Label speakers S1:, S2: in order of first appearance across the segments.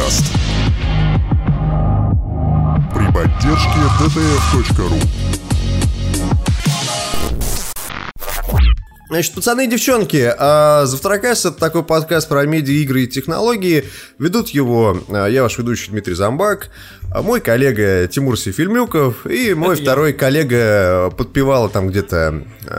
S1: подкаст при поддержке ddf.ru.
S2: Значит, пацаны и девчонки, Завтракаст — это такой подкаст про медиа, игры и технологии. Ведут его я, ваш ведущий Дмитрий Замбак, мой коллега Тимур Сефильмюков и мой второй коллега подпевала там где-то...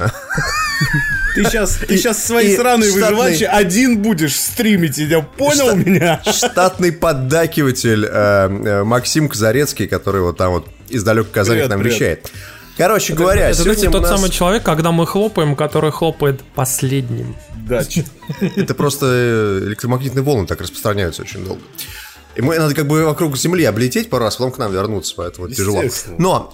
S3: Ты сейчас свои сраные выживачи один будешь стримить, я понял меня?
S2: Штатный поддакиватель Максим Казарецкий, который вот там вот из далекой Казани к нам вещает. Короче говоря,
S4: это знаете, тот самый человек, когда мы хлопаем, который хлопает последним.
S3: Да.
S2: Это просто электромагнитные волны так распространяются очень долго. И мы надо как бы вокруг Земли облететь пару раз, потом к нам вернуться, поэтому тяжело. Но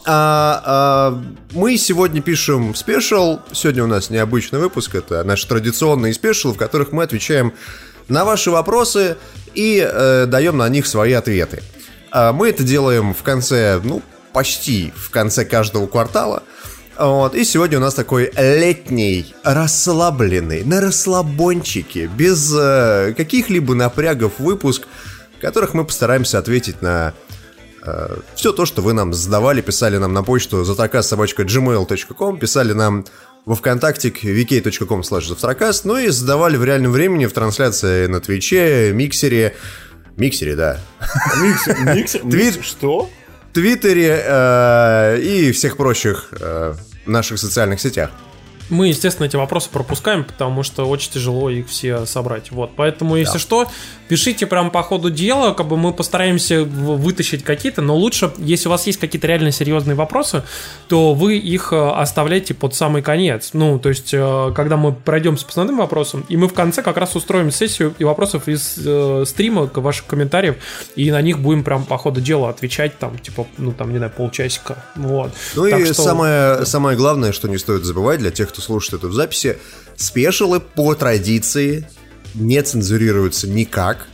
S2: мы сегодня пишем спешл. Сегодня у нас необычный выпуск. Это наши традиционные спешлы, в которых мы отвечаем на ваши вопросы и даем на них свои ответы. Мы это делаем в конце, почти в конце каждого квартала. Вот. И сегодня у нас такой летний, расслабленный, на расслабончике, без каких-либо напрягов выпуск, в которых мы постараемся ответить на все то, что вы нам задавали, писали нам на почту zavtracast@gmail.com, писали нам во ВКонтакте vk.com/zavtracast, и задавали в реальном времени в трансляции на Твиче, Миксере, да.
S3: Миксер? Что?
S2: Твиттере и всех прочих наших социальных сетях.
S4: Мы, естественно, эти вопросы пропускаем, потому что очень тяжело их все собрать. Вот, поэтому, если что, пишите прям по ходу дела, как бы мы постараемся вытащить какие-то, но лучше, если у вас есть какие-то реально серьезные вопросы, то вы их оставляйте под самый конец. То есть, когда мы пройдемся по основным вопросам, и мы в конце как раз устроим сессию и вопросов из стрима, ваших комментариев, и на них будем прям по ходу дела отвечать, полчасика. Вот.
S2: Самое главное, что не стоит забывать для тех, кто слушает это в записи, спешалы по традиции не цензурируются никак.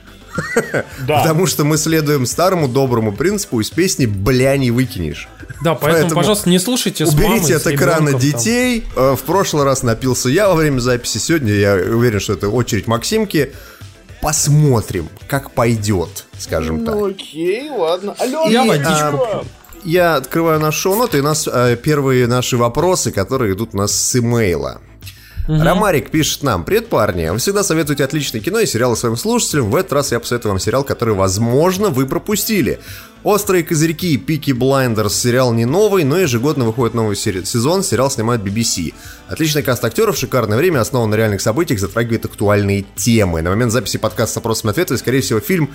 S2: Да. Потому что мы следуем старому доброму принципу: из песни «бля» не выкинешь.
S4: Да, поэтому пожалуйста, не слушайте с мамой,
S2: уберите от экрана детей. В прошлый раз напился я во время записи. Сегодня я уверен, что это очередь Максимки. Посмотрим, как пойдет, скажем так.
S3: Окей, ладно. Алло,
S4: я водичку.
S2: Я открываю наш шоу-ноты, и у нас первые наши вопросы, которые идут у нас с имейла. Ромарик пишет нам: привет, парни, вы всегда советуете отличное кино и сериалы своим слушателям. В этот раз я посоветую вам сериал, который, возможно, вы пропустили. «Острые козырьки», «Пики Блайндерс». Сериал не новый, но ежегодно выходит новый сезон. Сериал снимает BBC. Отличный каст актеров, шикарное время, основан на реальных событиях, затрагивает актуальные темы. На момент записи подкаста с вопросами и ответами, скорее всего, фильм...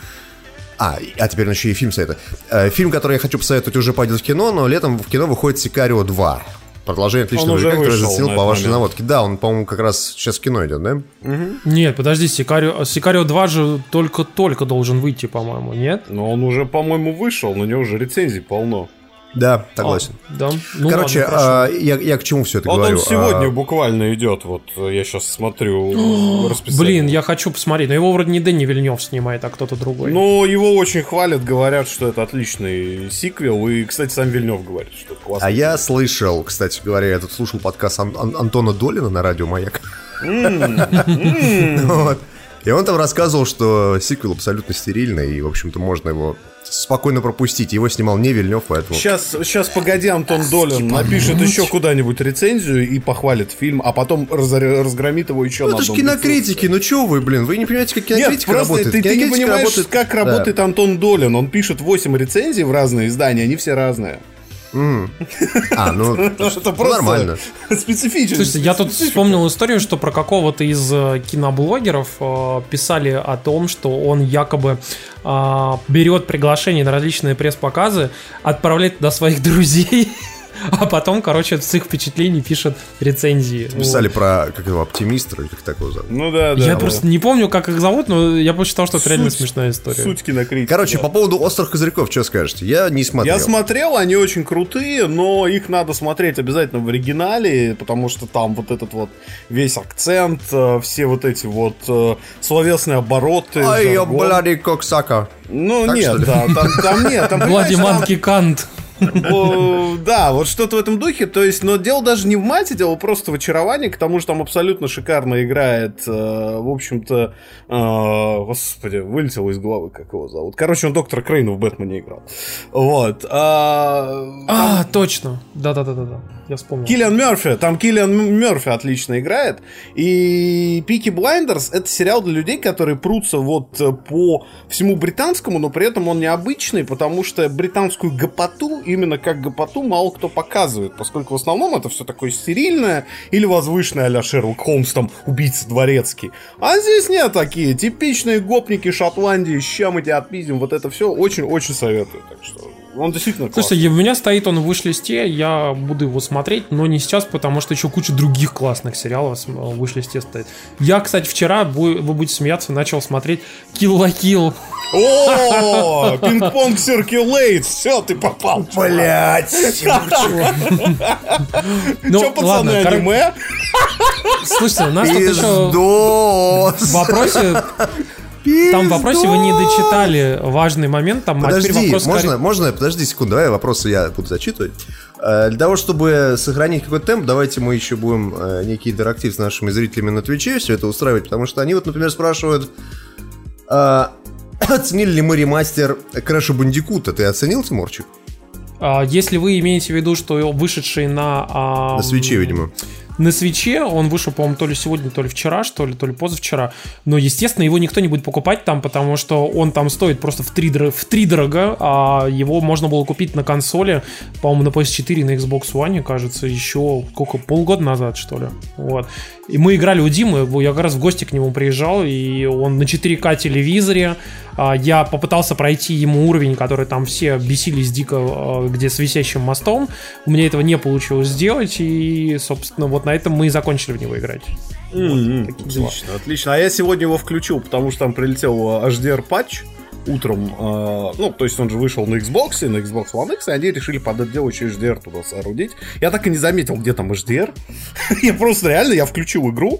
S2: теперь еще и фильм советую. Фильм, который я хочу посоветовать, уже пойдет в кино, но летом в кино выходит «Сикарио 2». Продолжение отличного ролика, который заценил по вашей наводке. Да, он, по-моему, как раз сейчас в кино идет, да?
S4: Нет, подожди, Сикарио 2 же только должен выйти, по-моему, нет?
S3: Но он уже, по-моему, вышел, на него уже рецензий полно.
S2: Да, согласен.
S4: Да.
S2: Короче, я к чему все это говорю?
S3: Он сегодня буквально идет, вот я сейчас смотрю расписание.
S4: Блин, я хочу посмотреть, но его вроде не Дэнни Вильнёв снимает, а кто-то другой.
S3: Ну, его очень хвалят, говорят, что это отличный сиквел, и, кстати, сам Вильнёв говорит, что это классно.
S2: А я слышал, кстати говоря, я тут слушал подкаст Антона Долина на радио «Маяк». И он там рассказывал, что сиквел абсолютно стерильный, и, в общем-то, можно его спокойно пропустить. Его снимал не Вильнёв, поэтому...
S3: Сейчас, погоди, Антон Долин напишет еще куда-нибудь рецензию и похвалит фильм, а потом разгромит его еще на одном.
S2: Это же кинокритики, чё вы не понимаете, как кинокритика работает?
S3: Ты не понимаешь, как работает Антон Долин. Он пишет 8 рецензий в разные издания, они все разные.
S2: Это просто нормально.
S3: Специфично.
S4: Слушайте, я тут вспомнил историю, что про какого-то из киноблогеров писали о том, что он якобы берет приглашения на различные пресс-показы, отправляет туда своих друзей, а потом, с их впечатлений пишет рецензии.
S2: Писали про, как его, «Оптимиста», или как такого зовут.
S3: Ну да.
S4: Я просто не помню, как их зовут, но я посчитал, что это реально смешная история.
S3: Суть кинокритики.
S2: Короче, по поводу «Острых козырьков», что скажете? Я не смотрел.
S3: Я смотрел, они очень крутые, но их надо смотреть обязательно в оригинале, потому что там вот этот вот весь акцент, все вот эти вот словесные обороты.
S2: Ай, блади коксака.
S3: Ну, нет, да, там нет.
S4: Влади Манки Кант.
S3: Да, вот что-то в этом духе. То есть, но дело даже не в мате, дело просто в очаровании, к тому же там абсолютно шикарно играет, в общем-то, господи, вылетело из головы, как его зовут. Короче, он доктора Крейна в Бэтмене играл. Вот.
S4: Точно. Да. Я вспомнил.
S3: Киллиан Мёрфи отлично играет. И Peaky Blinders — это сериал для людей, которые прутся вот по всему британскому, но при этом он необычный, потому что британскую гопоту, именно как гопоту, мало кто показывает, поскольку в основном это все такое стерильное или возвышенное а-ля Шерлок Холмс, там, убийца дворецкий. А здесь нет, такие типичные гопники Шотландии, ща мы тебя отпиздим, вот это все очень-очень советую, так что... Он действительно классный.
S4: Слушайте, у меня стоит он в виш-листе, я буду его смотреть, но не сейчас, потому что еще куча других классных сериалов в виш-листе стоит. Я, кстати, вчера, вы будете смеяться, начал смотреть Kill la Kill.
S3: О, пинг-понг Circulate, все, ты попал.
S2: Блять.
S3: Че, пацаны, аниме?
S4: Слушайте, у нас тут еще в вопросе... Там в вопросе вы не дочитали важный момент. Там
S2: подожди, подожди секунду, давай вопросы я буду зачитывать. Для того, чтобы сохранить какой-то темп, давайте мы еще будем некий интерактив с нашими зрителями на Твиче все это устраивать, потому что они вот, например, спрашивают, оценили ли мы ремастер Крэша Бандикута. Ты оценил, Тимурчик?
S4: Если вы имеете в виду, что вышедший на
S2: Свитче, видимо.
S4: На Свитче, он вышел, по-моему, то ли сегодня, то ли вчера, то ли позавчера. Но, естественно, его никто не будет покупать там, потому что он там стоит просто втридорого, а его можно было купить на консоли, по-моему, на PS4 и на Xbox One, кажется, еще полгода назад, что ли. Вот. И мы играли у Димы, я как раз в гости к нему приезжал, и он на 4К телевизоре. Я попытался пройти ему уровень, который там все бесились дико, где с висящим мостом. У меня этого не получилось сделать, и, собственно, вот на этом мы и закончили в него играть.
S3: Отлично. А я сегодня его включил, потому что там прилетел HDR-патч утром. Ну, то есть он же вышел на Xbox и на Xbox One X, и они решили под это дело еще HDR туда соорудить. Я так и не заметил, где там HDR. Я просто реально, включил игру.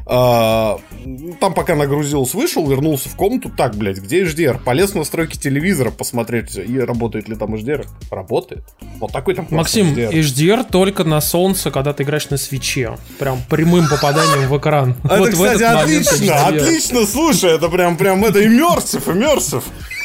S3: Там пока нагрузился, вышел, вернулся в комнату. Так, блядь, где HDR? Полез в настройки телевизора посмотреть, и работает ли там HDR. Работает. Вот такой там
S4: Максим, HDR только на солнце, когда ты играешь на свитче. Прям прямым попаданием в экран.
S3: Это, вот, кстати, отлично, слушай, это прям это иммерсив.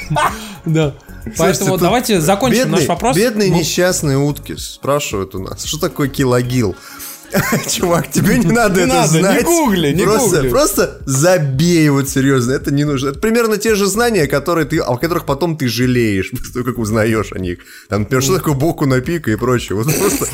S4: Да. Поэтому давайте закончим наш вопрос.
S2: Бедные несчастные утки спрашивают у нас, что такое килогил? Чувак, тебе не надо это знать.
S3: Не гугли.
S2: Просто забей, вот серьезно, это не нужно. Это примерно те же знания, о которых потом ты жалеешь, после того, как узнаешь о них. Там, например, что такое Боку на Пико и прочее. Вот просто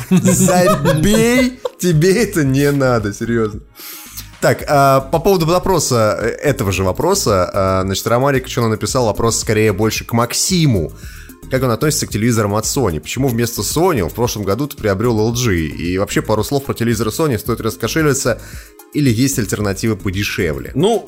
S2: забей, тебе это не надо, серьезно. Так, по поводу этого же вопроса, значит, Ромарик что-то написал, вопрос скорее больше к Максиму. Как он относится к телевизорам от Sony? Почему вместо Sony он в прошлом году ты приобрел LG? И вообще пару слов про телевизор Sony, стоит раскошеливаться или есть альтернативы подешевле? Ну,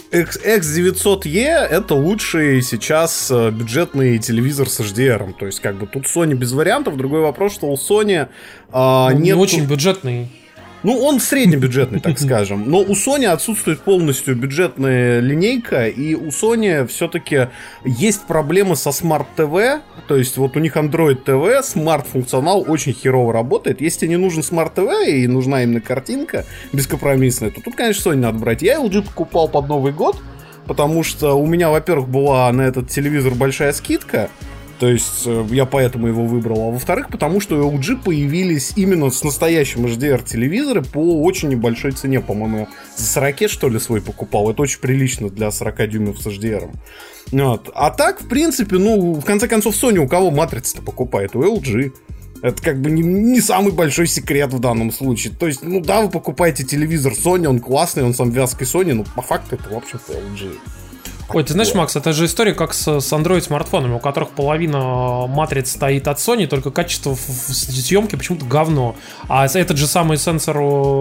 S3: X900E это лучший сейчас бюджетный телевизор с HDR. То есть, как бы тут Sony без вариантов. Другой вопрос, что у Sony нет...
S4: Не очень бюджетный.
S3: Ну, он среднебюджетный, так скажем. Но у Sony отсутствует полностью бюджетная линейка, и у Sony все-таки есть проблемы со Smart TV. То есть вот у них Android TV, смарт-функционал очень херово работает. Если не нужен Smart TV и нужна именно картинка бескомпромиссная, то тут, конечно, Sony надо брать. Я LG покупал под Новый год, потому что у меня, во-первых, была на этот телевизор большая скидка. То есть я поэтому его выбрал. А во-вторых, потому что у LG появились именно с настоящим HDR телевизоры по очень небольшой цене. По-моему, за 40, что ли, свой покупал. Это очень прилично для 40 дюймов с HDR. Вот. А так, в принципе, ну, в конце концов, Sony у кого матрица-то покупает? У LG. Это как бы не самый большой секрет в данном случае. То есть, ну да, вы покупаете телевизор Sony, он классный, он сам вязкой Sony, но по факту это, в общем-то, LG.
S4: Ой, ты знаешь, Макс, это же история как с Android-смартфонами, у которых половина матриц стоит от Sony, только качество съемки почему-то говно. А этот же самый сенсор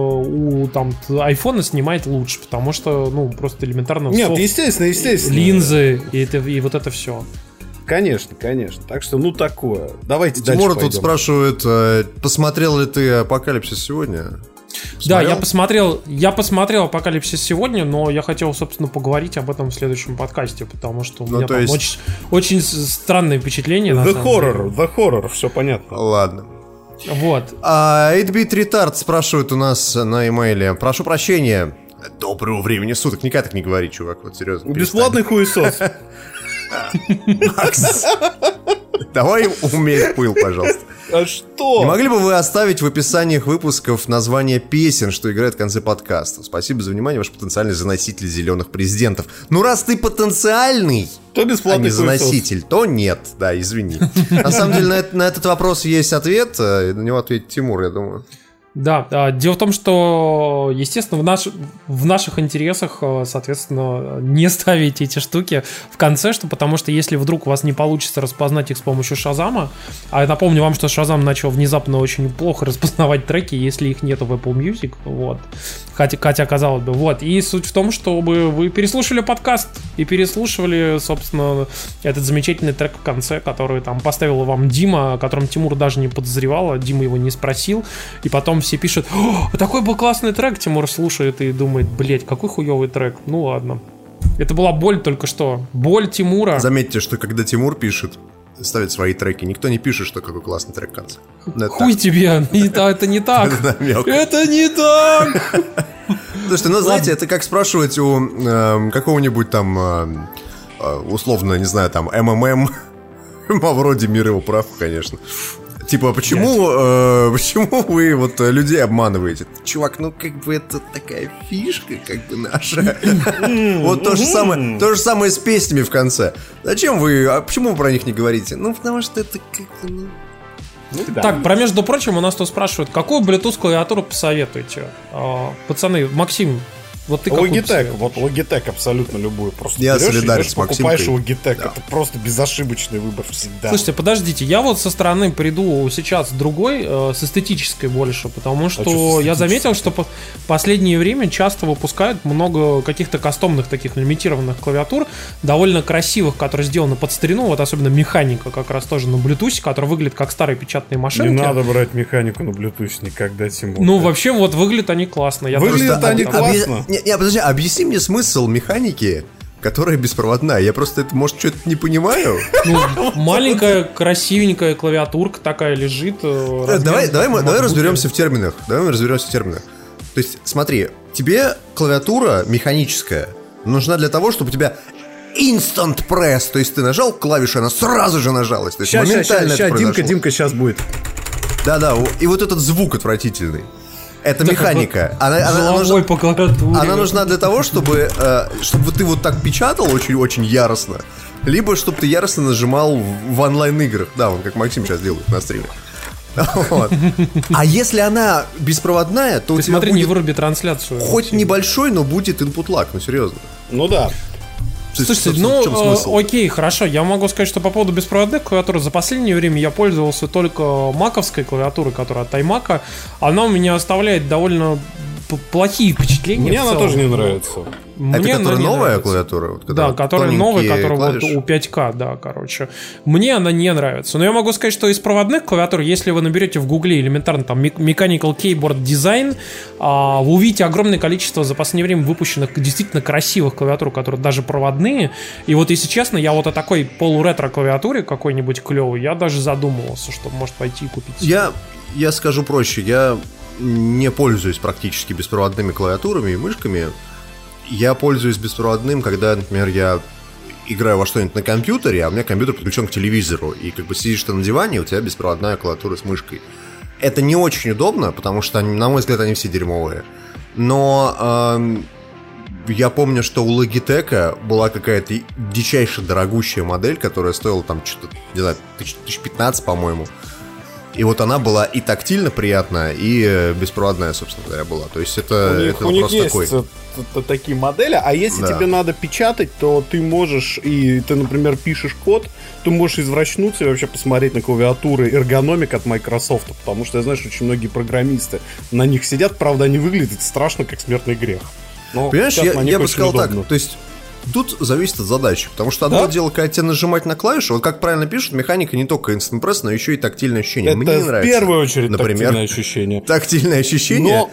S4: у там iPhone снимает лучше, потому что, ну, просто элементарно...
S3: Нет, естественно.
S4: Линзы и вот это все.
S3: Конечно. Так что, ну, такое. Давайте дальше
S2: Тимур
S3: пойдем.
S2: Тут спрашивает, посмотрел ли ты «Апокалипсис» сегодня?
S4: Да, я посмотрел «Апокалипсис» сегодня, но я хотел, собственно, поговорить об этом в следующем подкасте, потому что у меня там очень странное впечатление.
S3: The horror, все понятно.
S2: Ладно.
S4: Вот.
S2: 8-Bit Retard спрашивает у нас на имейле: прошу прощения. Доброго времени суток. Никогда так не говори, чувак, вот серьезно.
S3: Бесплатный хуесос.
S2: Макс, давай умей пыл, пожалуйста.
S3: А что?
S2: Не могли бы вы оставить в описаниях выпусков название песен, что играют в конце подкаста? Спасибо за внимание, ваш потенциальный заноситель зеленых президентов. Ну, раз ты потенциальный,
S3: то бесплатный
S2: заноситель, то нет. Да, извини. На самом деле, на этот вопрос есть ответ. На него ответит Тимур, я думаю.
S4: Да, дело в том, что, естественно, в наших интересах, соответственно, не ставить эти штуки в конце, потому что если вдруг у вас не получится распознать их с помощью Шазама, а я напомню вам, что Шазам начал внезапно очень плохо распознавать треки, если их нету в Apple Music, вот, хотя казалось бы, вот, и суть в том, чтобы вы переслушали подкаст и переслушивали, собственно, этот замечательный трек в конце, который там поставил вам Дима, о котором Тимур даже не подозревал, а Дима его не спросил, и потом все пишут: такой был классный трек. Тимур слушает и думает: блять, какой хуёвый трек. Ну ладно. Это была боль только что. Боль Тимура.
S2: Заметьте, что когда Тимур пишет, ставит свои треки, никто не пишет, что какой классный трек в конце.
S4: Хуй тебе. Это не так. Это не так.
S2: Слушайте, ну знаете, это как спрашивать у какого-нибудь там условно, не знаю, там МММ, вроде «Мир его прав», конечно. Типа, почему вы вот людей обманываете? Чувак, ну как бы это такая фишка, как бы наша. Вот то же самое с песнями в конце. Зачем вы, почему вы про них не говорите? Ну, потому что это как-то...
S4: Так, про между прочим, у нас тут спрашивают: какую Bluetooth клавиатуру посоветуете? Пацаны, Максим, вот ты
S3: Logitech, вот Logitech абсолютно любую. Просто
S2: я
S3: берешь
S2: солидарен
S3: и
S2: с Максимкой.
S3: покупаешь Logitech,
S2: да.
S3: Это просто безошибочный выбор всегда.
S4: Слушайте, подождите, я вот со стороны приду сейчас другой, с эстетической больше, потому что я заметил, что в последнее время часто выпускают много каких-то кастомных таких лимитированных клавиатур, довольно красивых, которые сделаны под старину, вот особенно механика как раз тоже на Bluetooth, которая выглядит как старые печатные машинки.
S3: Не надо брать механику на Bluetooth никогда, Тимур.
S4: Ну, вообще, вот выглядят они классно.
S3: Выглядят они классно.
S2: Не, подожди, объясни мне смысл механики, которая беспроводная. Я просто, может, что-то не понимаю.
S4: Ну, маленькая, красивенькая клавиатурка такая лежит.
S2: Давай разберемся в терминах. То есть, смотри, тебе клавиатура механическая нужна для того, чтобы у тебя instant press, то есть ты нажал клавишу, она сразу же нажалась. То есть моментально это произошло.
S3: Димка сейчас будет.
S2: Да, и вот этот звук отвратительный. Это так механика. Она нужна для того, чтобы ты вот так печатал очень-очень яростно, либо чтобы ты яростно нажимал в онлайн-играх. Да, вот как Максим сейчас делает на стриме. Вот. А если она беспроводная, то
S4: ты
S2: у тебя
S4: смотри,
S2: будет
S4: не выруби трансляцию.
S2: Хоть небольшой, но будет input lag, ну серьезно.
S3: Ну да.
S4: Слушайте, окей, хорошо. Я могу сказать, что по поводу беспроводных клавиатур за последнее время я пользовался только маковской клавиатурой, которая от iMac. Она у меня оставляет довольно плохие впечатления.
S3: Мне она тоже не нравится.
S2: Это которая новая клавиатура? Вот,
S4: да, которая новая, которая вот у 5К, да, короче. Мне она не нравится. Но я могу сказать, что из проводных клавиатур, если вы наберете в гугле элементарно там Mechanical Keyboard Design, вы увидите огромное количество за последнее время выпущенных действительно красивых клавиатур, которые даже проводные. И вот, если честно, я вот о такой полуретро клавиатуре какой-нибудь клевой, я даже задумывался, что может пойти и купить.
S2: Я скажу проще, я не пользуюсь практически беспроводными клавиатурами и мышками. Я пользуюсь беспроводным, когда, например, я играю во что-нибудь на компьютере, а у меня компьютер подключен к телевизору, и как бы сидишь ты на диване, у тебя беспроводная клавиатура с мышкой. Это не очень удобно, потому что, на мой взгляд, они все дерьмовые. Но я помню, что у Logitech была какая-то дичайше дорогущая модель, которая стоила там что-то, не знаю, 1015, по-моему. И вот она была и тактильно приятная, и беспроводная, собственно говоря, была. То есть это вопрос такой.
S3: Такие модели, а если тебе надо печатать, то ты можешь, и ты, например, пишешь код, ты можешь извращнуться и вообще посмотреть на клавиатуры эргономик от Microsoft, потому что я знаю, что очень многие программисты на них сидят, правда, они выглядят страшно, как смертный грех. Но
S2: понимаешь, я бы сказал удобно. Так, то есть тут зависит от задачи, потому что одно дело, когда тебе нажимать на клавишу, вот как правильно пишут, механика не только instant press, но еще и тактильное ощущение.
S3: Это
S2: мне не нравится.
S3: В первую очередь
S2: например,
S3: тактильное ощущение.
S2: Тактильное ощущение.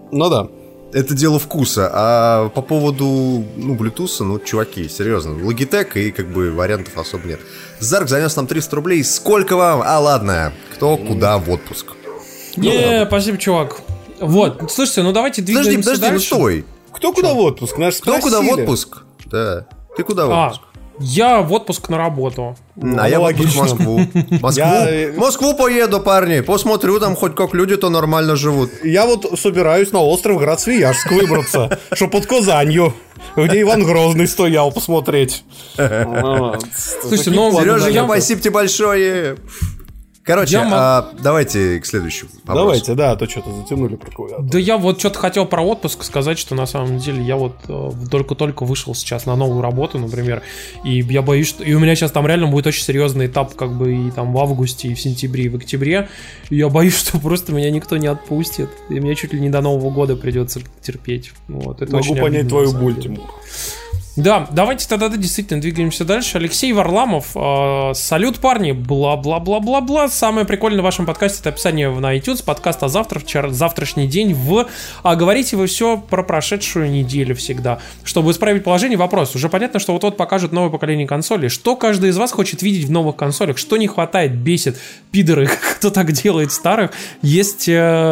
S3: Ну да.
S2: Это дело вкуса. А по поводу, Bluetooth, чуваки, серьезно, Logitech и как бы вариантов особо нет. Зарк занес нам 300 рублей. Сколько вам? Ладно. Кто куда в отпуск?
S4: Спасибо, чувак. Вот, слушайте, давайте двигаемся дальше.
S2: Стой.
S3: Кто куда в отпуск? Нас
S2: Кто куда в отпуск? Да. Ты куда в отпуск?
S4: Я в отпуск на работу.
S2: Я в отпуск в Москву. Москву поеду, парни. Посмотрю, там хоть как люди-то нормально живут.
S3: Я вот собираюсь на остров Град-Свияжск выбраться, что под Казанью, где Иван Грозный стоял, посмотреть.
S4: Слушайте,
S2: Сережа, спасибо тебе большое. Короче, давайте к следующему вопросу.
S3: Давайте, да, а то что-то затянули про клавиатуру.
S4: Да я вот что-то хотел про отпуск сказать, что на самом деле я вот только-только вышел сейчас на новую работу, например, и я боюсь, что... И у меня сейчас там реально будет очень серьезный этап, как бы и там в августе, и в сентябре, и в октябре. И я боюсь, что просто меня никто не отпустит. И мне чуть ли не до Нового года придется терпеть. Вот, это
S3: могу понять твою боль, Тимур.
S4: Да, давайте тогда действительно двигаемся дальше. Алексей Варламов. Салют, парни. Бла-бла-бла-бла-бла. Самое прикольное в вашем подкасте — это описание на iTunes. Подкаст о завтрашний день говорите вы все про прошедшую неделю всегда. Чтобы исправить положение, вопрос. Уже понятно, что вот-вот покажут новое поколение консолей. Что каждый из вас хочет видеть в новых консолях? Что не хватает, бесит? Пидоры, кто так делает старых? Есть...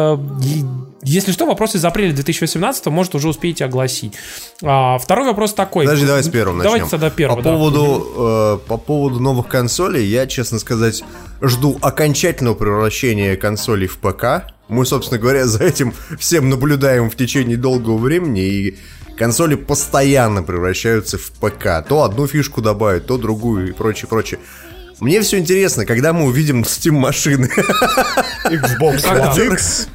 S4: Если что, вопрос из апреля 2018, может, уже успеете огласить. Второй вопрос такой.
S2: Подожди, давай с первым начнем.
S4: Давайте тогда первым.
S2: По поводу новых консолей, я, честно сказать, жду окончательного превращения консолей в ПК. Мы, собственно говоря, за этим всем наблюдаем в течение долгого времени, и консоли постоянно превращаются в ПК. То одну фишку добавят, то другую и прочее, прочее. Мне все интересно, когда мы увидим Steam-машины.
S3: Xbox One X.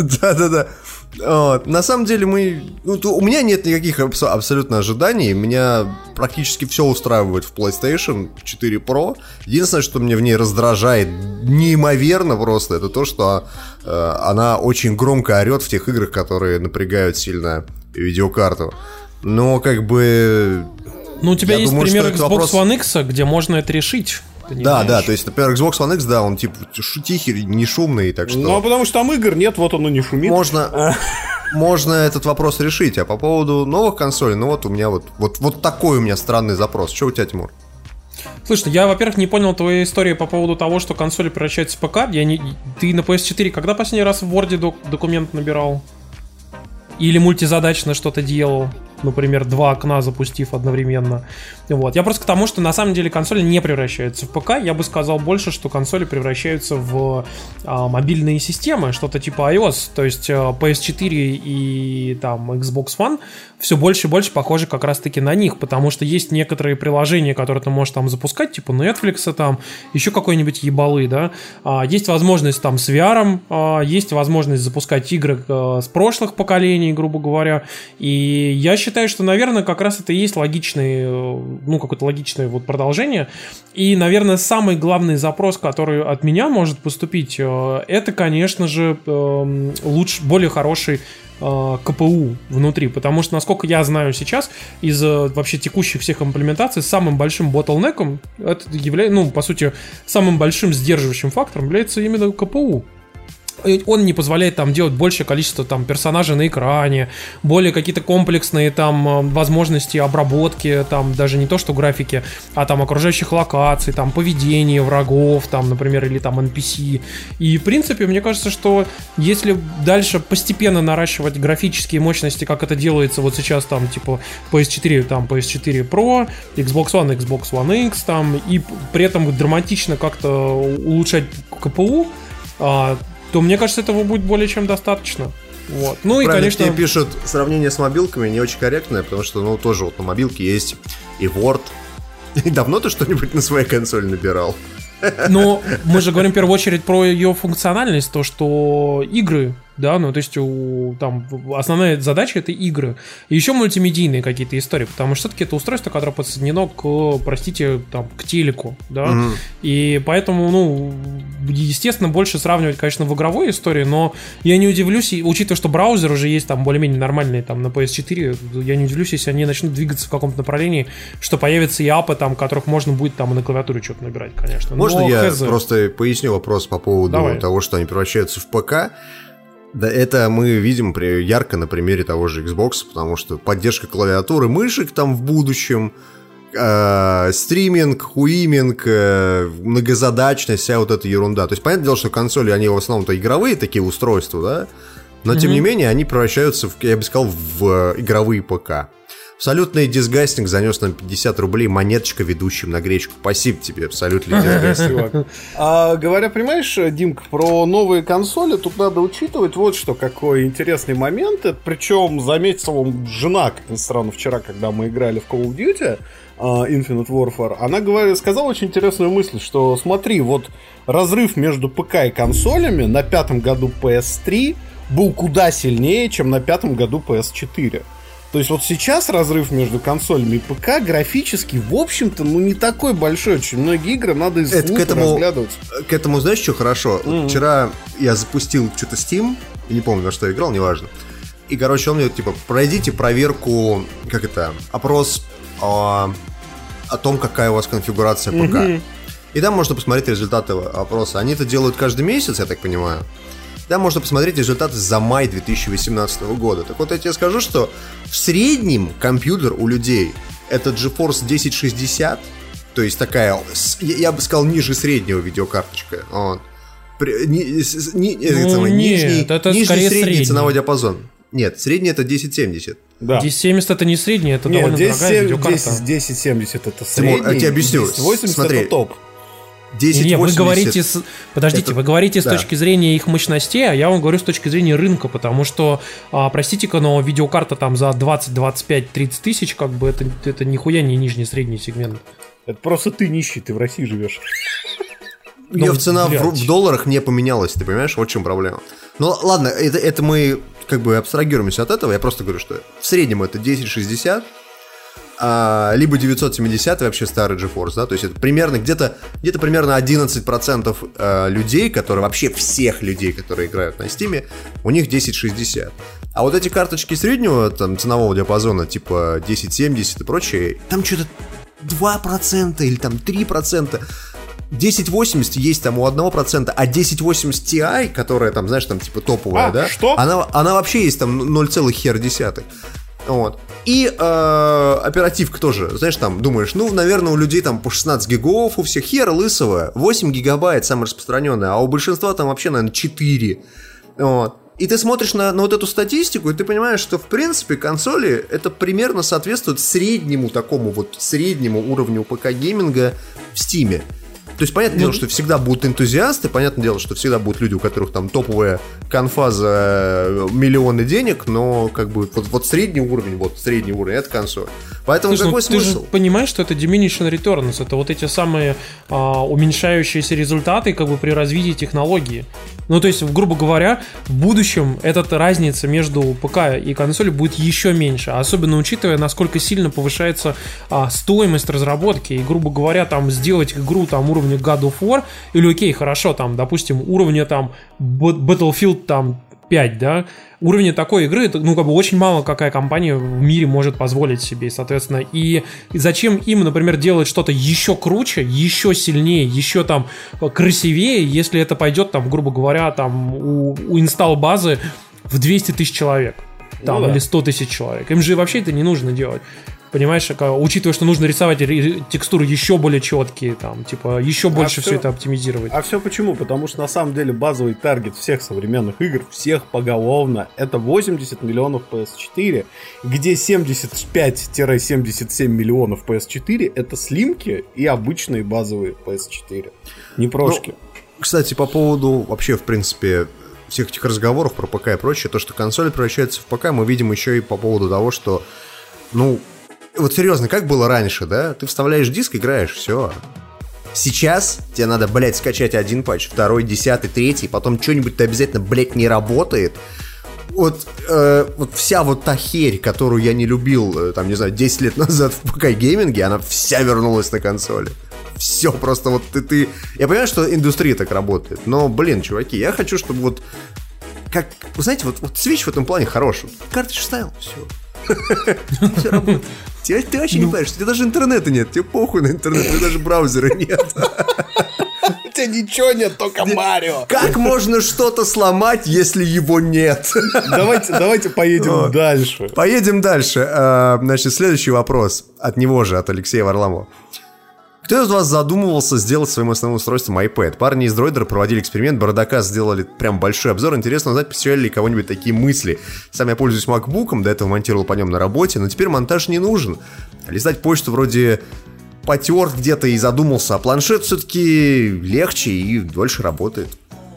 S2: Да-да-да. На самом деле у меня нет никаких абсолютно ожиданий. Меня практически все устраивает в PlayStation 4 Pro. Единственное, что мне в ней раздражает неимоверно просто, это то, что она очень громко орет в тех играх, которые напрягают сильно видеокарту. Но как бы...
S4: у тебя есть пример Xbox One X, где можно это решить.
S2: Да, то есть, например, Xbox One X, да, он типа тихий, не шумный, так что...
S3: Ну, потому что там игр нет, вот оно не шумит.
S2: Можно этот вопрос решить. А по поводу новых консолей, у меня вот такой у меня странный запрос. Что у тебя, Тимур?
S4: Слушай, я, во-первых, не понял твоей истории по поводу того, что консоли превращаются в ПК. Ты на PS4 когда последний раз в Word документ набирал? Или мультизадачно что-то делал? Например, 2 окна запустив одновременно. Вот. Я просто к тому, что на самом деле консоли не превращаются в ПК. Я бы сказал больше, что консоли превращаются в мобильные системы, что-то типа iOS. То есть PS4 и там Xbox One все больше и больше похожи как раз-таки на них, потому что есть некоторые приложения, которые ты можешь там запускать, типа Netflix, там еще какой-нибудь ебалы, да. Есть возможность там с VR, есть возможность запускать игры с прошлых поколений, грубо говоря. И я считаю, что, наверное, как раз это и есть какое-то логичное вот продолжение. И, наверное, самый главный запрос, который от меня может поступить, это, конечно же, более хороший КПУ внутри, потому что, насколько я знаю сейчас, из вообще текущих всех имплементаций, самым большим ботлнеком, это является, по сути, самым большим сдерживающим фактором является именно КПУ. Он не позволяет там делать большее количество там персонажей на экране, более какие-то комплексные там возможности обработки, там даже не то что графики, а там окружающих локаций, там поведение врагов, там, например, или там NPC. И в принципе, мне кажется, что если дальше постепенно наращивать графические мощности, как это делается вот сейчас там типа PS4, там PS4 Pro, Xbox One, Xbox One X, там, и при этом драматично как-то улучшать КПУ, то мне кажется, этого будет более чем достаточно. Вот. Ну и, конечно...
S2: Тебе пишут, сравнение с мобилками не очень корректное, потому что, тоже вот на мобилке есть и Word. И давно ты что-нибудь на своей консоли набирал?
S4: Но мы же говорим в первую очередь про ее функциональность, то, что игры, да, то есть там основная задача — это игры. И еще мультимедийные какие-то истории, потому что все-таки это устройство, которое подсоединено к телеку, да. И поэтому, естественно, больше сравнивать, конечно, в игровой истории, но я не удивлюсь, учитывая, что браузер уже есть там более-менее нормальный там на PS4, я не удивлюсь, если они начнут двигаться в каком-то направлении, что появятся и апы, там, которых можно будет там и на клавиатуре что-то набирать, конечно.
S2: Можно я просто поясню вопрос по поводу того, что они превращаются в ПК? Да, это мы видим ярко на примере того же Xbox, потому что поддержка клавиатуры, мышек там в будущем, стриминг, хуиминг, многозадачность, вся вот эта ерунда. То есть, понятное дело, что консоли, они в основном-то игровые такие устройства, да? Но, тем не менее, они превращаются, я бы сказал, в игровые ПК. Абсолютный дисгастинг занес нам 50 рублей, монеточка ведущим на гречку. Спасибо тебе, абсолютный дисгастинг.
S3: Говоря, понимаешь, Димка, про новые консоли, тут надо учитывать вот что, какой интересный момент. Причем заметила жена, как ни странно, вчера, когда мы играли в Call of Duty Infinite Warfare, она сказала очень интересную мысль, что смотри, вот разрыв между ПК и консолями на 5-м году PS3 был куда сильнее, чем на 5-м году PS4. То есть вот сейчас разрыв между консолями и ПК графически, в общем-то, не такой большой. Очень многие игры надо из лупы разглядывать.
S2: К этому, знаешь, что хорошо? Вчера я запустил что-то Steam, не помню, на что я играл, неважно. И, короче, он мне, типа, пройдите проверку, опрос о том, какая у вас конфигурация ПК. И там можно посмотреть результаты опроса. Они это делают каждый месяц, я так понимаю. Там можно посмотреть результаты за май 2018 года. Так вот, я тебе скажу, что в среднем компьютер у людей это GeForce 1060, то есть такая, я бы сказал, ниже среднего видеокарточка. Нижний средний ценовой диапазон. Нет, средний это 1070.
S4: Да. 1070 это не средний, это довольно дорогая видеокарта.
S3: 1070 это средний,
S2: я тебе объясню.
S3: 1080
S2: смотри.
S3: это топ.
S2: 1080.
S4: Не, вы говорите, вы говорите с точки зрения их мощностей, а я вам говорю с точки зрения рынка, потому что, простите-ка, но видеокарта там за 20, 25, 30 тысяч, как бы это нихуя не нижний средний сегмент.
S3: Это просто ты нищий, ты в России живешь.
S2: Ее цена в долларах не поменялась, ты понимаешь? Вот в чем проблема. Ну ладно, это мы как бы абстрагируемся от этого, я просто говорю, что в среднем это 1060, либо 970 вообще старый GeForce, да, то есть это примерно где-то примерно 11% людей, которые вообще всех людей, которые играют на Steam, у них 1060. А вот эти карточки среднего там ценового диапазона, типа 1070 и прочее, там что-то 2% или там 3%. 1080 есть там у 1%, а 1080 Ti, которая там, знаешь, там типа топовая, да?
S3: Что?
S2: Она вообще есть там 0,1. Вот. И оперативка тоже, знаешь, там думаешь, наверное, у людей там по 16 гигов, у всех хера лысого, 8 гигабайт самое распространенное, а у большинства там вообще, наверное, 4. Вот. И ты смотришь на вот эту статистику, и ты понимаешь, что, в принципе, консоли это примерно соответствует среднему уровню ПК-гейминга в Стиме. То есть, понятное дело, что всегда будут энтузиасты, понятное дело, что всегда будут люди, у которых там топовая конфа за миллионы денег, но как бы вот средний уровень, это консоль. Поэтому какой смысл?
S4: Ты же понимаешь, что это diminishing returns, это вот эти самые уменьшающиеся результаты как бы при развитии технологии. Ну, то есть, грубо говоря, в будущем эта разница между ПК и консолью будет еще меньше, особенно учитывая, насколько сильно повышается стоимость разработки. И, грубо говоря, там сделать игру там уровня God of War, или окей, хорошо, там, допустим, уровня там Battlefield там 5, да, уровня такой игры, как бы очень мало какая компания в мире может позволить себе, соответственно, и зачем им, например, делать что-то еще круче, еще сильнее, еще там красивее, если это пойдет там, грубо говоря, там у инсталл-базы в 200 тысяч человек, там, или 100 тысяч человек, им же вообще это не нужно делать. Понимаешь, учитывая, что нужно рисовать текстуры еще более четкие, там, типа, еще больше все это оптимизировать.
S3: А все почему? Потому что на самом деле базовый таргет всех современных игр, всех поголовно, это 80 миллионов PS4, где 75-77 миллионов PS4 это слимки и обычные базовые PS4, не прошки.
S2: Кстати, по поводу вообще, в принципе, всех этих разговоров про ПК и прочее, то, что консоль превращается в ПК, мы видим еще и по поводу того, что, вот серьезно, как было раньше, да? Ты вставляешь диск, играешь, все. Сейчас тебе надо, скачать один патч, второй, 10, 3, потом что-нибудь-то обязательно, не работает. Вот вся вот та херь, которую я не любил, там, не знаю, 10 лет назад в ПК-гейминге, она вся вернулась на консоли. Все, просто вот ты... Я понимаю, что индустрия так работает, но, чуваки, я хочу, чтобы вот... Как, вы знаете, вот Switch в этом плане хороший. Картridж вставил, все. Все работает. Ты вообще не понимаешь, у тебя даже интернета нет, тебе похуй на интернет, у тебя даже браузера нет.
S3: У тебя ничего нет, только Марио.
S2: Как можно что-то сломать, если его нет?
S3: Давайте поедем дальше.
S2: Поедем дальше. Значит, следующий вопрос от него же, от Алексея Варламова. Кто из вас задумывался сделать своим основным устройством iPad? Парни из Droider проводили эксперимент, Бардака сделали прям большой обзор. Интересно узнать, посещали ли кого-нибудь такие мысли. Сам я пользуюсь MacBook'ом, до этого монтировал по нем на работе, но теперь монтаж не нужен. Листать почту вроде потер где-то и задумался, а планшет все-таки легче и дольше работает.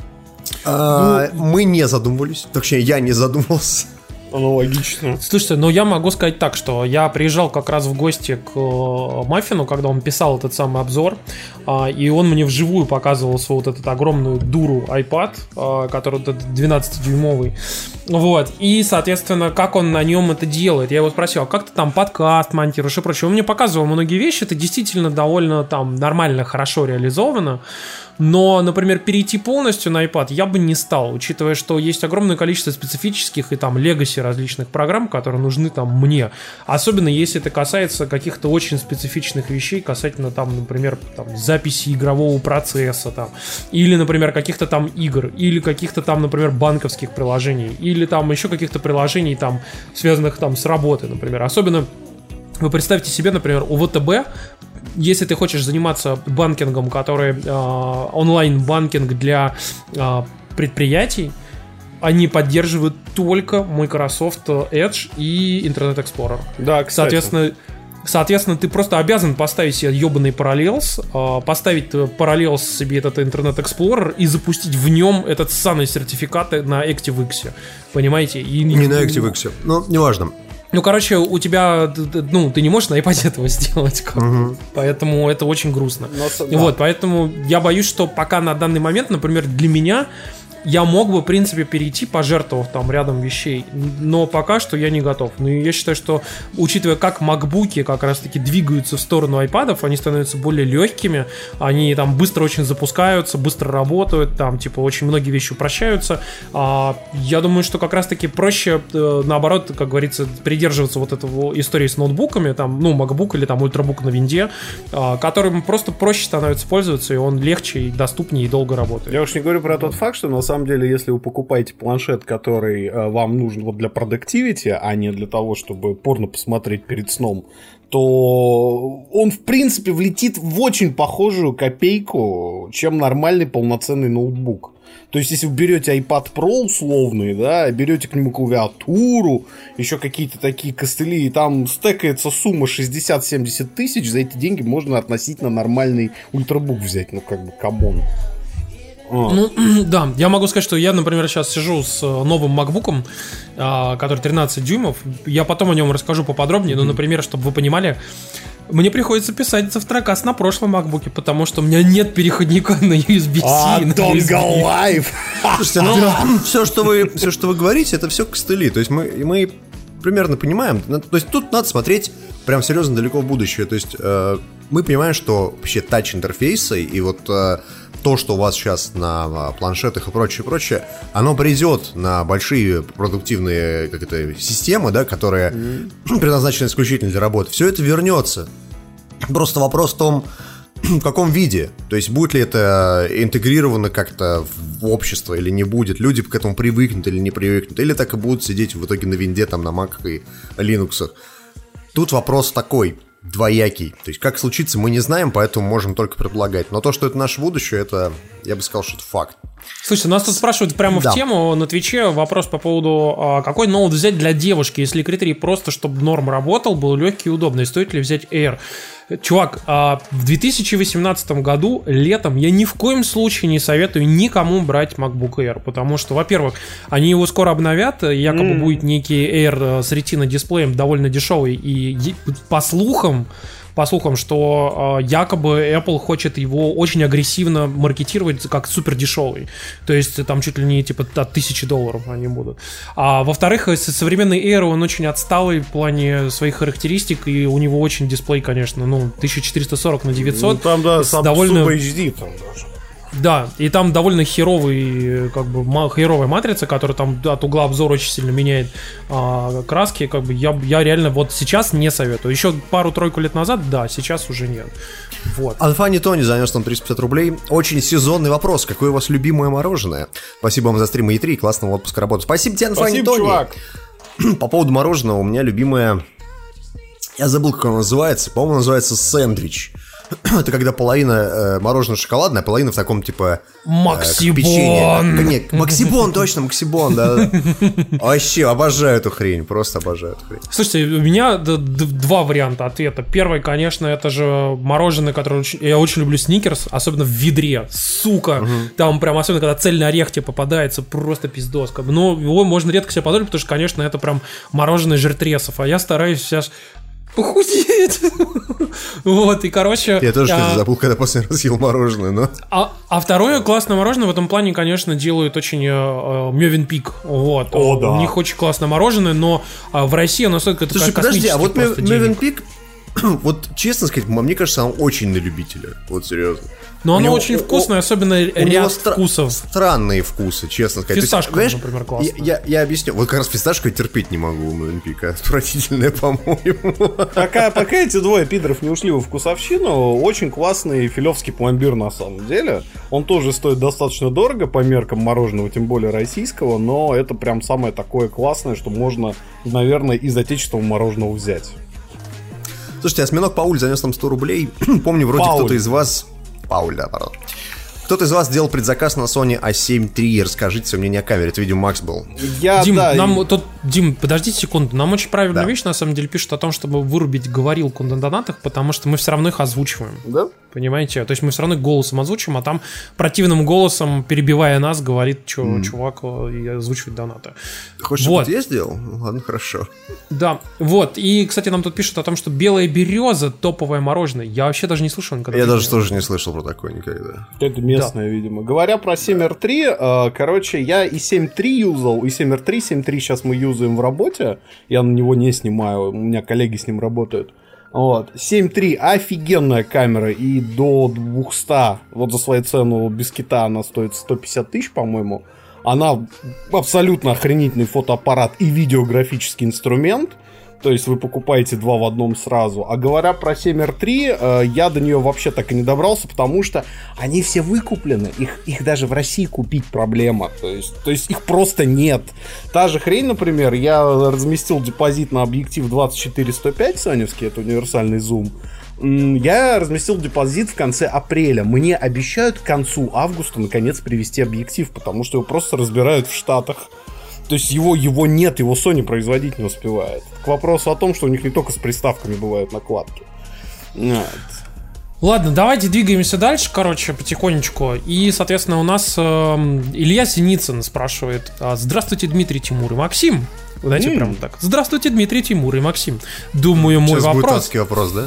S2: Мы не задумывались, точнее, я не задумывался.
S3: Аналогично.
S4: Слушайте, ну я могу сказать так, что я приезжал как раз в гости к Маффину, когда он писал этот самый обзор, и он мне вживую показывал свою вот эту огромную дуру iPad, который 12-дюймовый. Вот, и, соответственно, как он на нем это делает. Я его спросил, а как ты там подкаст монтируешь и прочее. Он мне показывал многие вещи, это действительно довольно там нормально, хорошо реализовано. Но, например, перейти полностью на iPad я бы не стал, учитывая, что есть огромное количество специфических и там legacy различных программ, которые нужны там мне. Особенно если это касается каких-то очень специфичных вещей, касательно там, например, там, записи игрового процесса, там, или, например, каких-то там игр, или каких-то там, например, банковских приложений, или там еще каких-то приложений, там, связанных там с работой, например. Особенно вы представьте себе, например, у ВТБ, если ты хочешь заниматься банкингом, который онлайн-банкинг для предприятий, они поддерживают только Microsoft Edge и Internet Explorer.
S3: Да, кстати.
S4: Соответственно, ты просто обязан поставить себе ебаный Parallels, поставить Parallels себе этот Internet Explorer и запустить в нем этот ссаный сертификат на ActiveX. Понимаете?
S2: Не на ActiveX, но неважно.
S4: Ну, короче, у тебя, ну, ты не можешь на iPad этого сделать, поэтому это очень грустно. Вот, поэтому я боюсь, что пока на данный момент, например, для меня, я мог бы, в принципе, перейти, пожертвовав там рядом вещей, но пока что я не готов. Ну, и я считаю, что, учитывая, как макбуки как раз-таки двигаются в сторону айпадов, они становятся более легкими, они там быстро очень запускаются, быстро работают, там, типа, очень многие вещи упрощаются. Я думаю, что как раз-таки проще, наоборот, как говорится, придерживаться вот этого истории с ноутбуками, там, ну, MacBook или там ультрабук на винде, которым просто проще становится пользоваться, и он легче, и доступнее, и долго работает.
S3: Я уж не говорю про тот факт, что на самом деле, если вы покупаете планшет, который вам нужен вот для продуктивити, а не для того, чтобы порно посмотреть перед сном, то он, в принципе, влетит в очень похожую копейку, чем нормальный полноценный ноутбук. То есть, если вы берете iPad Pro условный, да, берете к нему клавиатуру, еще какие-то такие костыли, и там стекается сумма 60-70 тысяч, за эти деньги можно относительно нормальный ультрабук взять, ну, как бы, камон.
S4: Ну, да, я могу сказать, что я, например, сейчас сижу с новым MacBook'ом, который 13 дюймов. Я потом о нем расскажу поподробнее, но, например, чтобы вы понимали, мне приходится писать завтракас на прошлом MacBook'е, потому что у меня нет переходника на USB-C.
S3: Don't go live!
S2: Слушайте, ну, все, что вы говорите, это все костыли. То есть мы примерно понимаем. То есть тут надо смотреть прям серьезно далеко в будущее. То есть мы понимаем, что вообще тач-интерфейсы и вот то, что у вас сейчас на планшетах и прочее, оно придет на большие продуктивные системы, да, которые предназначены исключительно для работы. Все это вернется. Просто вопрос в том, в каком виде. То есть будет ли это интегрировано как-то в общество или не будет. Люди к этому привыкнут или не привыкнут. Или так и будут сидеть в итоге на винде, там, на Mac и Linux. Тут вопрос такой, двоякий. То есть как случится, мы не знаем, поэтому можем только предполагать. Но то, что это наше будущее, это, я бы сказал, что это факт.
S4: Слушайте, нас тут спрашивают прямо в тему на Твиче вопрос по поводу, какой ноут взять для девушки, если критерий просто, чтобы норм работал, был легкий и удобный, стоит ли взять Air? Чувак, в 2018 году летом я ни в коем случае не советую никому брать MacBook Air, потому что, во-первых, они его скоро обновят, якобы будет некий Air с Retina дисплеем довольно дешевый, и по слухам, что якобы Apple хочет его очень агрессивно маркетировать как супер дешевый. То есть там чуть ли не типа от $1000 они будут. А во-вторых, современный Air, он очень отсталый в плане своих характеристик, и у него очень дисплей, конечно, 1440 на 900.
S3: Ну, там, да, довольно... Sub HD там даже.
S4: Да, и там довольно херовая матрица, которая там от угла обзора очень сильно меняет краски. Как бы я реально вот сейчас не советую. Еще пару-тройку лет назад, да, сейчас уже нет. Вот.
S2: Анфани Тони занес нам 350 рублей. Очень сезонный вопрос. Какое у вас любимое мороженое? Спасибо вам за стрим E3 и классного отпуска работы. Спасибо тебе, Анфани Тони.
S3: Чувак.
S2: По поводу мороженого, у меня любимое... Я забыл, как оно называется. По-моему, называется сэндвич. Это когда половина мороженого шоколадное, а половина в таком типа
S4: Максибон!
S2: Нет, Максибон, точно, Максибон, да. Вообще, обожаю эту хрень, просто обожаю эту хрень.
S4: Слушайте, у меня два варианта ответа. Первый, конечно, это же мороженое, которое я очень люблю, Сникерс, особенно в ведре. Сука! Там прям, особенно когда цельный орех тебе попадается, просто пиздос. Но его можно редко себе позволить, потому что, конечно, это прям мороженое жиртресов. А я стараюсь сейчас похудеть. Вот, и короче...
S2: Я тоже забыл, когда последний раз ел мороженое, но...
S4: А второе классное мороженое в этом плане, конечно, делают очень Mövenpick. Вот.
S3: О, да.
S4: У них очень классное мороженое, но в России оно стоит как
S2: Слушай, подожди, а вот
S4: Mövenpick...
S2: Mövenpick, вот честно сказать, мне кажется, он очень на любителя. Вот серьезно.
S4: Но оно очень вкусное, особенно ряд вкусов.
S2: Странные вкусы, честно сказать.
S4: Фисташка, например, классная.
S2: Я объясню. Вот как раз фисташку я терпеть не могу у Mövenpick. Отвратительная, по-моему.
S3: Пока эти двое пидоров не ушли во вкусовщину, очень классный филевский пломбир на самом деле. Он тоже стоит достаточно дорого по меркам мороженого, тем более российского, но это прям самое такое классное, что можно, наверное, из отечественного мороженого взять.
S2: Слушайте, осьминог Пауль занес нам 100 рублей. Помню, вроде кто-то из вас... Пауль, да, пардон. Кто-то из вас делал предзаказ на Sony A7 III. Расскажите свое мнение о камере. Это, видимо, Макс был.
S4: Дим, подождите секунду. Нам очень правильную вещь, на самом деле, пишут о том, чтобы вырубить говорилку на донатах, потому что мы все равно их озвучиваем. Да? Понимаете? То есть мы все равно голосом озвучим, а там противным голосом, перебивая нас, говорит чувак и озвучивает донаты.
S2: Хочешь, чтобы я сделал? Ну, ладно, хорошо.
S4: Да, вот. И, кстати, нам тут пишут о том, что белая береза топовое мороженое. Я вообще даже не слышал никогда.
S2: Я даже тоже не слышал про такое никогда.
S3: Это местное, видимо. Говоря про 7R3, короче, я и 7.3 юзал, и 7R3. 7.3 сейчас мы юзаем в работе. Я на него не снимаю, у меня коллеги с ним работают. Вот. 7.3 офигенная камера, и до 200, вот за свою цену без кита она стоит 150 тысяч, по-моему. Она абсолютно охренительный фотоаппарат и видеографический инструмент. То есть вы покупаете два в одном сразу. А говоря про 7R3, я до нее вообще так и не добрался, потому что они все выкуплены. Их даже в России купить проблема. То есть их просто нет. Та же хрень, например, я разместил депозит на объектив 24-105 соневский, это универсальный зум. Я разместил депозит в конце апреля. Мне обещают к концу августа наконец привезти объектив, потому что его просто разбирают в Штатах. То есть его нет, его Sony производить не успевает. К вопросу о том, что у них не только с приставками бывают накладки. Вот.
S4: Ладно, давайте двигаемся дальше, потихонечку. И, соответственно, у нас Илья Синицын спрашивает: здравствуйте, Дмитрий, Тимур и Максим. Знаете, прям так. Здравствуйте, Дмитрий, Тимур и Максим. Думаю, мой
S2: сейчас
S4: вопрос...
S2: Сейчас будет вопрос,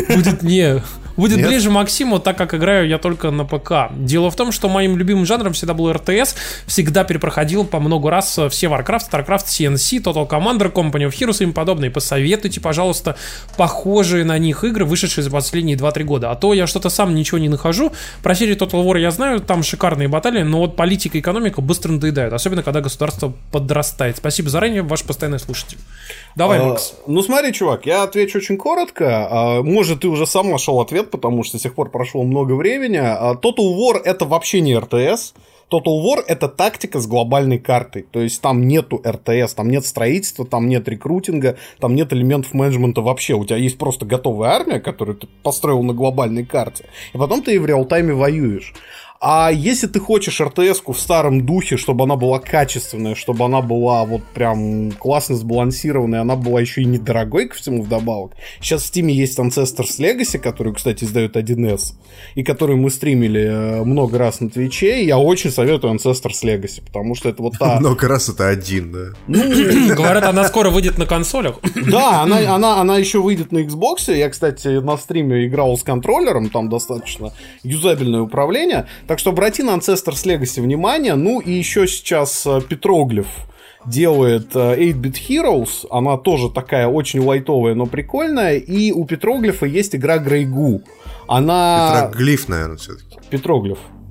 S4: да? Будет ближе Максиму, так как играю я только на ПК. Дело в том, что моим любимым жанром всегда был РТС. Всегда перепроходил по много раз все Warcraft, StarCraft, CNC, Total Commander, Company of Heroes и им подобные. Посоветуйте, пожалуйста, похожие на них игры, вышедшие за последние 2-3 года. А то я что-то сам ничего не нахожу. Про серию Total War я знаю, там шикарные баталии, но вот политика и экономика быстро надоедают. Особенно, когда государство подрастает. Спасибо заранее, ваш постоянный слушатель. Давай, Макс.
S3: Ну смотри, чувак, я отвечу очень коротко. Может, ты уже сам нашел ответ, потому что с тех пор прошло много времени. Total War — это вообще не РТС. Total War — это тактика с глобальной картой. То есть там нету РТС, там нет строительства, там нет рекрутинга, там нет элементов менеджмента вообще. У тебя есть просто готовая армия, которую ты построил на глобальной карте, и потом ты в реал-тайме воюешь. А если ты хочешь РТС-ку в старом духе, чтобы она была качественная, чтобы она была вот прям классно сбалансированная, она была еще и недорогой ко всему вдобавок. Сейчас в Steam есть Ancestors Legacy, которую, кстати, издает 1С, и которую мы стримили много раз на Твиче, и я очень советую Ancestors Legacy, потому что это вот та...
S2: Много раз это один, да.
S4: Говорят, она скоро выйдет на консолях.
S3: Да, она еще выйдет на Xbox. Я, кстати, на стриме играл с контроллером, там достаточно юзабельное управление. Так что обрати на Ancestors Legacy внимание. Ну и еще сейчас Petroglyph делает 8-Bit Heroes. Она тоже такая очень лайтовая, но прикольная. И у Petroglyph есть игра Grey Goo. Она...
S2: Петроглиф, наверное, все-таки.
S3: Petroglyph.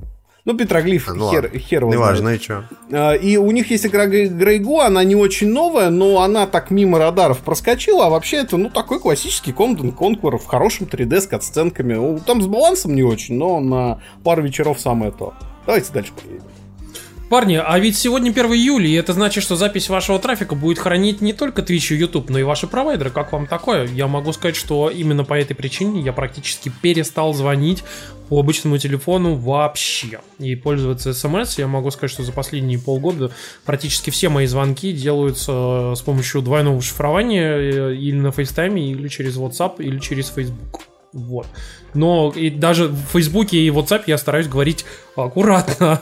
S3: Ну, петроглиф, хер его
S2: неважно,
S3: знает.
S2: и что.
S3: И у них есть игра Grey Goo, она не очень новая, но она так мимо радаров проскочила, а вообще это, ну, такой классический Command & Conquer в хорошем 3D с катсценками. Ну, там с балансом не очень, но на пару вечеров самое то. Давайте дальше поедем.
S4: Парни, а ведь сегодня 1 июля, и это значит, что запись вашего трафика будет хранить не только Twitch и YouTube, но и ваши провайдеры. Как вам такое? Я могу сказать, что именно по этой причине я практически перестал звонить по обычному телефону вообще. И пользоваться смс, я могу сказать, что за последние полгода практически все мои звонки делаются с помощью двойного шифрования или на FaceTime, или через WhatsApp, или через Facebook. Вот. Но и даже в Фейсбуке и WhatsApp я стараюсь говорить аккуратно.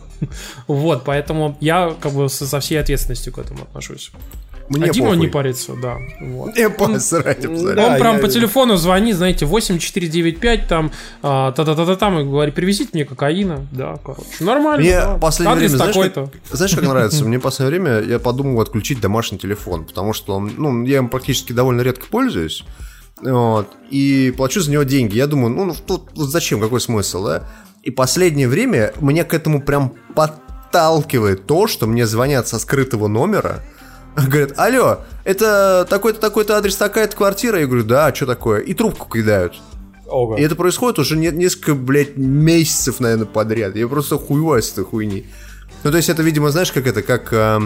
S4: Вот, поэтому я как бы со всей ответственностью к этому отношусь.
S2: Мне
S4: Дима
S2: похуй.
S4: не парится, да. Вот.
S2: Мне посрать абсолютно.
S4: Он прям по телефону звонит, знаете, 8495 там, там, и говорит, привезите мне кокаина. Да, короче, нормально.
S2: Мне
S4: да.
S2: последнее
S4: Адрес
S2: время,
S4: такой-то.
S2: знаешь, как нравится? Мне в последнее время я подумал отключить домашний телефон, потому что ну, я им практически довольно редко пользуюсь. Вот, и плачу за него деньги. Я думаю, ну тут зачем, какой смысл, да? И последнее время меня к этому прям подталкивает то, что мне звонят со скрытого номера. Говорят, алло, это такой-то, такой-то адрес, такая-то квартира. Я говорю, да, а что такое? И трубку кидают.
S3: Ого.
S2: И это происходит уже несколько, блядь, месяцев, наверное, подряд. Я просто хуеваюсь с этой хуйни. Ну, то есть это, видимо, знаешь, как это, как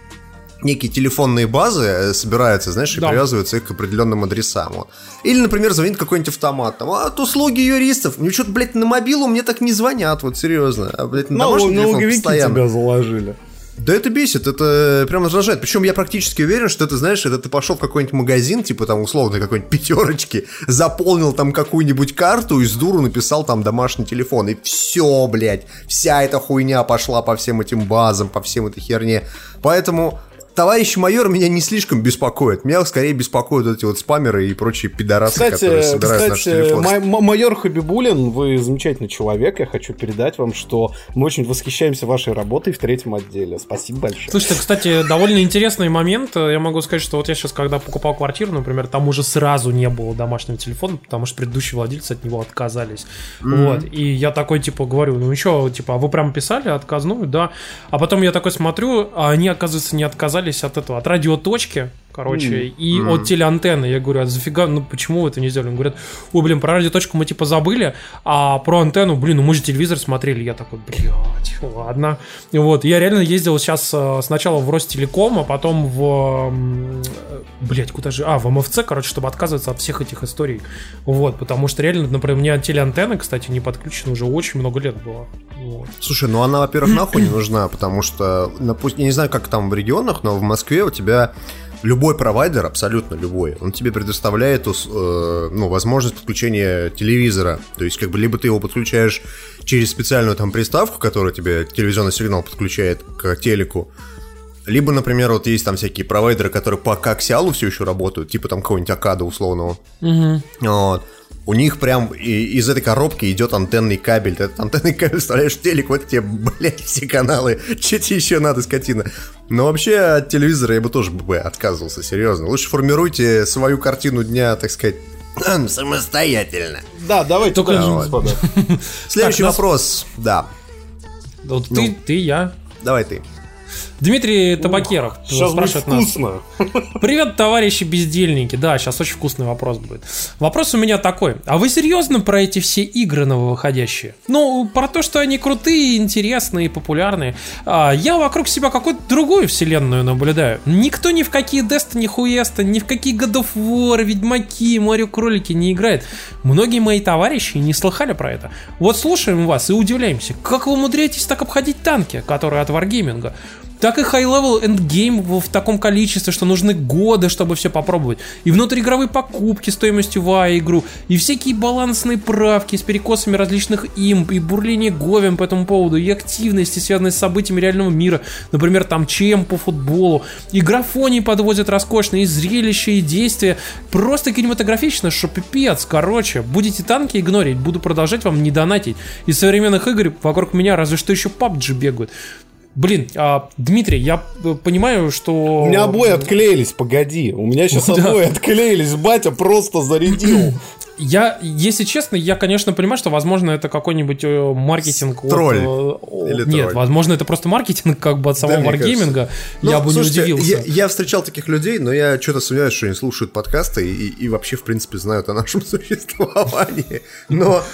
S2: некие телефонные базы собираются, знаешь, и привязываются их к определенным адресам. Вот. Или, например, звонит какой-нибудь автомат. Там, от услуги юристов. Мне что-то, блядь, на мобилу мне так не звонят, вот серьезно. А, блядь, на домашний телефон постоянно.
S3: тебя заложили.
S2: Да это бесит, это прям раздражает. Причем я практически уверен, что это, знаешь, это ты пошел в какой-нибудь магазин, типа там условно какой-нибудь пятерочки, заполнил там какую-нибудь карту и с дуру написал там домашний телефон. И все, блядь, вся эта хуйня пошла по всем этим базам, по всем этой херне. Поэтому... Товарищ майор меня не слишком беспокоит. Меня скорее беспокоят эти вот спамеры и прочие пидорасы, которые собирают наши телефоны.
S3: Майор Хабибулин, вы замечательный человек. Я хочу передать вам, что мы очень восхищаемся вашей работой в 3-м отделе. Спасибо большое.
S4: Слушайте, кстати, довольно интересный момент. Я могу сказать, что вот я сейчас, когда покупал квартиру, например, там уже сразу не было домашнего телефона, потому что предыдущие владельцы от него отказались. Вот. И я такой, типа, говорю, ну еще, типа, а вы прям писали отказную? Да. А потом я такой смотрю, а они, оказывается, не отказались от этого, от радиоточки, короче, и от телеантенны. Я говорю, а зафига, ну почему вы это не сделали? Они говорят, ой, блин, про радиоточку мы типа забыли, а про антенну, блин, ну мы же телевизор смотрели. Я такой, блядь, ладно. И вот, я реально ездил сейчас сначала в Ростелеком, а потом в... Блядь, куда же? В МФЦ, короче, чтобы отказываться от всех этих историй. Вот, потому что реально, например, у меня телеантенна, кстати, не подключена уже очень много лет было. Вот.
S2: Слушай, ну она, во-первых, нахуй не нужна, потому что, я не знаю, как там в регионах, но в Москве у тебя любой провайдер, абсолютно любой, он тебе предоставляет возможность подключения телевизора. То есть, как бы, либо ты его подключаешь через специальную там приставку, которая тебе телевизионный сигнал подключает к телеку, либо, например, вот есть там всякие провайдеры, которые по коаксиалу все еще работают, типа там какого-нибудь Акада условного. Вот. У них прям из этой коробки идет антенный кабель. Ты этот антенный кабель вставляешь в телек, вот тебе, блядь, все каналы. Че тебе еще надо, скотина? Но вообще от телевизора я бы тоже отказывался, серьезно. Лучше формируйте свою картину дня, так сказать, самостоятельно.
S3: Да, давайте
S4: только
S3: дальше, господа.
S2: Следующий вопрос, да.
S4: Вот ты, я.
S2: Давай ты.
S4: Дмитрий Табакеров спрашивает нас.
S3: Вкусно.
S4: Привет, товарищи бездельники. Да, сейчас очень вкусный вопрос будет. Вопрос у меня такой. А вы серьезно про эти все игры нововыходящие? Ну, про то, что они крутые, интересные, популярные. Я вокруг себя какую-то другую вселенную наблюдаю. Никто ни в какие Destiny, Хуеста, ни в какие God of War, Ведьмаки, Марио Кролики не играет. Многие мои товарищи не слыхали про это. Вот слушаем вас и удивляемся. Как вы умудряетесь так обходить танки, которые от Wargaming? Так и high-level endgame в таком количестве, что нужны годы, чтобы все попробовать. И внутриигровые покупки стоимостью в игру, и всякие балансные правки с перекосами различных имп, и бурление говен по этому поводу, и активности, связанные с событиями реального мира. Например, там чем по футболу. И графоний подводят роскошные, и зрелища, и действия. Просто кинематографично, что пипец. Короче, будете танки игнорить, буду продолжать вам не донатить. Из современных игр вокруг меня разве что еще PUBG бегают. Блин, Дмитрий, я понимаю, что...
S3: У меня обои отклеились, погоди. У меня сейчас обои отклеились, батя просто зарядил.
S4: Если честно, я, конечно, понимаю, что, возможно, это какой-нибудь маркетинг.
S2: Тролль.
S4: Нет, тролль. Возможно, это просто маркетинг как бы от самого Wargaming. Я бы не удивился.
S2: Я встречал таких людей, но я что-то сомневаюсь, что они слушают подкасты и вообще, в принципе, знают о нашем существовании. Но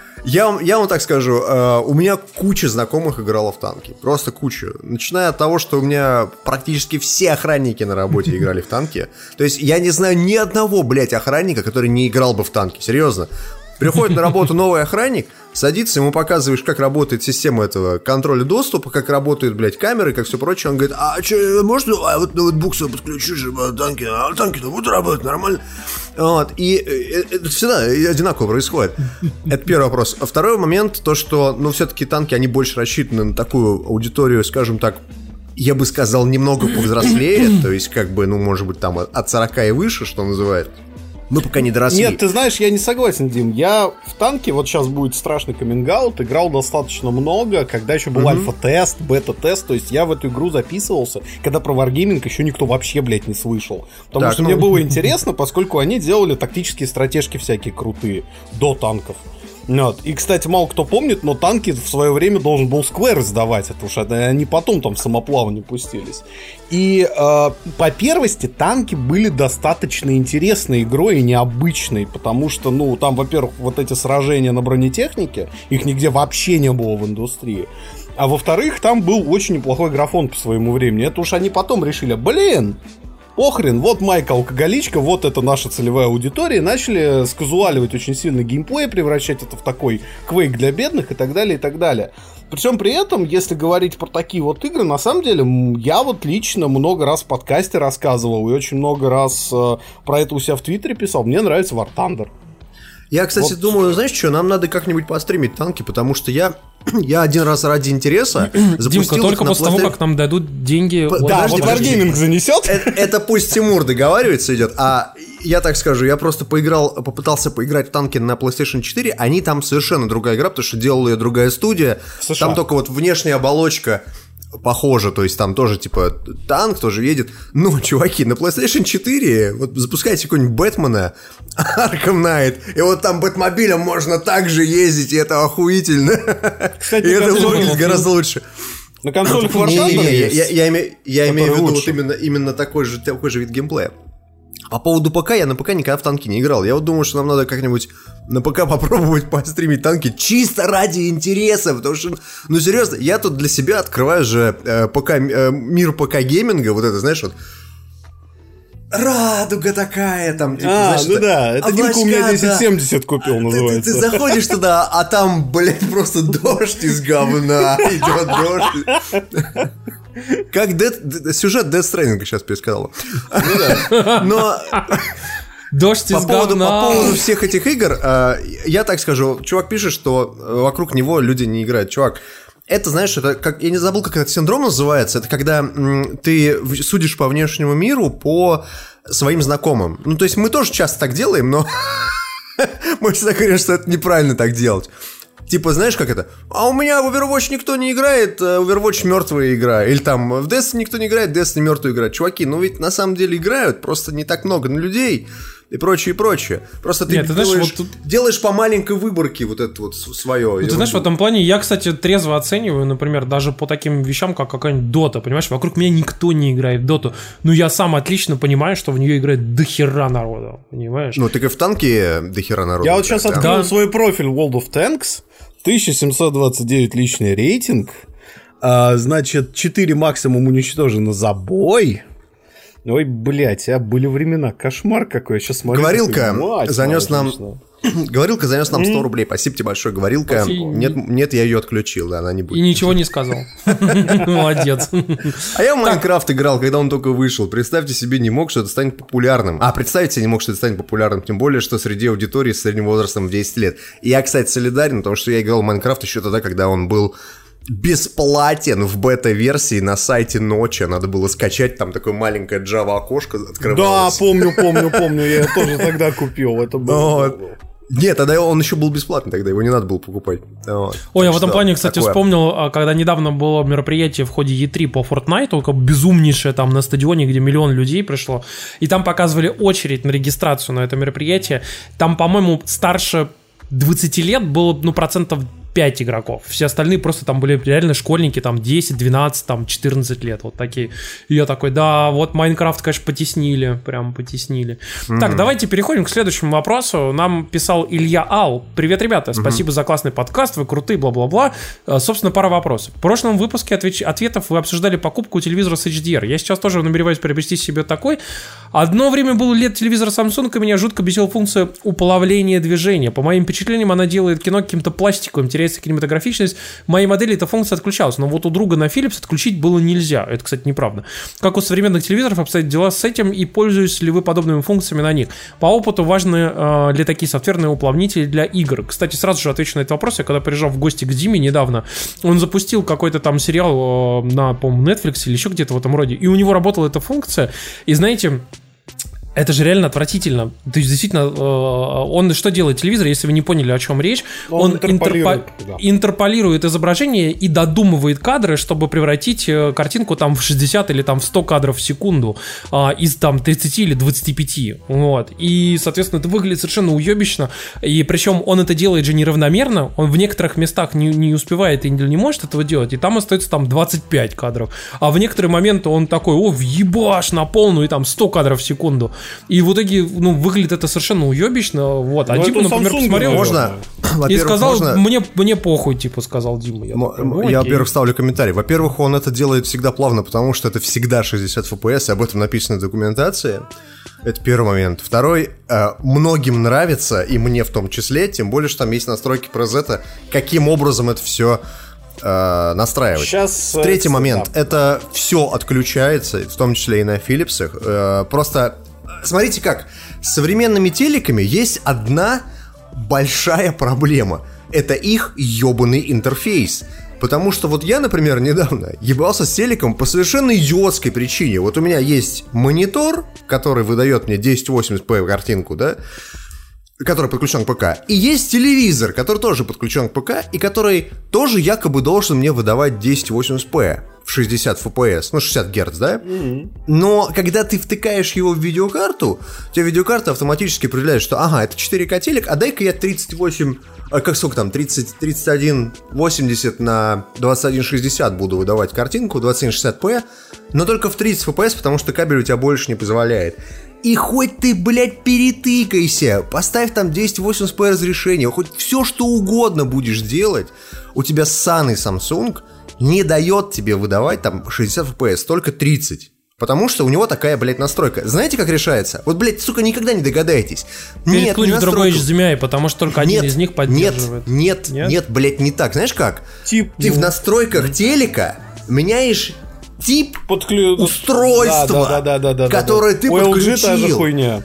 S2: я вам так скажу, у меня куча знакомых играла в танки. Просто куча. Начиная от того, что у меня практически все охранники на работе играли в танки. То есть я не знаю ни одного, блядь, охранника, который не играл бы в танки. Серьезно. Приходит на работу новый охранник, садится, ему показываешь, как работает система этого контроля доступа, как работают, блядь, камеры, как все прочее. Он говорит, а что, можно вот ноутбук свой подключу, чтобы танки-то будут работать нормально. Вот. И это всегда одинаково происходит. Это первый вопрос. А второй момент, то, что, ну, все-таки танки, они больше рассчитаны на такую аудиторию, скажем так, я бы сказал, немного повзрослее, то есть, как бы, ну, может быть, там от 40 и выше, что называют. Мы пока не доросли.
S3: Нет, ты знаешь, я не согласен, Дим. Я в танке, вот сейчас будет страшный каминг-аут, играл достаточно много, когда еще был альфа-тест, бета-тест, то есть я в эту игру записывался, когда про Wargaming еще никто вообще, блядь, не слышал. Потому что мне было интересно, поскольку они делали тактические стратежки всякие крутые, до танков. Вот. И, кстати, мало кто помнит, но танки в свое время должен был Square издавать, это уж они потом там в самоплавание пустились. И по первости танки были достаточно интересной игрой и необычной, потому что, ну, там, во-первых, вот эти сражения на бронетехнике, их нигде вообще не было в индустрии. А во-вторых, там был очень неплохой графон по своему времени. Это уж они потом решили, блин, похрен, вот Майка алкоголичка, вот это наша целевая аудитория, и начали сказуаливать очень сильно геймплей, превращать это в такой Quake для бедных и так далее, и так далее. Причем при этом, если говорить про такие вот игры, на самом деле, я вот лично много раз в подкасте рассказывал и очень много раз про это у себя в Твиттере писал, мне нравится War Thunder.
S2: Я, кстати, думаю, знаешь что, нам надо как-нибудь постримить танки, потому что я один раз ради интереса запустил.
S4: Димка, только после того, как нам дадут деньги...
S3: Да, вот Wargaming занесет.
S2: Это пусть Тимур договаривается, идет. А я так скажу, я просто попытался поиграть в танки на PlayStation 4. Они там совершенно другая игра, потому что делала ее другая студия. Там только вот внешняя оболочка похоже, то есть там тоже типа танк тоже едет. Ну, чуваки, на PlayStation 4 вот запускайте какой-нибудь Бэтмена, Arkham Knight, и вот там Бэтмобилем можно также ездить, и это охуительно. Кстати, и это выглядит гораздо лучше.
S3: На консолях War Thunder есть.
S2: Я имею в виду вот именно такой же вид геймплея. По поводу ПК, я на ПК никогда в танки не играл. Я вот думаю, что нам надо как-нибудь на ПК попробовать постримить танки чисто ради интереса, потому что, ну серьезно, я тут для себя открываю же мир ПК-гейминга, вот это, знаешь, вот радуга такая там, типа, знаешь,
S3: ну да, это Димка у меня 1070 купил, называется.
S2: Ты заходишь туда, а там, блядь, просто дождь из говна, идет дождь. Как сюжет Death Stranding сейчас пересказал. Но
S4: дождь из говна.
S2: По поводу всех этих игр, я так скажу, чувак пишет, что вокруг него люди не играют. Чувак, это, знаешь, это как, я не забыл, как этот синдром называется. Это когда ты судишь по внешнему миру по своим знакомым. Ну, то есть мы тоже часто так делаем, но мы всегда говорим, что это неправильно так делать. Типа, знаешь, как это? А у меня в Overwatch никто не играет, Overwatch мертвая игра. Или там в Destiny никто не играет, Destiny мертвая игра. Чуваки, ну ведь на самом деле играют, просто не так много на людей. И прочее, и прочее. Просто ты делаешь по маленькой выборке вот это вот свое.
S4: Ты знаешь, в этом плане я, кстати, трезво оцениваю, например, даже по таким вещам, как какая-нибудь Дота, понимаешь? Вокруг меня никто не играет в Доту. Но я сам отлично понимаю, что в нее играет дохера народу, понимаешь?
S2: Ну, так и в танке дохера народу.
S3: Я вот сейчас открыл свой профиль World of Tanks, 1729 личный рейтинг, значит, 4 максимум уничтожено за бой. Ой, блядь, были времена, кошмар какой, я сейчас смотрю.
S2: Говорилка занес нам 100 рублей, спасибо тебе большое, Говорилка. Нет, я ее отключил, да, она не будет.
S4: И ничего не сказал. Молодец.
S2: А я в Майнкрафт играл, когда он только вышел. Представьте себе, не мог, что это станет популярным. Представить себе не мог, что это станет популярным, тем более, что среди аудитории с средним возрастом в 10 лет. И я, кстати, солидарен, потому что я играл в Майнкрафт еще тогда, когда он был бесплатен в бета-версии на сайте Ночи. Надо было скачать, там такое маленькое Java-окошко открывалось.
S3: Да, помню, я тоже тогда купил. Это было.
S2: Нет, тогда он еще был бесплатный, тогда его не надо было покупать. Вот.
S4: Ой, я в этом плане, кстати, вспомнил, когда недавно было мероприятие в ходе E3 по Fortnite, как безумнейшее там на стадионе, где миллион людей пришло, и там показывали очередь на регистрацию на это мероприятие. Там, по-моему, старше 20 лет было, процентов 5 игроков. Все остальные просто там были реально школьники, там 10, 12, там 14 лет, вот такие. И я такой, да, вот Майнкрафт, конечно, потеснили, прям потеснили. Так, давайте переходим к следующему вопросу. Нам писал Илья Ау. Привет, ребята, спасибо за классный подкаст, вы крутые, бла-бла-бла. Собственно, пара вопросов. В прошлом выпуске ответов вы обсуждали покупку телевизора с HDR. Я сейчас тоже намереваюсь приобрести себе такой. Одно время был лет телевизора Samsung, и меня жутко бесила функция уплавления движения. По моим впечатлениям, она делает кино каким-то пластиковым, теряется кинематографичность. В моей модели эта функция отключалась, но вот у друга на Philips отключить было нельзя. Это, кстати, неправда. Как у современных телевизоров обстоят дела с этим, и пользуетесь ли вы подобными функциями на них? По опыту важны ли такие софтверные уплавнители для игр? Кстати, сразу же отвечу на этот вопрос. Я когда приезжал в гости к Диме недавно, он запустил какой-то там сериал на, по-моему, Netflix или еще где-то в этом роде, и у него работала эта функция, и знаете... Это же реально отвратительно. То есть, действительно, он что делает, телевизор, если вы не поняли, о чем речь? Он интерполирует изображение и додумывает кадры, чтобы превратить картинку там в 60 или там в 100 кадров в секунду из там 30 или 25. Вот. И, соответственно, это выглядит совершенно уебищно. И причем он это делает же неравномерно. Он в некоторых местах не успевает и не может этого делать. И там остается там 25 кадров. А в некоторые моменты он такой, въебаш на полную, и там 100 кадров в секунду. И в итоге, выглядит это совершенно уебищно. Вот. А Дима, например, посмотрел и сказал, мне похуй, типа, сказал Дима.
S2: Я, во-первых, ставлю комментарий. Во-первых, он это делает всегда плавно, потому что это всегда 60 FPS, и об этом написано в документации. Это первый момент. Второй, многим нравится, и мне в том числе, тем более, что там есть настройки ProZ, каким образом это все настраивать. Третий момент, это все отключается, в том числе и на Philips. Просто смотрите как, с современными телеками есть одна большая проблема. Это их ебаный интерфейс. Потому что вот я, например, недавно ебался с телеком по совершенно идиотской причине. Вот у меня есть монитор, который выдает мне 1080p картинку, да, который подключен к ПК. И есть телевизор, который тоже подключен к ПК, и который тоже якобы должен мне выдавать 1080p в 60 FPS, 60 Гц, да? Но когда ты втыкаешь его в видеокарту, у тебя видеокарта автоматически определяет, что это 4К телек, а дай-ка я 3180 на 2160 буду выдавать картинку, 2160p, но только в 30 FPS, потому что кабель у тебя больше не позволяет. И хоть ты, блядь, перетыкайся, поставь там 1080p разрешение, хоть все что угодно будешь делать, у тебя ссаный Samsung не дает тебе выдавать там 60 FPS, только 30. Потому что у него такая, блядь, настройка. Знаете, как решается? Вот, блядь, сука, никогда не догадаетесь.
S4: Нет, не в другой HDMI, потому что только один из них поддерживает.
S2: Нет, блядь, не так. Знаешь как? Ты в настройках телека меняешь тип устройства, которое ты подключил.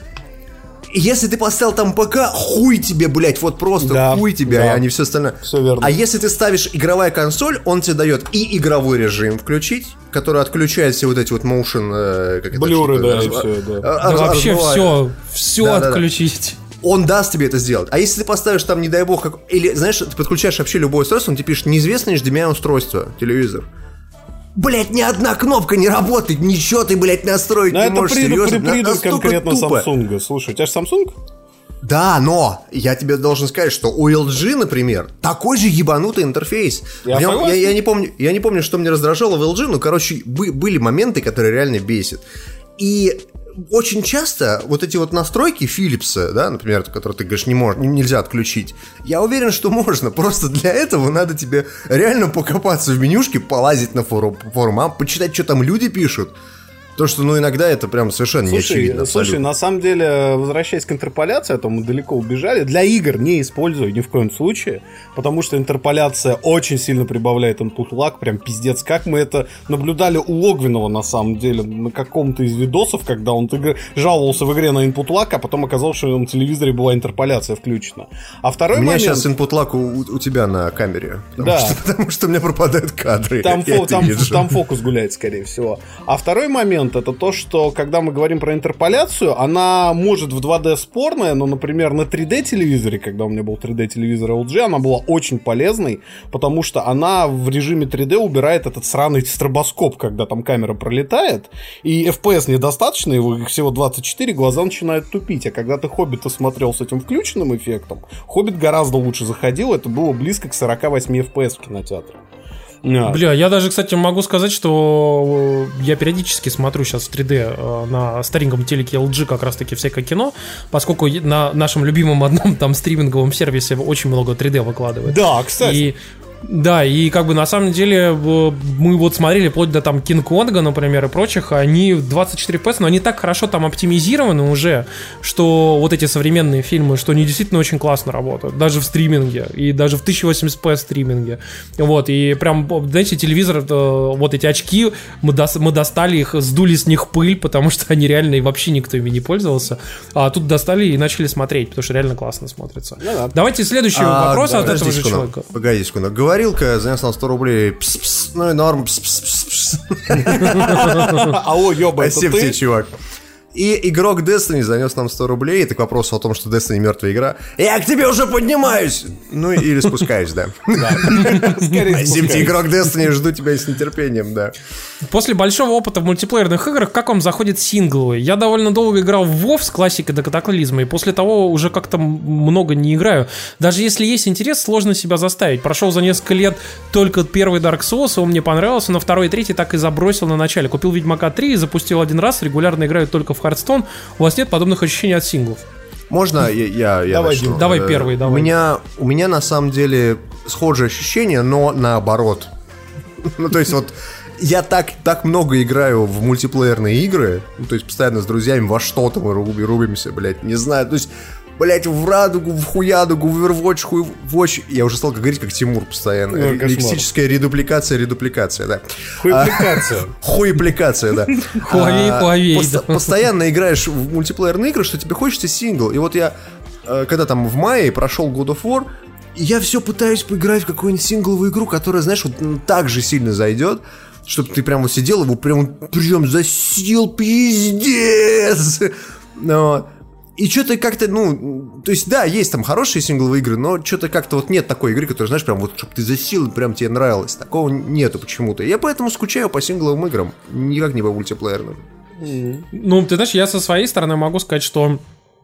S2: Если ты поставил там ПК, хуй тебе, блядь, вот просто хуй тебе, а не все остальное.
S3: Все верно.
S2: А если ты ставишь игровая консоль, он тебе дает и игровой режим включить, который отключает все вот эти вот motion...
S3: блюры, да, и все, да.
S4: Вообще все отключить.
S2: Он даст тебе это сделать. А если ты поставишь там, не дай бог, или, знаешь, ты подключаешь вообще любое устройство, он тебе пишет неизвестное HDMI устройство, телевизор. Блять, ни одна кнопка не работает, ничего ты, блять, настроить не можешь, серьезно.
S3: Придурок конкретно Samsung. Слушай, у тебя же Samsung?
S2: Да, но я тебе должен сказать, что у LG, например, такой же ебанутый интерфейс. Я не помню, что мне раздражало в LG, но, короче, были моменты, которые реально бесят. И очень часто вот эти вот настройки Philips, да, например, которые ты говоришь, нельзя отключить, я уверен, что можно. Просто для этого надо тебе реально покопаться в менюшке, полазить на форум, почитать, что там люди пишут. То, что, иногда это прям совершенно не очевидно.
S3: Слушай, на самом деле, возвращаясь к интерполяции, а то мы далеко убежали, для игр не использую ни в коем случае, потому что интерполяция очень сильно прибавляет input lag, прям пиздец. Как мы это наблюдали у Логвинова, на самом деле, на каком-то из видосов, когда он жаловался в игре на input lag, а потом оказалось, что на телевизоре была интерполяция включена. А второй момент...
S2: У меня сейчас input lag у тебя на камере, потому что у меня пропадают кадры.
S3: Там фокус гуляет, скорее всего. А второй момент, момент, это то, что когда мы говорим про интерполяцию, она может в 2D спорная, но, например, на 3D-телевизоре, когда у меня был 3D-телевизор LG, она была очень полезной, потому что она в режиме 3D убирает этот сраный стробоскоп, когда там камера пролетает, и FPS недостаточно, его всего 24, глаза начинают тупить, а когда ты «Хоббита» смотрел с этим включенным эффектом, «Хоббит» гораздо лучше заходил, это было близко к 48 FPS в кинотеатре.
S4: Бля, я даже, кстати, могу сказать, что я периодически смотрю сейчас в 3D на стареньком телеке LG как раз-таки всякое кино, поскольку на нашем любимом одном там стриминговом сервисе очень много 3D выкладывает.
S3: Да, кстати.
S4: Да, и как бы на самом деле мы вот смотрели вплоть до там Кинг-Конга, например, и прочих, они 24 FPS, но они так хорошо там оптимизированы уже, что вот эти современные фильмы, что они действительно очень классно работают, даже в стриминге, и даже в 1080p стриминге. Вот, и прям, знаете, телевизор, вот эти очки, мы достали их, сдули с них пыль, потому что они реально и вообще никто ими не пользовался, а тут достали и начали смотреть, потому что реально классно смотрится. Ну, давайте следующий вопрос от этого же человека.
S2: Погоди секунду, говорилка занес нам 100 рублей. Пс-пс, ну и норм. Пс-пс-пс-пс.
S3: Алло, ёба, это
S2: спасибо тебе, чувак. И игрок Destiny занес нам 100 рублей. Это к вопросу о том, что Destiny мертвая игра. Я к тебе уже поднимаюсь! Ну или спускаюсь, да. Спасибо тебе, игрок Destiny, жду тебя с нетерпением, да.
S4: После большого опыта в мультиплеерных играх, как вам заходит сингловый? Я довольно долго играл в WoW с классикой до катаклизма, и после того уже как-то много не играю. Даже если есть интерес, сложно себя заставить. Прошел за несколько лет только первый Dark Souls, он мне понравился, но второй и третий так и забросил на начале. Купил Ведьмака 3, запустил один раз, регулярно играю только в Hearthstone. У вас нет подобных ощущений от синглов?
S2: Можно я начну?
S4: Давай первый, давай.
S2: У меня на самом деле схожие ощущения, но наоборот. Ну, то есть вот я так много играю в мультиплеерные игры, ну, то есть постоянно с друзьями во что-то мы рубимся, блядь, не знаю, то есть, блядь, в Радугу, в Хуядугу, в Overwatch, Хуйвотч, я уже стал говорить как Тимур постоянно, лексическая редупликация, да. Хуепликация, да.
S4: Хуавей.
S2: Постоянно играешь в мультиплеерные игры, что тебе хочется сингл, и вот я, когда там в мае прошел God of War, я все пытаюсь поиграть в какую-нибудь сингловую игру, которая, знаешь, вот так же сильно зайдет, чтобы ты прям вот сидел, его прям засел, пиздец. Но... И что-то как-то, ну, то есть, да, есть там хорошие сингловые игры, но что-то как-то вот нет такой игры, которая, знаешь, прям вот, чтобы ты засел, прям тебе нравилось. Такого нету почему-то. Я поэтому скучаю по сингловым играм, никак не по мультиплеерным.
S4: Ну, ты знаешь, я со своей стороны могу сказать, что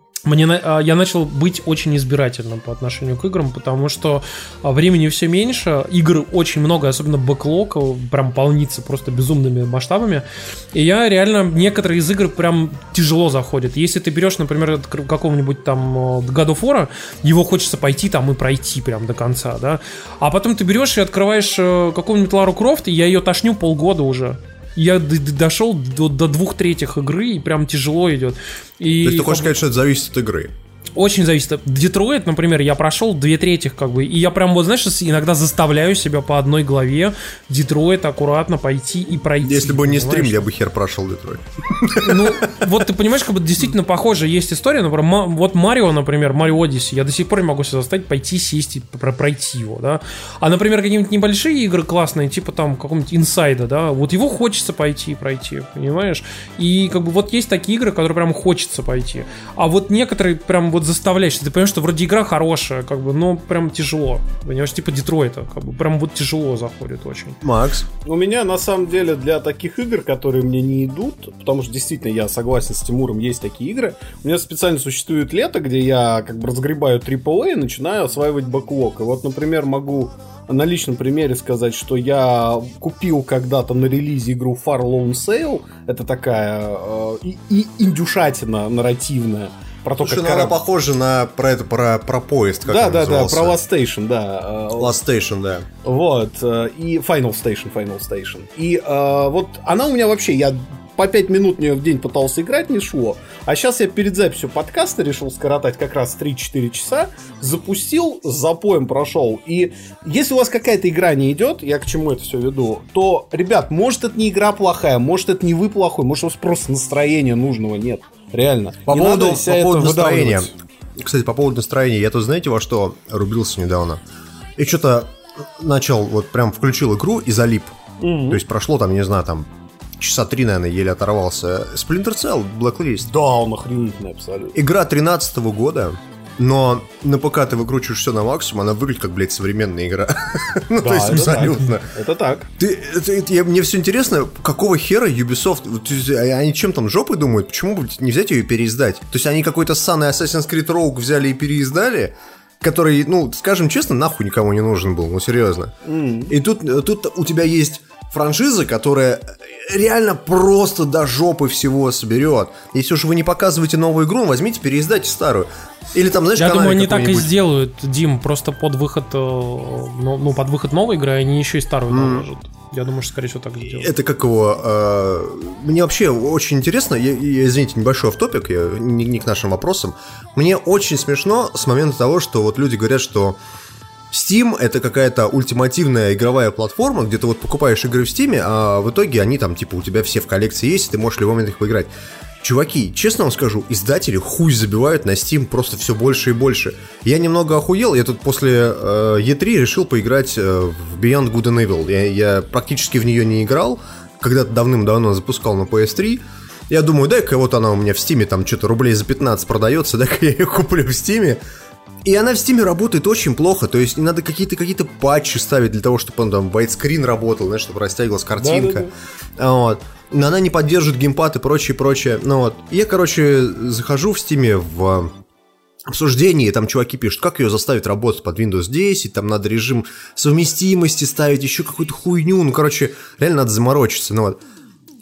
S4: я начал быть очень избирательным по отношению к играм, потому что времени все меньше, игр очень много, особенно бэклог, прям полнится просто безумными масштабами, и я реально, некоторые из игр прям тяжело заходят. Если ты берешь, например, какого-нибудь там God of War, его хочется пойти там и пройти прям до конца, да, а потом ты берешь и открываешь какого-нибудь Лару Крофт, и я ее тошню полгода уже. Я дошел до 2/3 игры, и прям тяжело идет.
S2: То есть ты хочешь сказать, что это зависит от игры?
S4: Очень зависит. Детройт, например, я прошел 2/3 как бы, и я прям вот, знаешь, иногда заставляю себя по одной главе Детройт аккуратно пойти и пройти.
S2: Если бы не стрим, я бы хер прошел Детройт.
S4: Ну, вот ты понимаешь, как бы действительно похоже есть история, например, вот Марио, например, Марио Одиссей, я до сих пор не могу себя заставить пойти, сесть и пройти его, да. А, например, какие-нибудь небольшие игры классные, типа там какого-нибудь Инсайда, да, вот его хочется пойти и пройти, понимаешь? И как бы вот есть такие игры, которые прям хочется пойти. А вот некоторые прям вот заставляешь, ты понимаешь, что вроде игра хорошая, как бы, но прям тяжело, понимаешь, типа Детройта, как бы, прям вот тяжело заходит очень.
S2: Макс?
S3: У меня, на самом деле, для таких игр, которые мне не идут, потому что, действительно, я согласен с Тимуром, есть такие игры, у меня специально существует лето, где я, как бы, разгребаю AAA и начинаю осваивать бэклог. И вот, например, могу на личном примере сказать, что я купил когда-то на релизе игру Far Lone Sail, это такая индюшатина нарративная, про то,
S2: слушай,
S3: как
S2: она похожа на про поезд, как
S3: да, про Last Station, да.
S2: Last Station, да.
S3: Вот, и Final Station. И вот она у меня вообще, я по 5 минут в нее в день пытался играть, не шло. А сейчас я перед записью подкаста решил скоротать как раз 3-4 часа, запустил, с запоем прошел. И если у вас какая-то игра не идет, я к чему это все веду, то, ребят, может это не игра плохая, может это не вы плохой, может у вас просто настроения нужного нет. Реально.
S2: По поводу настроения. Кстати, по поводу настроения, я тут знаете во что рубился недавно? И что-то начал, вот прям включил игру и залип. То есть прошло там, не знаю, там часа 3, наверное, еле оторвался. Splinter Cell, Blacklist.
S3: Да, он охренительный абсолютно.
S2: Игра 13-го года, но на ПК ты выкручиваешь все на максимум, она выглядит как, блядь, современная игра. Ну, то есть абсолютно.
S3: Это так.
S2: Мне все интересно, какого хера Ubisoft, они чем там жопой думают, почему бы не взять ее и переиздать? То есть они какой-то ссаный Assassin's Creed Rogue взяли и переиздали, который, ну, скажем честно, нахуй никому не нужен был, ну, серьезно. И тут у тебя есть франшиза, которая реально просто до жопы всего соберет. Если уж вы не показываете новую игру, возьмите, переиздайте старую. Или там, знаешь,
S4: я думаю, они так и сделают, Дим, просто под выход, ну, под выход новой игры они еще и старую наложат. Я думаю, что, скорее всего, так сделают.
S2: Это как его... Мне вообще очень интересно, извините, небольшой офф-топик, не к нашим вопросам. Мне очень смешно с момента того, что вот люди говорят, что Steam — это какая-то ультимативная игровая платформа, где ты вот покупаешь игры в Steam, а в итоге они там, типа, у тебя все в коллекции есть, и ты можешь в любой момент их поиграть. Чуваки, честно вам скажу, издатели хуй забивают на Steam просто все больше и больше. Я немного охуел, я тут после E3 решил поиграть в Beyond Good and Evil. Я практически в нее не играл, когда-то давным-давно запускал на PS3. Я думаю, дай-ка вот она у меня в Steam там что-то рублей за 15 продается, дай-ка я ее куплю в Steam. И она в Steam работает очень плохо, то есть не надо какие-то патчи ставить для того, чтобы он там widescreen работал, знаешь, чтобы растягивалась картинка. Да. Вот. Но она не поддерживает геймпад и прочее. Ну вот. Я, короче, захожу в Steam в обсуждении, и там чуваки пишут, как ее заставить работать под Windows 10, там надо режим совместимости ставить, еще какую-то хуйню, ну, короче, реально надо заморочиться, ну вот.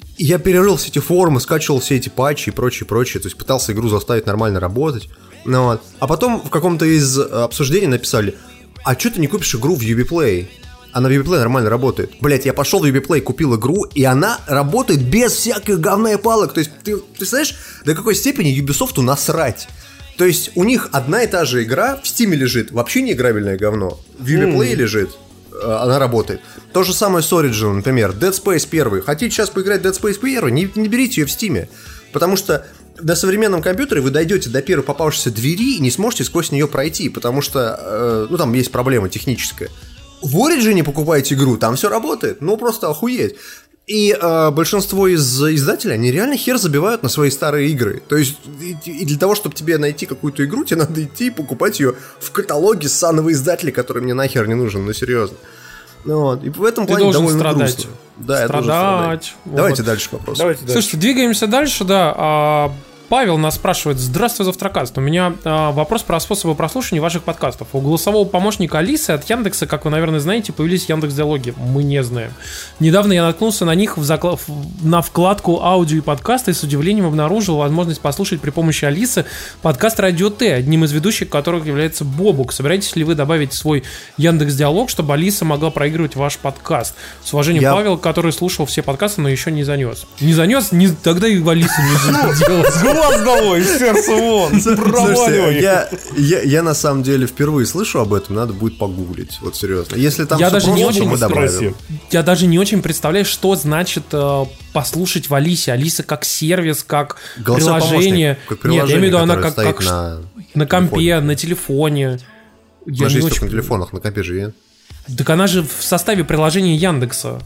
S2: Я перерыл все эти форумы, скачивал все эти патчи и прочее, то есть пытался игру заставить нормально работать. Ну, вот. А потом в каком-то из обсуждений написали, а что ты не купишь игру в Ubiplay? Она в Ubiplay нормально работает. Блять, я пошел в Ubiplay, купил игру, и она работает без всяких говна и палок. То есть ты знаешь, до какой степени Ubisoft'у насрать? То есть у них одна и та же игра в Steam лежит, вообще не играбельное говно. В Ubiplay лежит, она работает. То же самое с Origin, например, Dead Space 1. Хотите сейчас поиграть в Dead Space 1? Не берите ее в Steam. Потому что на современном компьютере вы дойдете до первой попавшейся двери и не сможете сквозь нее пройти, потому что, ну, там есть проблема техническая. В Origin покупаете игру, там все работает, ну, просто охуеть. И большинство из издателей, они реально хер забивают на свои старые игры. То есть, и для того, чтобы тебе найти какую-то игру, тебе надо идти и покупать ее в каталоге ссаного издателя, который мне нахер не нужен, ну, серьезно. Ну, вот. И в этом
S4: ты
S2: плане довольно
S4: страдать.
S2: грустно. Да, я должен страдать. Вот. Давайте дальше вопрос.
S4: Слушайте, двигаемся дальше, да. Павел нас спрашивает: здравствуй, Завтракаст. У меня вопрос про способы прослушивания ваших подкастов. У голосового помощника Алисы от Яндекса, как вы, наверное, знаете, появились Яндекс.Диалоги. Мы не знаем. Недавно я наткнулся на них на вкладку аудио и подкасты и с удивлением обнаружил возможность послушать при помощи Алисы подкаст Радио Т, одним из ведущих которых является Бобук. Собираетесь ли вы добавить свой Яндекс.Диалог, чтобы Алиса могла проигрывать ваш подкаст? С уважением, Павел, который слушал все подкасты, но еще не занес. Не занес? Тогда и в Алису не сделал. Глаз долой, сердце вон,
S2: проваливай. Я на самом деле впервые слышу об этом, надо будет погуглить, вот серьезно. Если там
S4: я
S2: все
S4: даже
S2: просто,
S4: не очень
S2: мы добавим.
S4: Я даже не очень представляю, что значит послушать в Алисе. Алиса как сервис, как приложение.
S2: Как приложение.
S4: Нет, я имею в виду, она как на компе,
S2: телефоне.
S4: на телефоне.
S2: Она же есть только на телефонах, на компе же нет.
S4: Так она же в составе приложения Яндекса.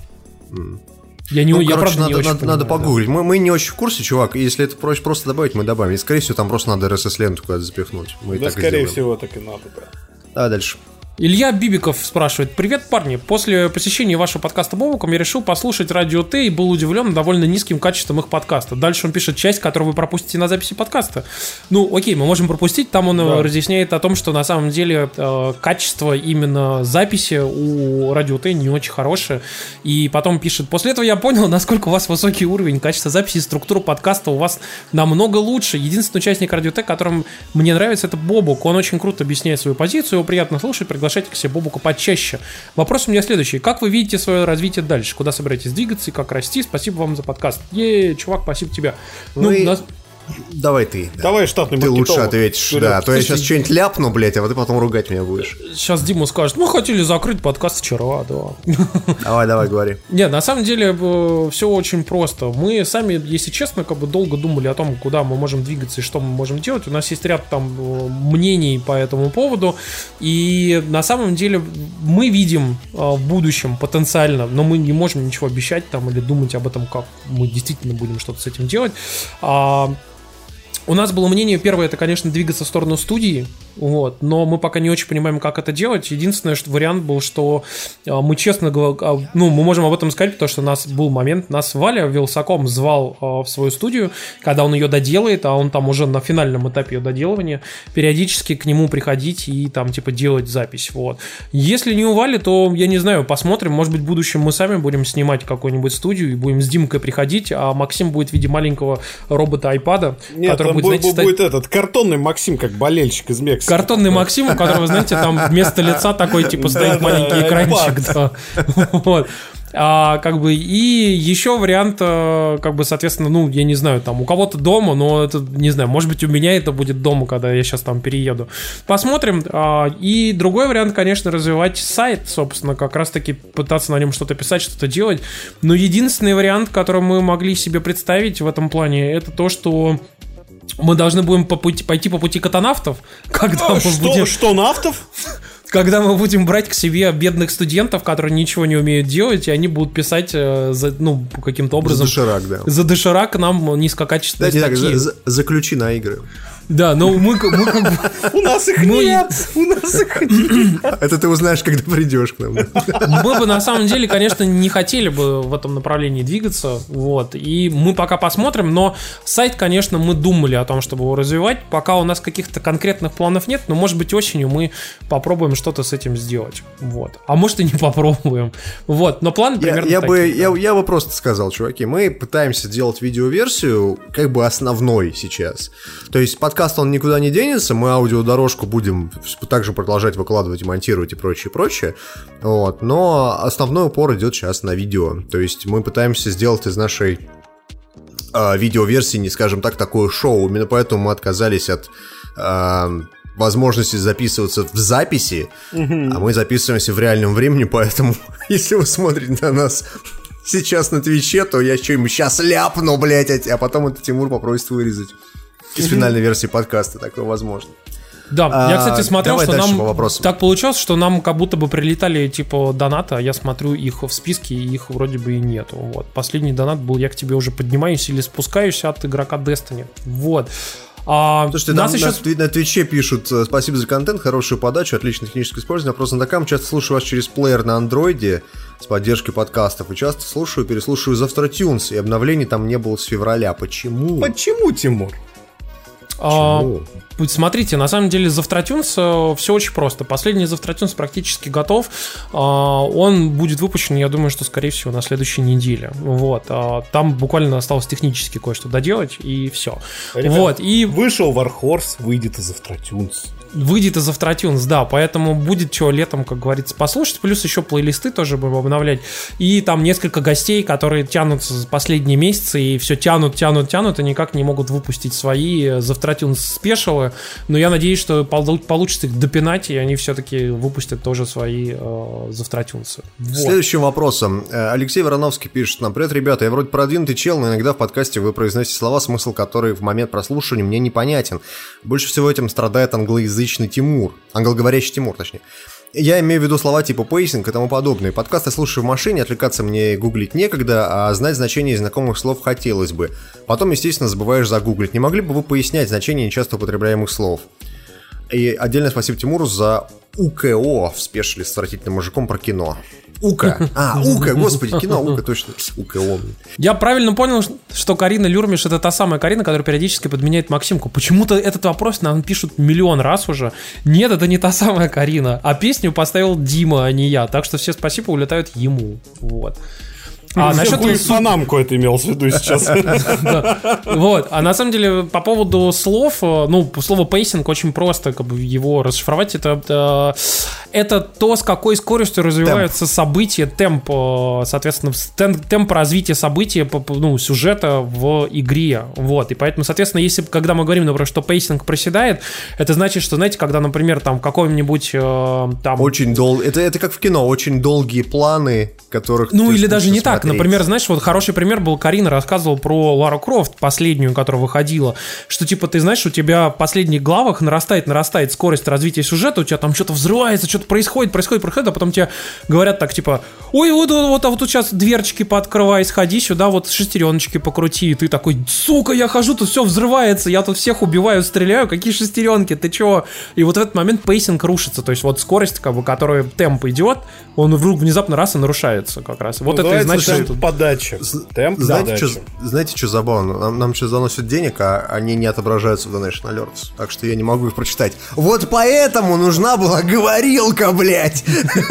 S2: Надо погуглить. Мы не очень в курсе, чувак. Если это проще просто добавить, мы добавим. И, скорее всего, там просто надо RSS-ленту куда-то запихнуть.
S3: Да, скорее всего, так и надо, да.
S2: А дальше.
S4: Илья Бибиков спрашивает: привет, парни. После посещения вашего подкаста Бобуком я решил послушать Радио Т и был удивлен довольно низким качеством их подкаста. Дальше он пишет часть, которую вы пропустите на записи подкаста. Ну, окей, мы можем пропустить. Там он разъясняет о том, что на самом деле качество именно записи у Радио Т не очень хорошее. И потом пишет: после этого я понял, насколько у вас высокий уровень качества записи и структура подкаста у вас намного лучше. Единственный участник Радио Т, которым мне нравится, это Бобук. Он очень круто объясняет свою позицию, его приятно слушать. Приглашайте к себе Бобука почаще. Вопрос у меня следующий: как вы видите свое развитие дальше? Куда собираетесь двигаться и как расти? Спасибо вам за подкаст. Чувак, спасибо тебе.
S2: Давай ты. Да.
S3: Давай штатный
S2: Ты
S3: маркетолог.
S2: лучше ответишь,
S3: Вперед.
S2: да. А то я сейчас что-нибудь ляпну, блядь, а вот ты потом ругать меня будешь.
S4: Сейчас Дима скажет, мы хотели закрыть подкаст вчера, да.
S2: Давай, говори.
S4: Нет, на самом деле все очень просто. Мы сами, если честно, как бы долго думали о том, куда мы можем двигаться и что мы можем делать. У нас есть ряд там мнений по этому поводу. И на самом деле мы видим в будущем потенциально, но мы не можем ничего обещать там или думать об этом, как мы действительно будем что-то с этим делать. У нас было мнение, первое, это, конечно, двигаться в сторону студии, вот, но мы пока не очень понимаем, как это делать. Единственный вариант был, что мы, честно говоря, мы можем об этом сказать, потому что у нас был момент, нас Валя Вилсаком звал в свою студию, когда он ее доделает, а он там уже на финальном этапе ее доделывания, периодически к нему приходить и там, типа, делать запись, вот. Если не у Вали, то, я не знаю, посмотрим, может быть, в будущем мы сами будем снимать какую-нибудь студию и будем с Димкой приходить, а Максим будет в виде маленького робота-айпада, который
S3: будет этот картонный Максим, как болельщик из Мексики.
S4: Картонный Максим, у которого, знаете, там вместо лица такой, типа, стоит маленький экранчик. Да. Вот. И еще вариант, соответственно, я не знаю, там у кого-то дома, но это, не знаю, может быть, у меня это будет дома, когда я сейчас там перееду. Посмотрим. И другой вариант, конечно, развивать сайт, собственно, как раз-таки пытаться на нем что-то писать, что-то делать. Но единственный вариант, который мы могли себе представить в этом плане, это то, что мы должны будем пойти по пути катанавтов, когда мы будем...
S3: Что, нафтов?
S4: Когда мы будем брать к себе бедных студентов, которые ничего не умеют делать, и они будут писать каким-то образом...
S2: За доширак, да.
S4: За доширак нам низкокачественные статьи.
S2: За ключи на игры.
S4: Да, но мы как бы...
S3: У нас их нет!
S2: Это ты узнаешь, когда придешь к нам.
S4: Мы бы на самом деле, конечно, не хотели бы в этом направлении двигаться, вот, и мы пока посмотрим, но сайт, конечно, мы думали о том, чтобы его развивать, пока у нас каких-то конкретных планов нет, но, может быть, осенью мы попробуем что-то с этим сделать, вот, а может и не попробуем, вот, но план примерно
S2: я бы просто сказал, чуваки, мы пытаемся делать видеоверсию как бы основной сейчас, то есть подкаст, он никуда не денется, мы аудиодорожку будем также продолжать выкладывать и монтировать и прочее, вот, но основной упор идет сейчас на видео, то есть мы пытаемся сделать из нашей видеоверсии, не скажем так, такое шоу, именно поэтому мы отказались от возможности записываться в записи, а мы записываемся в реальном времени, поэтому если вы смотрите на нас сейчас на Твиче, то я что-нибудь сейчас ляпну, блять, а потом это Тимур попросит вырезать из финальной версии подкаста, такое возможно.
S4: Да, я, кстати, смотрел, что нам так получалось, что нам как будто бы прилетали типа донаты, а я смотрю их в списке, и их вроде бы и нету. Вот. Последний донат был, я к тебе уже поднимаюсь или спускаюсь от игрока Destiny. Вот.
S2: Слушайте, на Твиче пишут: спасибо за контент, хорошую подачу, отличное техническое использование. Вопрос на часто слушаю вас через плеер на андроиде с поддержкой подкастов. И часто переслушиваю Завтратюнс, и обновлений там не было с февраля. Почему?
S3: Почему, Тимур?
S4: Смотрите, на самом деле Завтратюнс все очень просто. Последний Завтратюнс практически готов. Он будет выпущен, я думаю, что скорее всего на следующей неделе. Вот. Там буквально осталось технически кое-что доделать, и все.
S3: Ребят, вот. И вышел Warhorse, выйдет и Завтратюнс.
S4: Выйдет из Завтратюнс, да, поэтому будет что летом, как говорится, послушать. Плюс еще плейлисты тоже будем обновлять. И там несколько гостей, которые тянутся за последние месяцы, и все тянут, и никак не могут выпустить свои Завтратюнс спешалы. Но я надеюсь, что получится их допинать, и они все-таки выпустят тоже свои Завтратюнсы. Вот.
S2: Следующим вопросом. Алексей Вороновский пишет нам: привет, ребята, я вроде продвинутый чел, но иногда в подкасте вы произносите слова, смысл которых в момент прослушивания мне непонятен. Больше всего этим страдает англоговорящий Тимур, точнее. Я имею в виду слова типа пейсинг и тому подобное. Подкасты слушаю в машине, отвлекаться мне гуглить некогда, а знать значение знакомых слов хотелось бы. Потом, естественно, забываешь загуглить. Не могли бы вы пояснять значение нечасто употребляемых слов? И отдельное спасибо Тимуру за УКО в спешле с отвратительным мужиком про кино. УКО. УКО, господи, кино, УКО, точно. УКО.
S4: Я правильно понял, что Карина Люрмиш — это та самая Карина, которая периодически подменяет Максимку. Почему-то этот вопрос нам пишут миллион раз уже. Нет, это не та самая Карина. А песню поставил Дима, а не я. Так что все спасибо улетают ему. Вот.
S3: Насчет панамку это имел в виду сейчас.
S4: Вот. А на самом деле, по поводу слов, слово пейсинг очень просто, как бы его расшифровать. это то, с какой скоростью развиваются события, темп, соответственно, темп развития событий, ну, сюжета в игре. Вот. И поэтому, соответственно, если, когда мы говорим, например, что пейсинг проседает, это значит, что, знаете, когда, например, там какой-нибудь там...
S2: Очень долго. Это как в кино, очень долгие планы, которых...
S4: Ну, или даже не так. Например, знаешь, вот хороший пример был, Карина рассказывала про Лару Крофт, последнюю, которая выходила, что, типа, ты знаешь, у тебя в последних главах нарастает скорость развития сюжета, у тебя там что-то взрывается, что-то происходит, а потом тебе говорят так, типа, ой, вот тут сейчас дверчики пооткрывай, сходи сюда, вот шестереночки покрути, и ты такой, сука, я хожу, тут все взрывается, я тут всех убиваю, стреляю, какие шестеренки, ты чего? И вот в этот момент пейсинг рушится, то есть вот скорость, как бы, которой темп идет, он вдруг внезапно раз и нарушается как раз. Вот это и значит, что...
S3: подача. Темп подача.
S2: Знаете, что забавно? Нам сейчас заносят денег, а они не отображаются в Donation Alerts, так что я не могу их прочитать. Вот поэтому нужна была говорилка, блядь.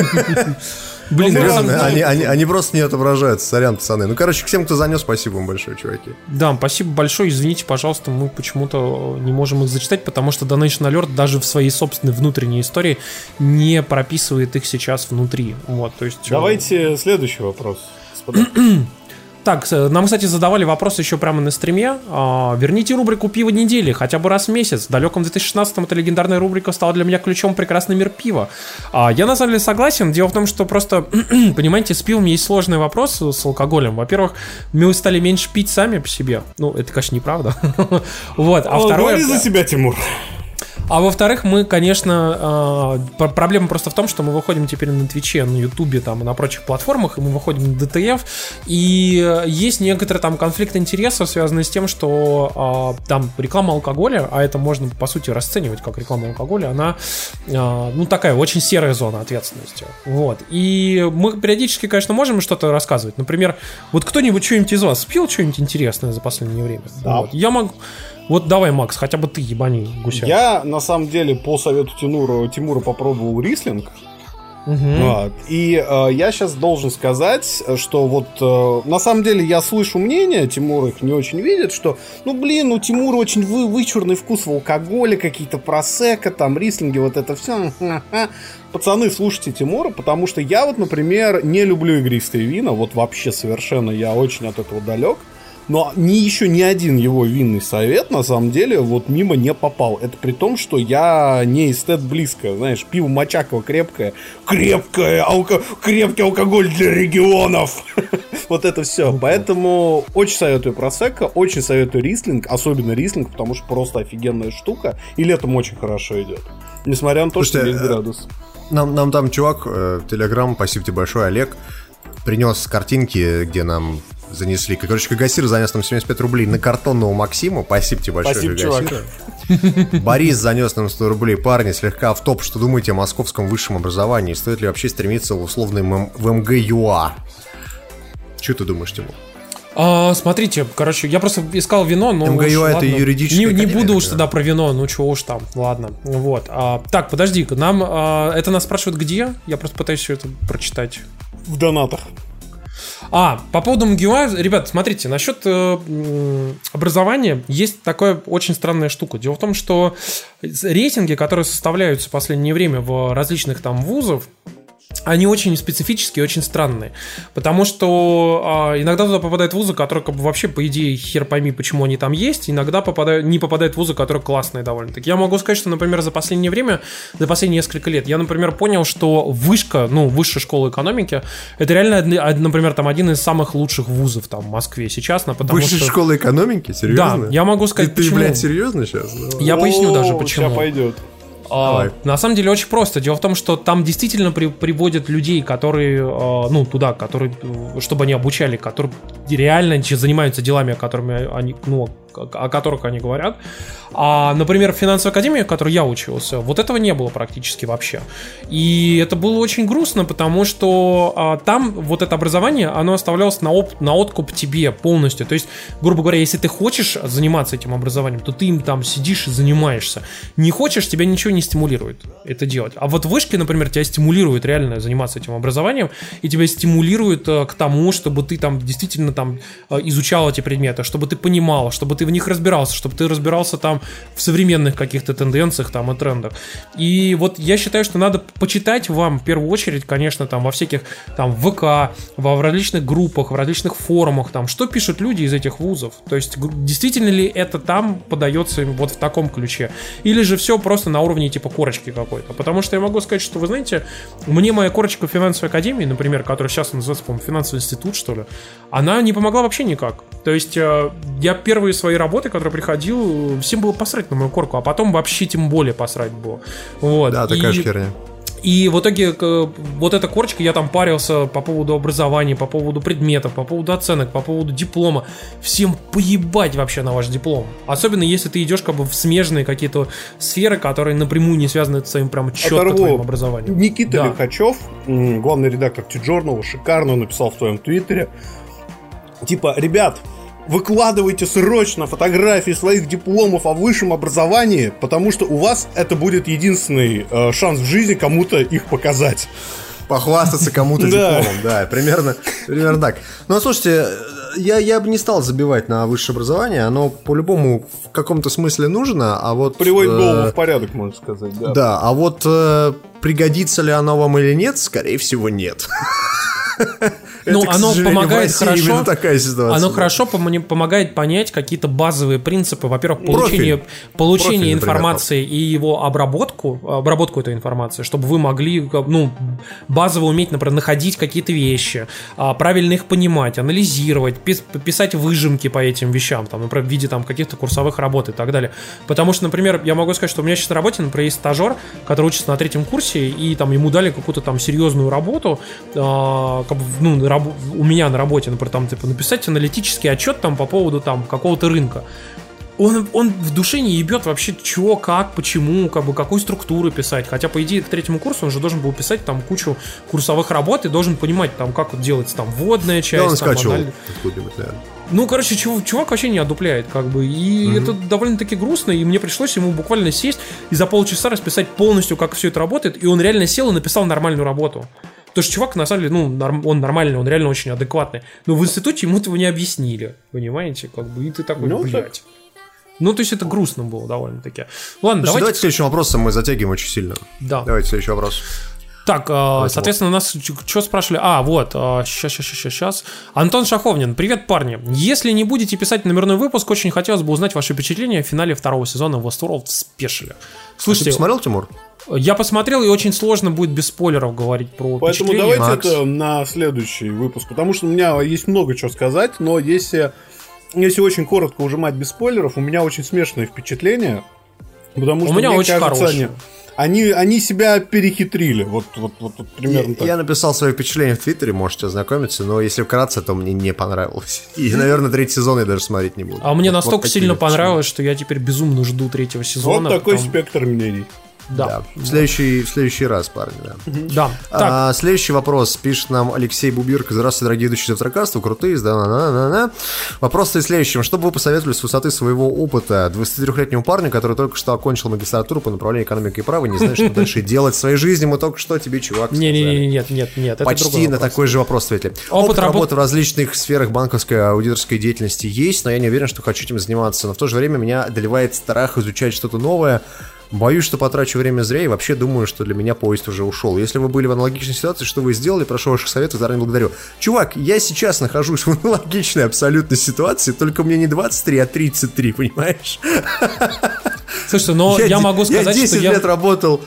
S2: Блин, они просто не отображаются, сорян, пацаны. Ну, короче, всем, кто занес, спасибо вам большое, чуваки.
S4: Да, спасибо большое, извините, пожалуйста, мы почему-то не можем их зачитать, потому что Donation Alert даже в своей собственной внутренней истории не прописывает их сейчас внутри. Вот, то есть...
S3: Давайте следующий вопрос, господа.
S4: Так, нам, кстати, задавали вопрос еще прямо на стриме. Верните рубрику «Пиво недели» хотя бы раз в месяц. В далеком 2016-м эта легендарная рубрика стала для меня ключом в прекрасный мир пива. Я на самом деле согласен. Дело в том, что просто, понимаете, с пивом есть сложный вопрос с алкоголем. Во-первых, мы стали меньше пить сами по себе. Ну, это, конечно, неправда. Вот, а второе...
S3: Говори за себя, Тимур.
S4: А во-вторых, мы, конечно, проблема просто в том, что мы выходим теперь на Твиче, на Ютубе, там, и на прочих платформах, и мы выходим на ДТФ, и есть некоторый там конфликт интересов, связанный с тем, что там реклама алкоголя, а это можно, по сути, расценивать как реклама алкоголя, она, ну, такая очень серая зона ответственности. Вот. И мы периодически, конечно, можем что-то рассказывать. Например, вот кто-нибудь что-нибудь из вас пил что-нибудь интересное за последнее время?
S3: Да.
S4: Вот. Я могу... Вот давай, Макс, хотя бы ты ебани гуся.
S3: Я, на самом деле, по совету Тимура попробовал рислинг. Вот. И я сейчас должен сказать, что вот на самом деле я слышу мнение, Тимур их не очень видит, что, ну блин, у Тимура очень вычурный вкус в алкоголе, какие-то просека, там рислинги, вот это все. Пацаны, слушайте Тимура, потому что я вот, например, не люблю игристые вина, вот вообще совершенно, я очень от этого далек. Но еще ни один его винный совет, на самом деле, вот мимо не попал. Это при том, что я не эстет близко. Знаешь, пиво Мочакова крепкое. Крепкий алкоголь для регионов. Вот это все. Поэтому очень советую просекко, очень советую рислинг. Особенно рислинг, потому что просто офигенная штука. И летом очень хорошо идет. Несмотря на то, что есть градус.
S2: Нам там чувак, Телеграм, спасибо тебе большое, Олег, принес картинки, где нам... занесли. Короче, Кагасир занес нам 75 рублей на картонного Максима. Спасибо тебе большое, Кагасир. Борис занес нам 100 рублей. Парни, слегка в топ. Что думаете о московском высшем образовании? Стоит ли вообще стремиться в условный в МГЮА? Что ты думаешь, Тимур?
S4: Смотрите, короче, я просто искал вино, но...
S2: МГЮА это юридическое.
S4: Не буду уж тогда про вино, ну чего уж там, ладно. Вот. Так, подожди-ка, это нас спрашивают где? Я просто пытаюсь все это прочитать.
S3: В донатах.
S4: По поводу МГЮА, ребят, смотрите, насчет образования есть такая очень странная штука. Дело в том, что рейтинги, которые составляются в последнее время в различных там вузов, они очень специфические, очень странные. Потому что иногда туда попадают вузы, которые как бы вообще, по идее, хер пойми, почему они там есть. Иногда не попадают вузы, которые классные довольно-таки. Я могу сказать, что, например, за последнее время, за последние несколько лет, я, например, понял, что вышка, высшая школа экономики, это реально, например, там один из самых лучших вузов там в Москве сейчас.
S2: Высшая школа экономики? Серьезно?
S4: Да, я могу сказать,
S2: почему. Ты, блядь, серьезно сейчас?
S4: Я поясню даже, почему.
S3: Сейчас пойдет.
S4: На самом деле очень просто. Дело в том, что там действительно приводят людей, которые, туда, которые, чтобы они обучали, которые реально занимаются делами, о которых они говорят. Например, в финансовой академии, в которой я учился, вот этого не было практически вообще. И это было очень грустно, потому что там вот это образование, оно оставлялось на откуп тебе полностью. То есть, грубо говоря, если ты хочешь заниматься этим образованием, то ты им там сидишь и занимаешься. Не хочешь, тебя ничего не стимулирует это делать. А вот вышки, например, тебя стимулируют реально заниматься этим образованием, и тебя стимулируют к тому, чтобы ты там действительно там изучал эти предметы, чтобы ты понимал, чтобы ты ты в них разбирался, чтобы ты разбирался там в современных каких-то тенденциях там и трендах. И вот я считаю, что надо почитать вам в первую очередь, конечно, там во всяких там ВК, в различных группах, в различных форумах, там, что пишут люди из этих вузов. То есть, действительно ли это там подается вот в таком ключе? Или же все просто на уровне типа корочки какой-то? Потому что я могу сказать, что, вы знаете, мне моя корочка в финансовой академии, например, которая сейчас называется, по-моему, финансовый институт, что ли, она не помогла вообще никак. То есть, я первые свои работы, которые приходил, всем было посрать на мою корку, а потом вообще тем более посрать было. Вот.
S2: Да, такая же херня.
S4: И в итоге вот эта корочка, я там парился по поводу образования, по поводу предметов, по поводу оценок, по поводу диплома. Всем поебать вообще на ваш диплом. Особенно если ты идешь как бы в смежные какие-то сферы, которые напрямую не связаны с твоим прям четко твоим образованием.
S3: Никита Лихачев, главный редактор T-Journal, шикарно написал в твоем твиттере. Типа, ребят, выкладывайте срочно фотографии своих дипломов о высшем образовании, потому что у вас это будет единственный шанс в жизни кому-то их показать.
S2: Похвастаться кому-то дипломом, да, примерно так. Ну, слушайте, я бы не стал забивать на высшее образование, оно по-любому в каком-то смысле нужно, а вот...
S3: Приводит голову в порядок, можно сказать, да.
S2: Да, а вот пригодится ли оно вам или нет, скорее всего, нет.
S4: Ну, оно помогает хорошо.
S2: Такая ситуация.
S4: Оно хорошо помогает понять какие-то базовые принципы. Во-первых, получение информации и его обработку этой информации, чтобы вы могли, ну, базово уметь, например, находить какие-то вещи, правильно их понимать, анализировать, писать выжимки по этим вещам, там, например, в виде там каких-то курсовых работ и так далее. Потому что, например, я могу сказать, что у меня сейчас на работе, например, есть стажер, который учится на 3-м курсе, и там ему дали какую-то там серьезную работу, как бы, ну, у меня на работе, например, там, типа, написать аналитический отчет там по поводу там какого-то рынка. Он в душе не ебет вообще, чего, как, почему, как бы, какой структуры писать. Хотя, по идее, к 3-му курсу он же должен был писать там кучу курсовых работ и должен понимать, там, как вот делается там вводная часть.
S2: Да, он
S4: там,
S2: скачивал откуда-нибудь, наверное.
S4: Ну, короче, чувак вообще не одупляет, как бы, и это довольно-таки грустно, и мне пришлось ему буквально сесть и за полчаса расписать полностью, как все это работает, и он реально сел и написал нормальную работу. Потому что чувак, на самом деле, ну, он нормальный, он реально очень адекватный. Но в институте ему этого не объяснили, понимаете, как бы, и ты такой, блядь. Ну, то есть это грустно было довольно-таки. Ладно,
S2: давайте следующим вопросом, мы затягиваем очень сильно.
S4: Да.
S2: Давайте следующий вопрос.
S4: Так, соответственно, нас что спрашивали? Вот, сейчас. Антон Шаховнин. Привет, парни. Если не будете писать номерной выпуск, очень хотелось бы узнать ваши впечатления в финале 2-го сезона Westworld Special. Слушайте,
S2: ты посмотрел, Тимур?
S4: Я посмотрел, и очень сложно будет без спойлеров говорить про
S3: поэтому
S4: впечатления.
S3: Давайте это на следующий выпуск, потому что у меня есть много чего сказать, но если очень коротко ужимать без спойлеров, у меня очень смешанные впечатления, потому что,
S4: у меня
S3: мне
S4: очень
S3: кажется,
S4: хорошие.
S3: Они себя перехитрили, вот примерно так.
S2: Я написал свои впечатления в Твиттере, можете ознакомиться, но если вкратце, то мне не понравилось. И, наверное, 3-й сезон я даже смотреть не буду.
S4: А мне настолько сильно понравилось, что я теперь безумно жду 3-го сезона.
S3: Вот такой спектр мнений.
S4: Да.
S2: В следующий раз, парни, да.
S4: Да.
S2: Следующий вопрос пишет нам Алексей Бубирко. Здравствуйте, дорогие ведущие Завтракаста, вы крутые. Вопрос стоит следующим. Что бы вы посоветовали с высоты своего опыта 23-летнему парню, который только что окончил магистратуру по направлению экономики и права, не знает, что дальше делать в своей жизни? Мы только что тебе, чувак, сказали.
S4: Нет.
S2: Почти на такой же вопрос ответили. Опыт работы в различных сферах банковской и аудиторской деятельности есть, но я не уверен, что хочу этим заниматься. Но в то же время меня одолевает страх изучать что-то новое. Боюсь, что потрачу время зря, и вообще думаю, что для меня поезд уже ушел. Если вы были в аналогичной ситуации, что вы сделали, прошу ваших советов, заранее благодарю. Чувак, я сейчас нахожусь в аналогичной абсолютно ситуации, только мне не 23, а 33, понимаешь?
S4: Слушай, но я могу сказать,
S2: что я 10 лет работал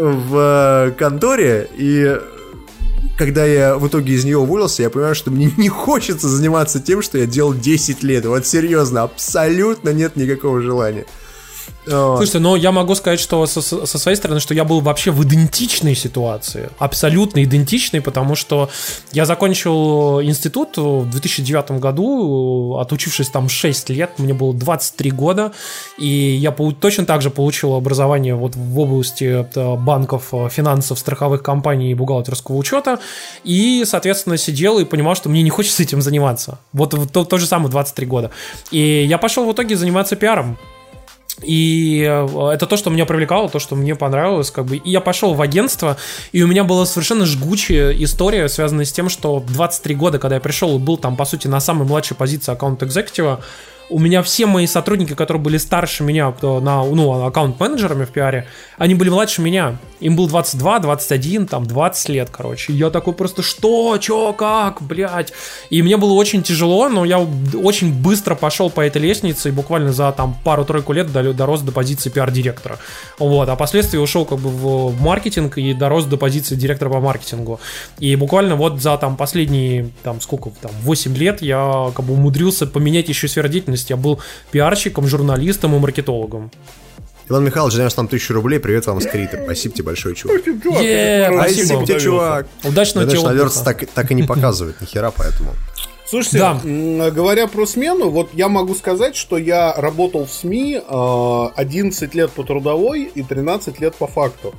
S2: в конторе, и когда я в итоге из нее уволился, я понимаю, что мне не хочется заниматься тем, что я делал 10 лет. Вот серьезно, абсолютно нет никакого желания.
S4: Слушайте, но я могу сказать, что со своей стороны, что я был вообще в идентичной ситуации, абсолютно идентичной, потому что я закончил институт в 2009 году, отучившись там 6 лет, мне было 23 года, и я точно так же получил образование вот в области банков, финансов, страховых компаний и бухгалтерского учета, и, соответственно, сидел и понимал, что мне не хочется этим заниматься. Вот то же самое 23 года. И я пошел в итоге заниматься пиаром. И это то, что меня привлекало, то, что мне понравилось, как бы. И я пошел в агентство, и у меня была совершенно жгучая история, связанная с тем, что 23 года, когда я пришел и был там, по сути, на самой младшей позиции аккаунт-экзекутива, у меня все мои сотрудники, которые были старше меня, аккаунт-менеджерами в пиаре, они были младше меня. Им был 22, 21, там, 20 лет, короче. И я такой просто, что, чё, как, блядь. И мне было очень тяжело, но я очень быстро пошел по этой лестнице и буквально за там пару-тройку лет дорос до позиции пиар-директора. Вот, а впоследствии ушел как бы в маркетинг и дорос до позиции директора по маркетингу. И буквально вот за там последние, там, сколько, там, 8 лет я как бы умудрился поменять еще сферу деятельности. Я был пиарщиком, журналистом и маркетологом.
S2: Иван Михайлович, занес нам 1000 рублей. Привет вам, скриты. Спасибо тебе большое, чувак.
S4: Спасибо
S2: тебе, чувак.
S4: Удачного тебе отдыха.
S2: Наверное, так и не показывает нихера, поэтому...
S3: Слушайте, говоря про смену, вот я могу сказать, что я работал в СМИ 11 лет по трудовой и 13 лет по факту.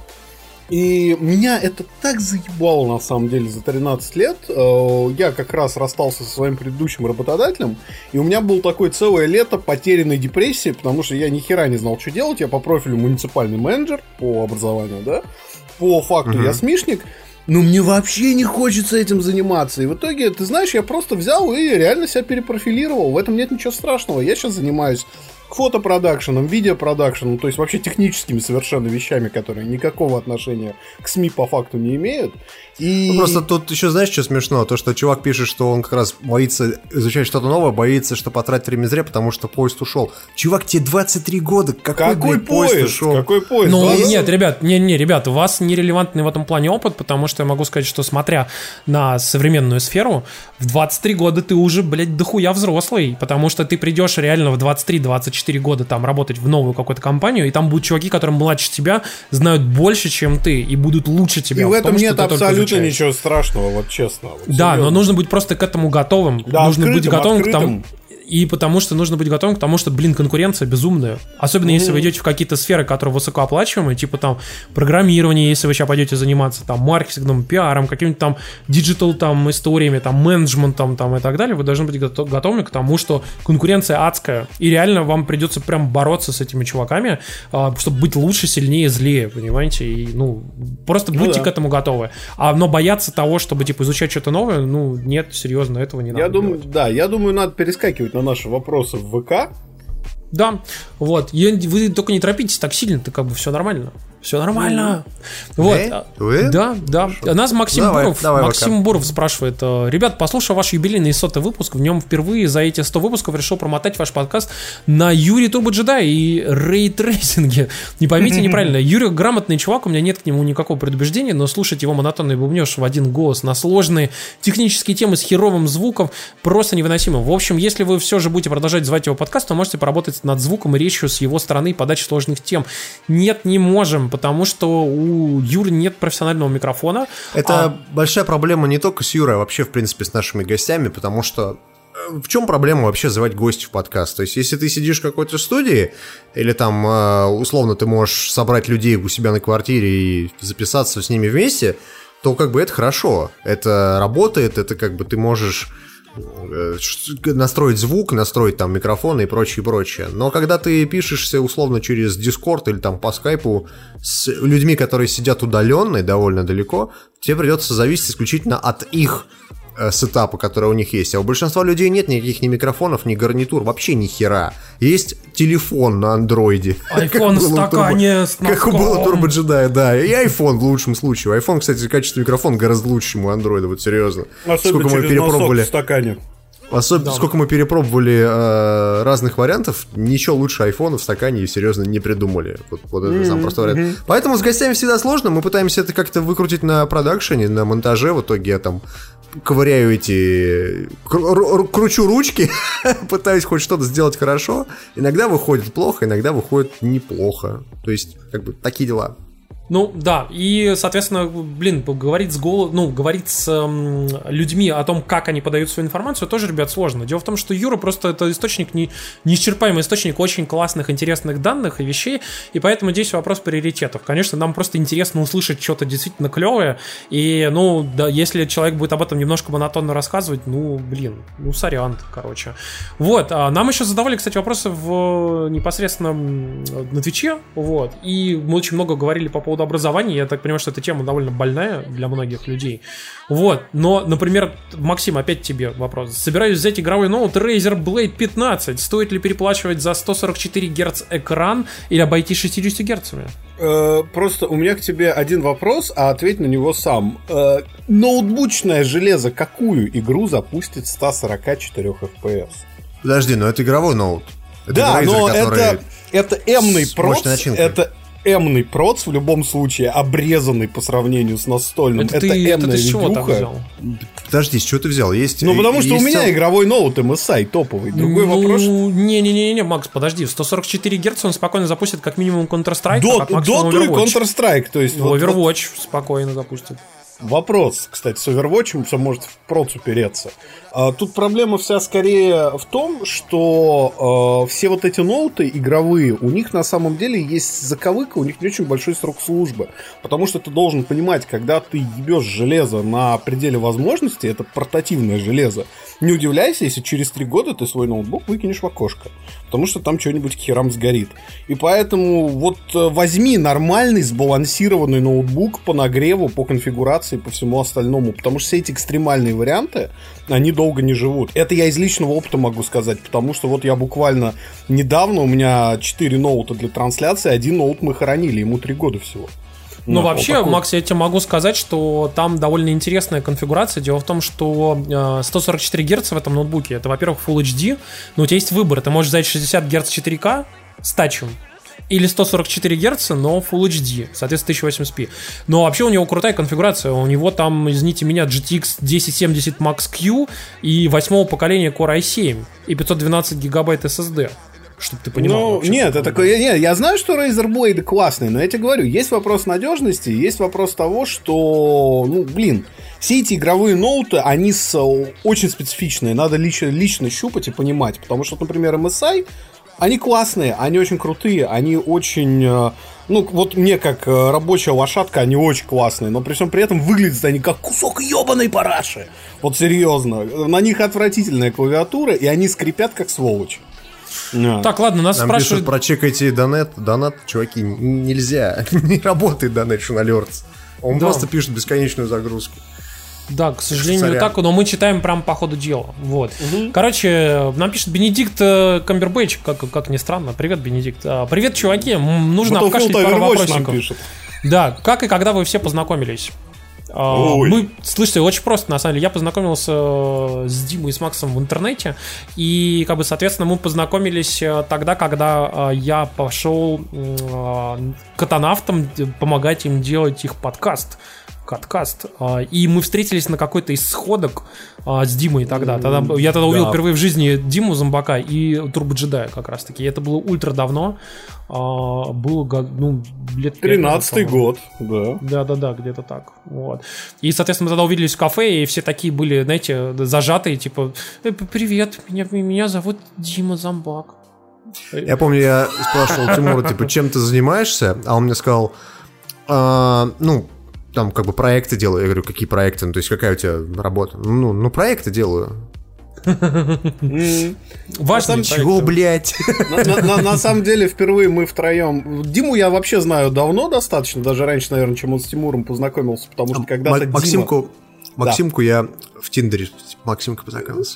S3: И меня это так заебало, на самом деле, за 13 лет. Я как раз расстался со своим предыдущим работодателем, и у меня было такое целое лето потерянной депрессии, потому что я ни хера не знал, что делать. Я по профилю муниципальный менеджер по образованию, да, по факту я СМИшник. Но мне вообще не хочется этим заниматься. И в итоге, ты знаешь, я просто взял и реально себя перепрофилировал. В этом нет ничего страшного. Я сейчас занимаюсь фотопродакшеном, видеопродакшеном, то есть вообще техническими совершенно вещами, которые никакого отношения к СМИ по факту не имеют. И...
S2: просто тут еще, знаешь, что смешно? То, что чувак пишет, что он как раз боится изучать что-то новое, боится, что потратить время зря, потому что поезд ушел. Чувак, тебе 23 года, какой поезд ушел?
S3: Какой поезд?
S4: Ну, нет, ребят, у вас нерелевантный в этом плане опыт, потому что я могу сказать, что смотря на современную сферу, в 23 года ты уже, блядь, дохуя взрослый, потому что ты придешь реально в 23-24 года там работать в новую какую-то компанию, и там будут чуваки, которые младше тебя, знают больше, чем ты, и будут лучше тебя.
S3: И в этом нет абсолютно ничего страшного, вот честно. Вот,
S4: да, но нужно быть просто к этому готовым.
S3: Да,
S4: нужно быть готовым
S3: к тому.
S4: И потому что нужно быть готовым к тому, что, конкуренция безумная. Особенно если вы идете в какие-то сферы, которые высокооплачиваемые, типа там программирование, если вы сейчас пойдете заниматься там маркетингом, пиаром, какими-то там диджитал там историями, там менеджментом там и так далее, вы должны быть готовы к тому, что конкуренция адская. И реально вам придется прям бороться с этими чуваками, чтобы быть лучше, сильнее, злее, понимаете? И, просто будьте к этому готовы. Но бояться того, чтобы типа изучать что-то новое, нет, серьезно, этого не надо делать.
S3: Я думаю, надо перескакивать на наши вопросы в ВК.
S4: Да, вот. Вы только не торопитесь так сильно, как бы все нормально. Все нормально. Вот. Да. Нас Максим Буров спрашивает: ребят, послушал ваш юбилейный 100-й выпуск. В нем впервые за эти 100 выпусков решил промотать ваш подкаст на Юрий Турбо Джедай и рейтрейсинге. Не поймите неправильно. Юрий грамотный чувак, у меня нет к нему никакого предубеждения, но слушать его монотонный бубнёж в один голос на сложные технические темы с херовым звуком просто невыносимо. В общем, если вы все же будете продолжать звать его подкаст, то можете поработать над звуком и речью с его стороны подачи сложных тем. Нет, не можем, потому что у Юры нет профессионального микрофона.
S2: Это большая проблема не только с Юрой, а вообще, в принципе, с нашими гостями, потому что в чем проблема вообще звать гостей в подкаст? То есть, если ты сидишь в какой-то студии, или там, условно, ты можешь собрать людей у себя на квартире и записаться с ними вместе, то как бы это хорошо. Это работает, это как бы ты можешь настроить звук, настроить там микрофоны и прочее. Но когда ты пишешься условно через Discord или там по скайпу с людьми, которые сидят удаленно и довольно далеко, тебе придется зависеть исключительно от их сетапа, который у них есть. А у большинства людей нет никаких ни микрофонов, ни гарнитур, вообще ни хера. Есть телефон на андроиде.
S4: Айфон в стакане с носком.
S2: Как было Turbo Jedi, да. И айфон в лучшем случае. Айфон, кстати, качество микрофона гораздо лучше, чем у андроида, вот серьезно.
S3: Особенно
S2: сколько мы перепробовали
S3: в стакане.
S2: Особенно, сколько мы перепробовали разных вариантов, ничего лучше айфона в стакане, серьезно, не придумали. Вот это самый простой вариант. Поэтому с гостями всегда сложно. Мы пытаемся это как-то выкрутить на продакшене, на монтаже. В итоге я там ковыряю кручу ручки, пытаюсь хоть что-то сделать хорошо. Иногда выходит плохо, иногда выходит неплохо. То есть, как бы, такие дела.
S4: Ну, да, и, соответственно, говорить с людьми о том, как они подают свою информацию, тоже, ребят, сложно. Дело в том, что Юра просто это источник, неисчерпаемый источник очень классных, интересных данных и вещей, и поэтому здесь вопрос приоритетов. Конечно, нам просто интересно услышать что-то действительно клевое, и, если человек будет об этом немножко монотонно рассказывать, сорян, короче. Вот, нам еще задавали, кстати, вопросы непосредственно на Твиче, вот, и мы очень много говорили по поводу поводу образования, я так понимаю, что эта тема довольно больная для многих людей. Вот, но, например, Максим, опять тебе вопрос. Собираюсь взять игровой ноут Razer Blade 15. Стоит ли переплачивать за 144 Гц экран или обойти 60 Герцами?
S3: Просто у меня к тебе один вопрос, а ответь на него сам. Ноутбучное железо какую игру запустит 144 FPS?
S2: Подожди, но это игровой ноут. Это
S3: да,
S2: Razer,
S3: но
S2: который...
S3: это M-ный проц, это M-ный проц в любом случае, обрезанный по сравнению с настольным.
S4: Это ты с чего так взял?
S2: Подожди, с чего ты взял?
S3: Потому что у меня игровой ноут MSI топовый. Другой вопрос.
S4: Не, Макс, подожди. В 144 Гц он спокойно запустит как минимум Counter-Strike, как максимум
S3: Dota и Counter-Strike. То есть
S4: Overwatch спокойно запустит.
S3: Вопрос, кстати, с Overwatch все может в проц упереться. Тут проблема вся скорее в том, что все вот эти ноуты игровые, у них на самом деле есть заковыка, у них не очень большой срок службы. Потому что ты должен понимать, когда ты ебешь железо на пределе возможностей, это портативное железо, не удивляйся, если через 3 года ты свой ноутбук выкинешь в окошко. Потому что там что-нибудь к херам сгорит. И поэтому вот возьми нормальный сбалансированный ноутбук по нагреву, по конфигурации, по всему остальному. Потому что все эти экстремальные варианты, они долго не живут. Это я из личного опыта могу сказать. Потому что вот я буквально недавно, у меня 4 ноута для трансляции, 1 ноут мы хоронили, ему 3 года всего.
S4: Ну, вообще, вот Макс, я тебе могу сказать, что там довольно интересная конфигурация. Дело в том, что 144 Гц в этом ноутбуке, это, во-первых, Full HD, но у тебя есть выбор. Ты можешь взять 60 Гц 4К с тачем, или 144 Гц, но Full HD, соответственно, 1080p. Но вообще у него крутая конфигурация. У него там, извините меня, GTX 1070 Max Q и 8-го поколения Core i7 и 512 гигабайт SSD. Чтобы ты понимал.
S3: Нет, это такое. Нет, я знаю, что Razer Blade классный, но я тебе говорю, есть вопрос надежности, есть вопрос того, что, все эти игровые ноуты, они очень специфичные, надо лично щупать и понимать, потому что, например, MSI, они классные, они очень крутые, они очень... вот мне как рабочая лошадка, они очень классные, но при всем при этом выглядят они как кусок ебаной параши. Вот серьезно. На них отвратительная клавиатура, и они скрипят как сволочь.
S4: Так, ладно, нас спрашивают...
S2: Пишут, прочекайте донат, чуваки, нельзя, не работает Donation Alerts. Он просто пишет бесконечную загрузку.
S4: Да, к сожалению, так, но мы читаем прямо по ходу дела. Вот. Короче, нам пишет Бенедикт Камбербэтч, как ни странно. Привет, Бенедикт. Привет, чуваки, нужно обкашлять пару вопросиков. Да, как и когда вы все познакомились? Слушайте, очень просто, на самом деле. Я познакомился с Димой и с Максом в интернете. И, соответственно, мы познакомились тогда, когда я пошел катанавтам помогать им делать их подкаст. И мы встретились на какой-то из сходок с Димой тогда. Я тогда увидел впервые в жизни Диму Зомбака и Турбо-джедая как раз таки. Это было ультра давно. Было, лет 5.
S3: 13-й год, да.
S4: Да, где-то так. Вот. И, соответственно, мы тогда увиделись в кафе, и все такие были, знаете, зажатые, типа: привет, меня зовут Дима Зомбак.
S2: Я помню, я спрашивал Тимура, типа, чем ты занимаешься? А он мне сказал, там как бы проекты делаю. Я говорю, какие проекты? То есть какая у тебя работа? Проекты делаю.
S4: Важно.
S2: Чего, блядь?
S3: На самом деле, впервые мы втроем... Диму я вообще знаю давно достаточно, даже раньше, наверное, чем он с Тимуром познакомился, потому что когда-то
S2: Максимку я в Тиндере Максимка познакомился.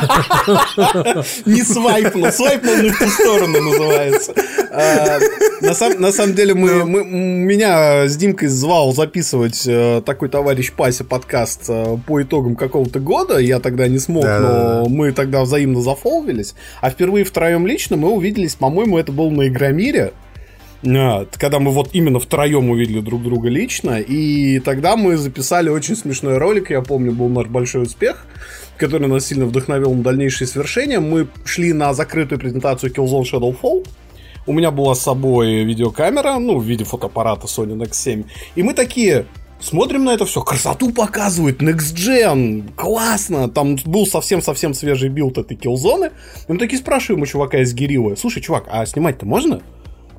S3: Не свайпнул не в ту сторону называется. На самом деле меня с Димкой звал записывать такой товарищ Пася подкаст по итогам какого-то года. Я тогда не смог, но мы тогда взаимно зафолвились. А впервые втроем лично мы увиделись, по-моему, это было на Игромире. Когда мы вот именно втроем увидели друг друга лично. И тогда мы записали очень смешной ролик. Я помню, был наш большой успех, который нас сильно вдохновил на дальнейшие свершения. Мы шли на закрытую презентацию Killzone Shadowfall. У меня была с собой видеокамера, в виде фотоаппарата Sony Nex 7. И мы такие... Смотрим на это все, красоту показывают, Next Gen, классно. Там был совсем-совсем свежий билд этой Killzone. И мы такие спрашиваем у чувака из Guerrilla: слушай, чувак, а снимать-то можно?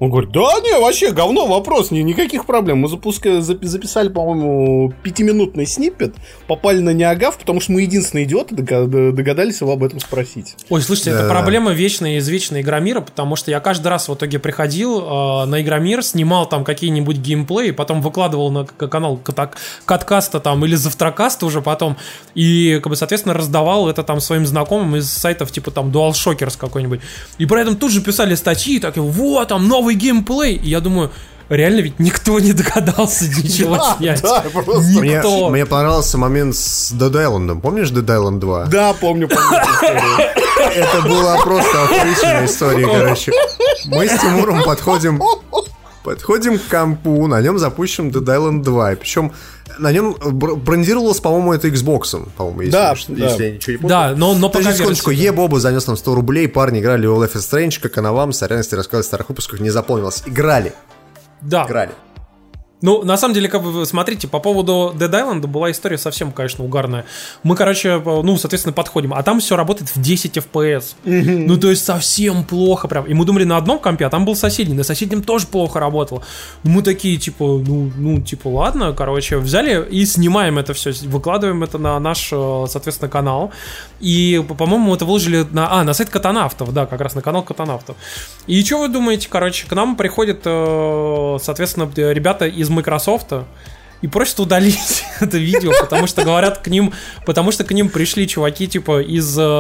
S3: Он говорит, да не, вообще говно, вопрос, никаких проблем. Мы записали, по-моему, 5-минутный сниппет, попали на NeoGAF, потому что мы единственные идиоты догадались его об этом спросить.
S4: Ой, слушайте, это проблема вечная из вечной Игромира, потому что я каждый раз в итоге приходил на Игромир, снимал там какие-нибудь геймплеи, потом выкладывал на канал Каткаста там или Завтракаста уже потом, и, как бы, соответственно, раздавал это там своим знакомым из сайтов типа там DualShockers какой-нибудь. И при этом тут же писали статьи, такие, вот, там новый геймплей. И я думаю, реально ведь никто не догадался ничего снять.
S3: Да, просто.
S4: Никто.
S2: Мне понравился момент с Dead Island. Помнишь Dead Island 2?
S3: Да, помню эту историю.
S2: Это была просто охуительная история, короче. Мы с Тимуром подходим к компу, на нем запущен Dead Island 2. Причем на нем брендировалось, по-моему, это Xbox, по-моему, если я ничего не помню.
S4: Да, но пока
S2: секундочку, Боба занес нам 100 рублей, парни играли в Life is Strange, как она вам, сорянности рассказывать в старых выпусках, не запомнилось. Играли.
S4: Да.
S2: Играли.
S4: Ну, на самом деле, как вы смотрите, по поводу Dead Island была история совсем, конечно, угарная. Мы, короче, ну, соответственно, подходим, а там все работает в 10 FPS. Ну, то есть совсем плохо прям. И мы думали на одном компе, а там был соседний. На соседнем тоже плохо работало. Мы такие, типа, типа, ладно, короче, взяли и снимаем это все, выкладываем это на наш, соответственно, канал. И, по-моему, это выложили на сайт Катанавтов, да, как раз на канал Катанавтов. И что вы думаете, короче, к нам приходят, соответственно, ребята из Microsoft и просят удалить это видео, потому что говорят к ним, пришли чуваки типа от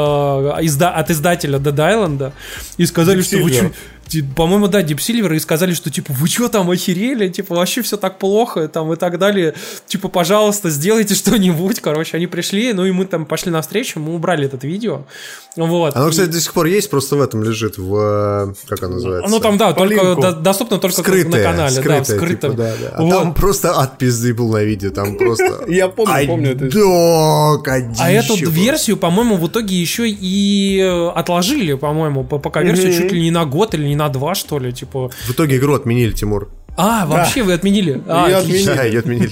S4: издателя Dead Island и сказали, что вы что, по-моему, да, Deep Silver, и сказали, что типа вы что там охерели, типа вообще все так плохо там и так далее, типа пожалуйста сделайте что-нибудь, короче, они пришли, ну и мы там пошли навстречу, мы убрали это видео, вот.
S2: Оно, кстати, до сих пор есть, просто в этом лежит, как оно называется?
S4: Ну там, да, только доступно только
S2: скрытое,
S4: на канале, да, скрыто.
S2: Типа, да. А вот. Там просто от пизды был на видео, там просто...
S3: Я помню это.
S4: А эту версию, по-моему, в итоге еще и отложили, по-моему, ПК-версию чуть ли не на год или не на 2, что ли, типа.
S2: В итоге игру отменили, Тимур.
S4: Вообще вы отменили?
S2: Ее отменили.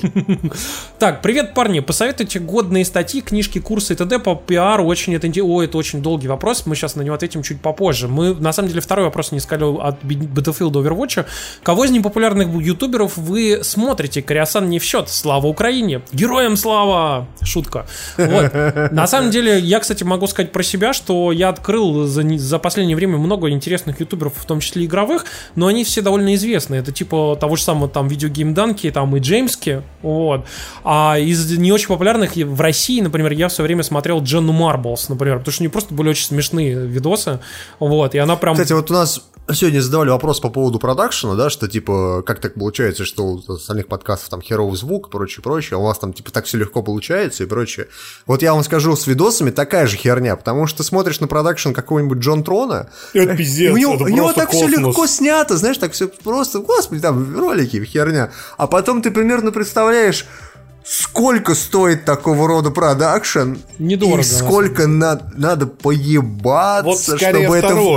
S4: Так, привет, парни. Посоветуйте годные статьи, книжки, курсы и т.д. по пиару. Это очень долгий вопрос. Мы сейчас на него ответим чуть попозже. Мы, на самом деле, второй вопрос не искали от Battlefield Overwatch. Кого из непопулярных ютуберов вы смотрите? Кориасан не в счет. Слава Украине! Героям слава! Шутка. Вот. На самом деле, я, кстати, могу сказать про себя, что я открыл за последнее время много интересных ютуберов, в том числе игровых, но они все довольно известны. Это типа того же самого там видеогеймданки, там и Джеймски, вот. А из не очень популярных в России, например, я все время смотрел Дженну Марблс, например, потому что у нее просто были очень смешные видосы, вот, и она прям...
S2: Кстати, вот у нас сегодня задавали вопрос по поводу продакшена, да, что типа, как так получается, что у остальных подкастов там херовый звук и прочее, а у вас там типа так все легко получается и прочее. Вот я вам скажу, с видосами такая же херня, потому что ты смотришь на продакшн какого-нибудь Джон Трона,
S3: это пиздец,
S2: у него так все легко снято, знаешь, так все просто, господи, там ролики, херня, а потом ты примерно представляешь, сколько стоит такого рода продакшн,
S4: недорого,
S2: и сколько надо поебаться,
S3: вот скорее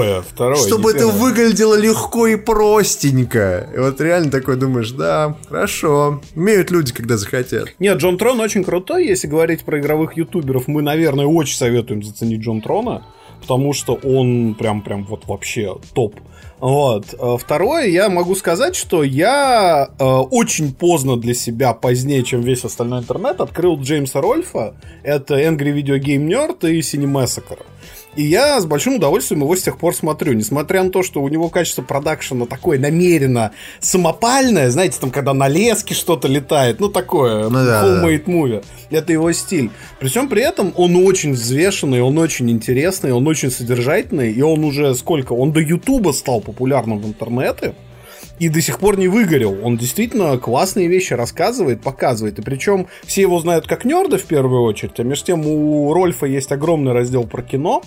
S2: чтобы это выглядело легко и простенько. И вот реально такой думаешь, да, хорошо, умеют люди, когда захотят.
S3: Нет, Джон Трон очень крутой. Если говорить про игровых ютуберов, мы, наверное, очень советуем заценить Джон Трона, потому что он прям вот вообще топ. Вот. Второе, я могу сказать, что я очень поздно для себя, позднее, чем весь остальной интернет, открыл Джеймса Рольфа. Это Angry Video Game Nerd и Cinemassacre. И я с большим удовольствием его с тех пор смотрю. Несмотря на то, что у него качество продакшена такое намеренно самопальное, знаете, там, когда на леске что-то летает, ну, такое, homemade movie. Это его стиль. При всем при этом он очень взвешенный, он очень интересный, он очень содержательный, и он уже сколько? Он до Ютуба стал популярным в интернете. И до сих пор не выгорел. Он действительно классные вещи рассказывает, показывает. И причем все его знают как нерда в первую очередь. А между тем у Рольфа есть огромный раздел про кино.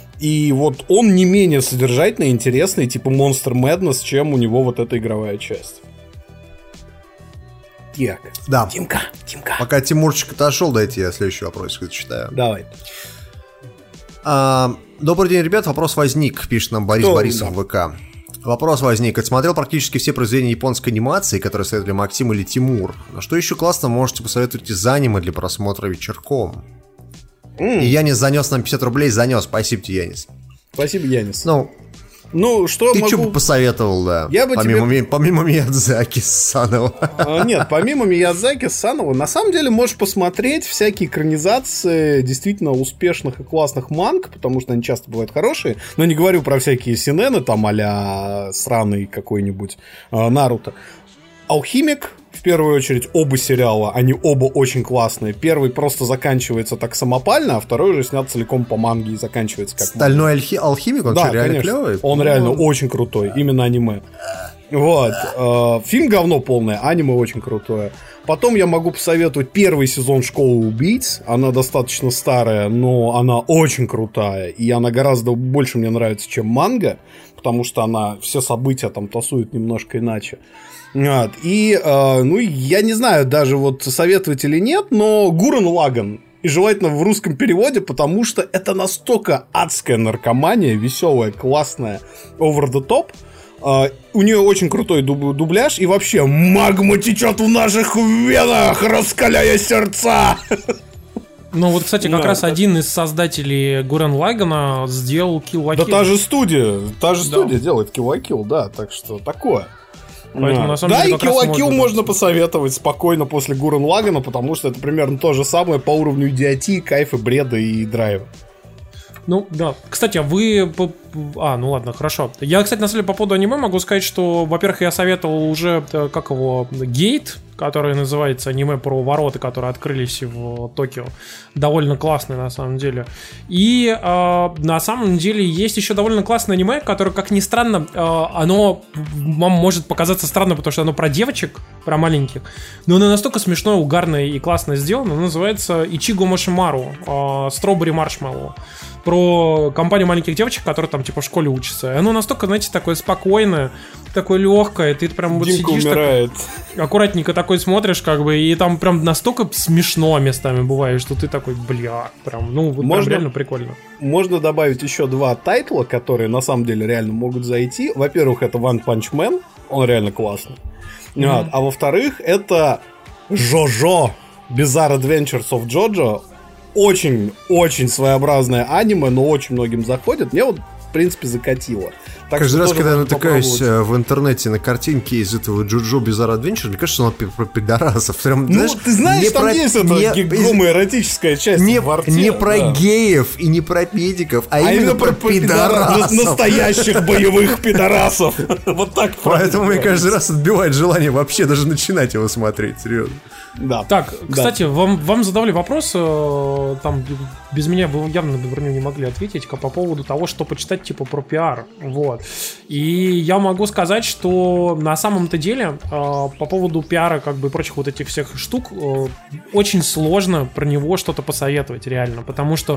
S3: И вот он не менее содержательный, интересный, типа Monster Madness, чем у него вот эта игровая часть. Так.
S2: Да.
S3: Тимка.
S2: Пока Тимурчик отошел, дайте я следующий вопрос зачитаю.
S3: Давай.
S2: Добрый день, ребят. Вопрос возник, пишет нам Борис Борисов в ВК. Вопрос возник. Отсмотрел практически все произведения японской анимации, которые советовали Максим или Тимур. А что еще классно, можете посоветовать из аниме для просмотра вечерком? И Янис занес нам 50 рублей. Спасибо тебе, Янис.
S3: Спасибо, Янис.
S2: Ну,
S3: Ну, что
S2: ты
S3: могу...
S2: что бы посоветовал, да?
S3: Я бы
S2: помимо Миядзаки Санова.
S3: Нет, помимо Миядзаки Санова, на самом деле можешь посмотреть всякие экранизации действительно успешных и классных манг, потому что они часто бывают хорошие. Но не говорю про всякие синены, там а-ля сраный какой-нибудь Наруто. Алхимик, в первую очередь, оба сериала, они оба очень классные. Первый просто заканчивается так самопально, а второй уже снят целиком по манге и заканчивается как
S2: Стальной алхимик, он
S3: да,
S2: что, реально
S3: конечно.
S2: клевый?
S3: Он реально очень крутой, именно аниме. Вот. Фильм говно полное, аниме очень крутое. Потом я могу посоветовать первый сезон «Школы убийц». Она достаточно старая, но она очень крутая. И она гораздо больше мне нравится, чем манга, потому что она все события там тасует немножко иначе. Вот. И, ну, я не знаю даже вот советовать или нет, но Гуррен Лаганн. И желательно в русском переводе, потому что это настолько адская наркомания, веселая, классная, over the top. У нее очень крутой дубляж, и вообще магма течет в наших венах, раскаляя сердца.
S4: Ну вот, кстати, как раз один из создателей Гуррен Лаганна сделал Kill la Kill.
S3: Да та же студия делает Kill la Kill, да, так что такое.
S4: Поэтому, на самом
S3: да,
S4: деле,
S3: и Kill la Kill можно посоветовать спокойно после Гуррен Лаганна, потому что это примерно то же самое по уровню идиотии, кайфа, бреда и драйва.
S4: Ну, да. Кстати, а вы... ну ладно, хорошо. Я, кстати, на самом деле, по поводу аниме могу сказать, что, во-первых, я советовал уже, как его, Гейт, который называется аниме про ворота, которые открылись в Токио. Довольно классный, на самом деле. И на самом деле есть еще довольно классное аниме, которое, как ни странно, оно вам может показаться странно, потому что оно про девочек, про маленьких, но оно настолько смешное, угарное и классно сделано. Оно называется Ичиго Машимару, Strawberry Marshmallow. Про компанию маленьких девочек, которые там типа в школе учатся. И оно настолько, знаете, такое спокойное, такое легкое. Ты прям вот
S3: Димка
S4: сидишь
S3: умирает.
S4: Так, аккуратненько такой смотришь, как бы, и там прям настолько смешно местами бывает, что ты такой, бля, прям, ну, вот прям реально прикольно.
S3: Можно добавить еще два тайтла, которые на самом деле реально могут зайти. Во-первых, это One Punch Man, он реально классный. Вот. А во-вторых, это Жожо, Bizarre Adventures of Jojo. Очень-очень своеобразное аниме, но очень многим заходит. Мне вот, в принципе, закатило. Так
S2: каждый раз, когда я натыкаюсь в интернете на картинки из этого Джоджо Bizarre Adventure, мне кажется, что он про пидорасов. Прям,
S3: ну, знаешь, ты знаешь, там есть эта гомоэротическая часть в арте.
S2: Не про геев и не про педиков, а именно про пидорасов.
S3: Настоящих боевых пидорасов. Вот так.
S2: Поэтому мне каждый раз отбивает желание вообще даже начинать его смотреть, серьезно.
S3: Да.
S4: Так, кстати, вам задавали вопрос, там без меня вы явно, наверное, не могли ответить по поводу того, что почитать типа про пиар, вот. И я могу сказать, что на самом-то деле по поводу пиара, как бы, и прочих вот этих всех штук, очень сложно про него что-то посоветовать, реально, потому что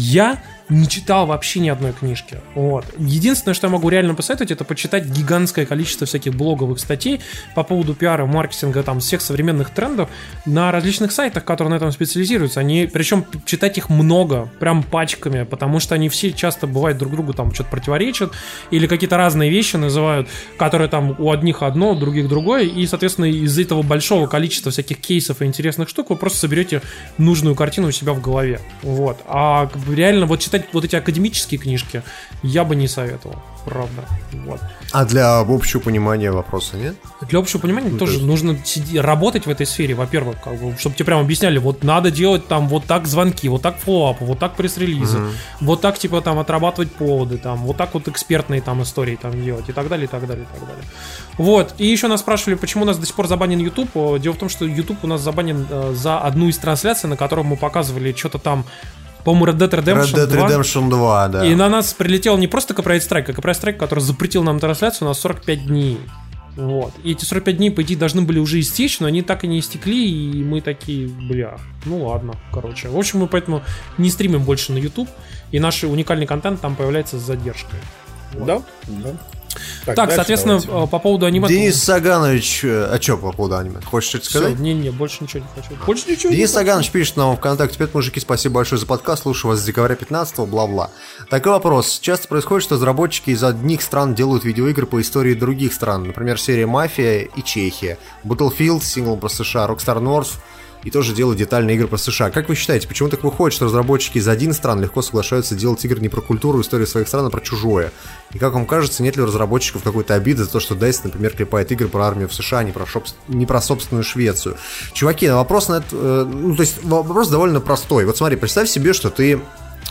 S4: я не читал вообще ни одной книжки, вот. Единственное, что я могу реально посоветовать, это почитать гигантское количество всяких блоговых статей по поводу пиара, маркетинга, там, всех современных трендов на различных сайтах, которые на этом специализируются. Они, причем читать их много, прям пачками, потому что они все часто бывают друг другу там что-то противоречат или какие-то разные вещи называют, которые там у одних одно, у других другое, и, соответственно, из-за этого большого количества всяких кейсов и интересных штук вы просто соберете нужную картину у себя в голове, вот. А реально вот читать вот эти академические книжки я бы не советовал, правда, вот.
S2: А для общего понимания вопроса нет?
S4: Для общего понимания тоже нужно работать в этой сфере, во-первых, как бы, чтобы тебе прям объясняли, вот надо делать там вот так звонки, вот так фоллоуапы, вот так пресс-релизы, вот так типа там отрабатывать поводы, там вот так вот экспертные там истории там делать и так далее, и так далее, и так далее. Вот, и еще нас спрашивали, почему у нас до сих пор забанен YouTube. Дело в том, что YouTube у нас забанен за одну из трансляций, на которой мы показывали что-то там, по-моему, Red Dead Redemption 2,
S2: да.
S4: И на нас прилетел не просто Copyright Strike, а Copyright Strike, который запретил нам трансляцию на 45 дней. Вот. И эти 45 дней, по идее, должны были уже истечь, но они так и не истекли, и мы такие, бля, ну ладно, короче. В общем, мы поэтому не стримим больше на YouTube, и наш уникальный контент там появляется с задержкой. Вот.
S3: Да, да.
S4: Так, соответственно, давайте. По поводу аниме...
S2: Денис Саганович, а что по поводу аниме? Хочешь что-то сказать?
S4: Не, больше ничего не хочу. Больше ничего
S2: Денис Саганович пишет нам в ВКонтакте: «Привет, мужики, спасибо большое за подкаст, слушаю вас с декабря 15-го, бла-бла». Такой вопрос. Часто происходит, что разработчики из одних стран делают видеоигры по истории других стран. Например, серия «Мафия» и Чехия, Battlefield, сингл про США, Rockstar North, и тоже делают детальные игры про США. Как вы считаете, почему так выходит, что разработчики из один стран легко соглашаются делать игры не про культуру, историю своих стран, а про чужое? И как вам кажется, нет ли у разработчиков какой-то обиды за то, что DICE, например, клепает игры про армию в США, а не про собственную Швецию? Чуваки, вопрос на это... то есть вопрос довольно простой. Вот смотри, представь себе, что ты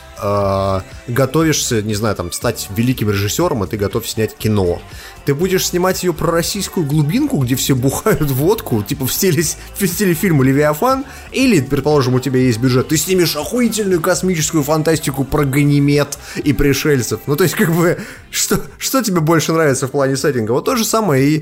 S2: готовишься, не знаю, там, стать великим режиссером, и ты готов снять кино. Ты будешь снимать ее про российскую глубинку, где все бухают водку, типа в стиле фильма «Левиафан», или, предположим, у тебя есть бюджет, ты снимешь охуительную космическую фантастику про Ганимед и пришельцев. Ну, то есть, как бы, что тебе больше нравится в плане сеттинга? Вот то же самое и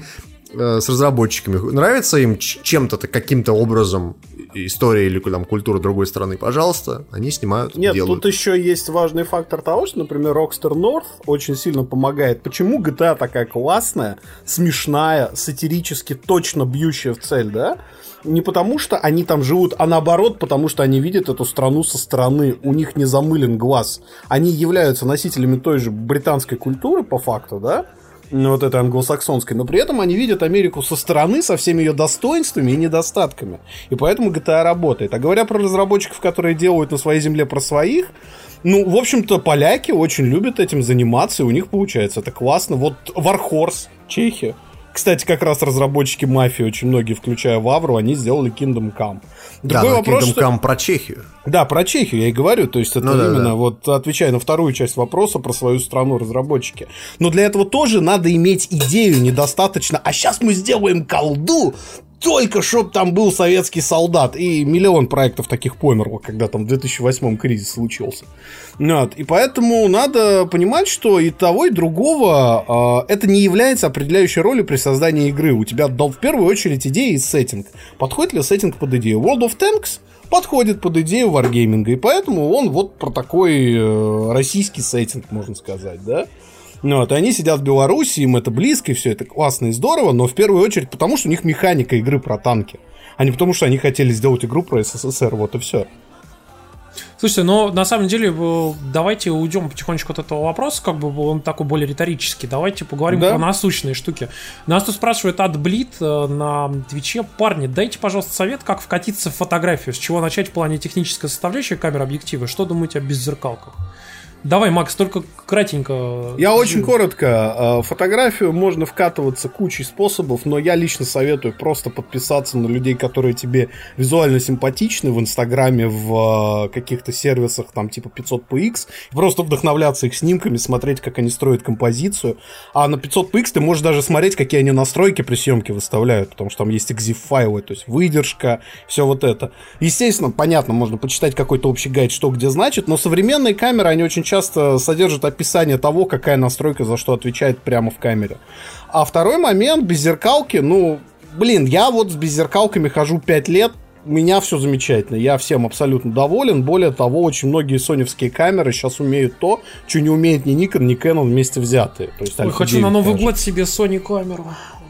S2: с разработчиками. Нравится им чем-то, каким-то образом история или там культура другой страны, пожалуйста, они снимают,
S3: делают. Нет,
S2: тут
S3: еще есть важный фактор того, что, например, Rockstar North очень сильно помогает. Почему GTA такая классная, смешная, сатирически точно бьющая в цель, да? Не потому, что они там живут, а наоборот, потому что они видят эту страну со стороны, у них не замылен глаз. Они являются носителями той же британской культуры, по факту, да? Вот этой англосаксонской, но при этом они видят Америку со стороны, со всеми ее достоинствами и недостатками. И поэтому GTA работает. А говоря про разработчиков, которые делают на своей земле про своих, в общем-то, поляки очень любят этим заниматься, и у них получается это классно. Вот Warhorse, Чехия. Кстати, как раз разработчики Мафии, очень многие, включая Вавру, они сделали Kingdom Come.
S2: Другой вопрос, Kingdom Come про Чехию.
S3: Да, про Чехию я и говорю. То есть это именно, вот отвечая на вторую часть вопроса про свою страну разработчики. Но для этого тоже надо иметь идею, недостаточно. А сейчас мы сделаем колду, только чтоб там был советский солдат. И миллион проектов таких померло, когда там в 2008 кризис случился. Вот. И поэтому надо понимать, что и того, и другого это не является определяющей ролью при создании игры. У тебя в первую очередь идея и сеттинг. Подходит ли сеттинг под идею? World of Tanks подходит под идею варгейминга, и поэтому он вот про такой российский сеттинг, можно сказать, да? Вот, и они сидят в Беларуси, им это близко, и все это классно и здорово, но в первую очередь потому, что у них механика игры про танки, а не потому, что они хотели сделать игру про СССР, вот и все.
S4: Слушайте, но на самом деле давайте уйдем потихонечку от этого вопроса, как бы он такой более риторический. Давайте поговорим про насущные штуки. Нас тут спрашивает AdBleed на Твиче: парни, дайте, пожалуйста, совет, как вкатиться в фотографию, с чего начать в плане технической составляющей камеры, объектива, что думаете о беззеркалках? Давай, Макс, только кратенько.
S3: Я очень коротко. Фотографию можно вкатываться кучей способов, но я лично советую просто подписаться на людей, которые тебе визуально симпатичны в Инстаграме, в каких-то сервисах там типа 500px, и просто вдохновляться их снимками, смотреть, как они строят композицию. А на 500px ты можешь даже смотреть, какие они настройки при съемке выставляют, потому что там есть EXIF-файлы, то есть выдержка, все вот это. Естественно, понятно, можно почитать какой-то общий гайд, что где значит, но современные камеры, они очень часто содержат описание того, какая настройка за что отвечает прямо в камере. А второй момент, беззеркалки, я вот с беззеркалками хожу 5 лет, у меня все замечательно, я всем абсолютно доволен. Более того, очень многие соневские камеры сейчас умеют то, что не умеет ни Nikon, ни Canon вместе взятые. То есть,
S4: хочу на Новый год себе Sony камеру.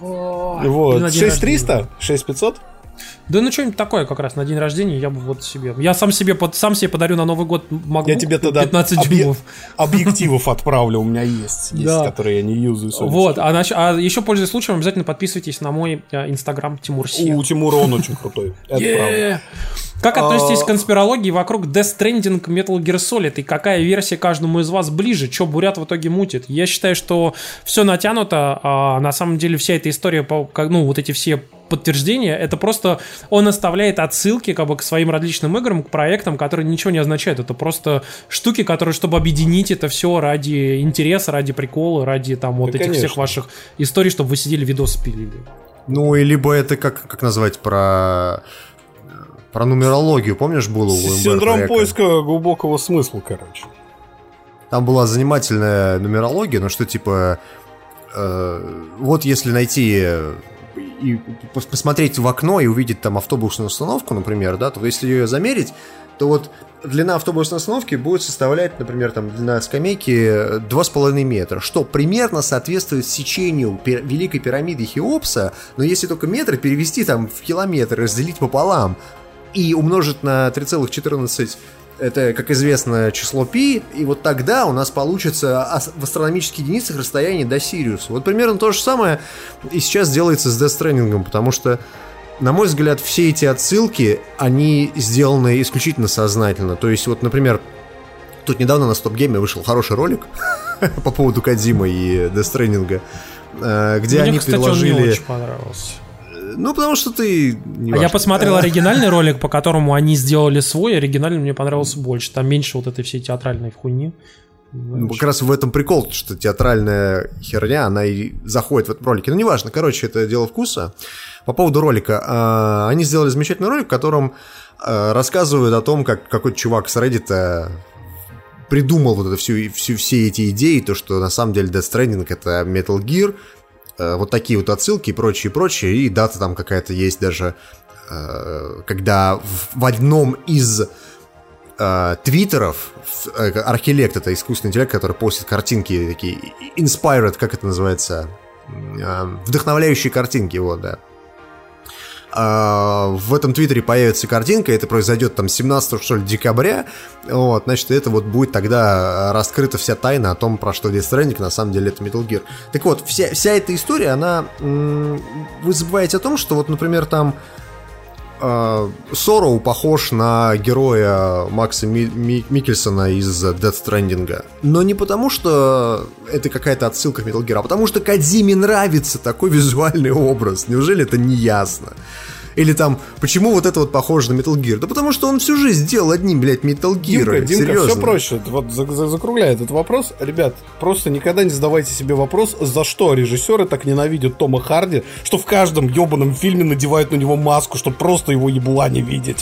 S3: Вот. 6300? 6500?
S4: Да что-нибудь такое как раз на день рождения я бы вот себе... Я сам себе подарю на Новый год MacBook.
S3: Я тебе тогда
S4: 15 дюймов.
S3: Объективов отправлю, у меня есть, которые я не юзаю.
S4: Вот, а еще, пользуясь случаем, обязательно подписывайтесь на мой Инстаграм Тимур Си.
S3: У Тимура он очень крутой, это правда.
S4: Как относитесь к конспирологии вокруг Death Stranding Metal Gear Solid? И какая версия каждому из вас ближе? Чё Бурят в итоге мутит? Я считаю, что все натянуто, а на самом деле вся эта история, вот эти все подтверждения, это просто он оставляет отсылки к своим различным играм, к проектам, которые ничего не означают. Это просто штуки, которые, чтобы объединить это все ради интереса, ради прикола, ради этих всех ваших историй, чтобы вы сидели видос пилили.
S2: И либо это как назвать про нумерологию, помнишь, было у МБР
S3: синдром
S2: проекта?
S3: Поиска глубокого смысла, короче.
S2: Там была занимательная нумерология, но что типа вот если найти и посмотреть в окно и увидеть там автобусную остановку, например, да, то если ее замерить, то вот длина автобусной остановки будет составлять, например, там длина скамейки 2,5 метра, что примерно соответствует сечению Великой пирамиды Хеопса, но если только метр перевести там в километр, разделить пополам и умножить на 3,14, это, как известно, число π, и вот тогда у нас получится в астрономических единицах расстояние до Сириуса. Вот примерно то же самое и сейчас делается с Death Stranding, потому что на мой взгляд, все эти отсылки, они сделаны исключительно сознательно. То есть, вот, например, тут недавно на Stop Game вышел хороший ролик по поводу Кодзимы и Death Stranding, где они переложили...
S4: Мне, кстати, он не очень понравился.
S2: Ну, потому что ты...
S4: Я посмотрел оригинальный ролик, по которому они сделали свой. Оригинальный мне понравился больше. Там меньше вот этой всей театральной хуйни.
S2: Ну, как раз в этом прикол, что театральная херня, она и заходит в этом ролике. Ну, неважно, короче, это дело вкуса. По поводу ролика. Они сделали замечательный ролик, в котором рассказывают о том, как какой-то чувак с Reddit придумал вот это все эти идеи, то, что на самом деле Death Stranding — это Metal Gear, вот такие вот отсылки и прочее, и дата там какая-то есть даже, когда в одном из твиттеров Архилект, это искусственный интеллект, который постит картинки такие inspired, как это называется, вдохновляющие картинки, вот, да. В этом твиттере появится картинка, это произойдет там 17 что ли, декабря, вот, значит, это вот будет тогда раскрыта вся тайна о том, про что Death Stranding на самом деле это Metal Gear. Так вот, вся эта история, она... Вы забываете о том, что вот, например, там Сороу похож на героя Макса Миккельсона из Death Stranding. Но не потому, что это какая-то отсылка к Metal Gear, а потому что Кодзиме нравится такой визуальный образ. Неужели это не ясно? Или там, почему вот это вот похоже на Metal Gear? Да потому что он всю жизнь делал одним, блядь, Metal Gear.
S3: Димка, все проще. Вот закругляя этот вопрос. Ребят, просто никогда не задавайте себе вопрос, за что режиссеры так ненавидят Тома Харди, что в каждом ебаном фильме надевают на него маску, чтобы просто его ебла не видеть.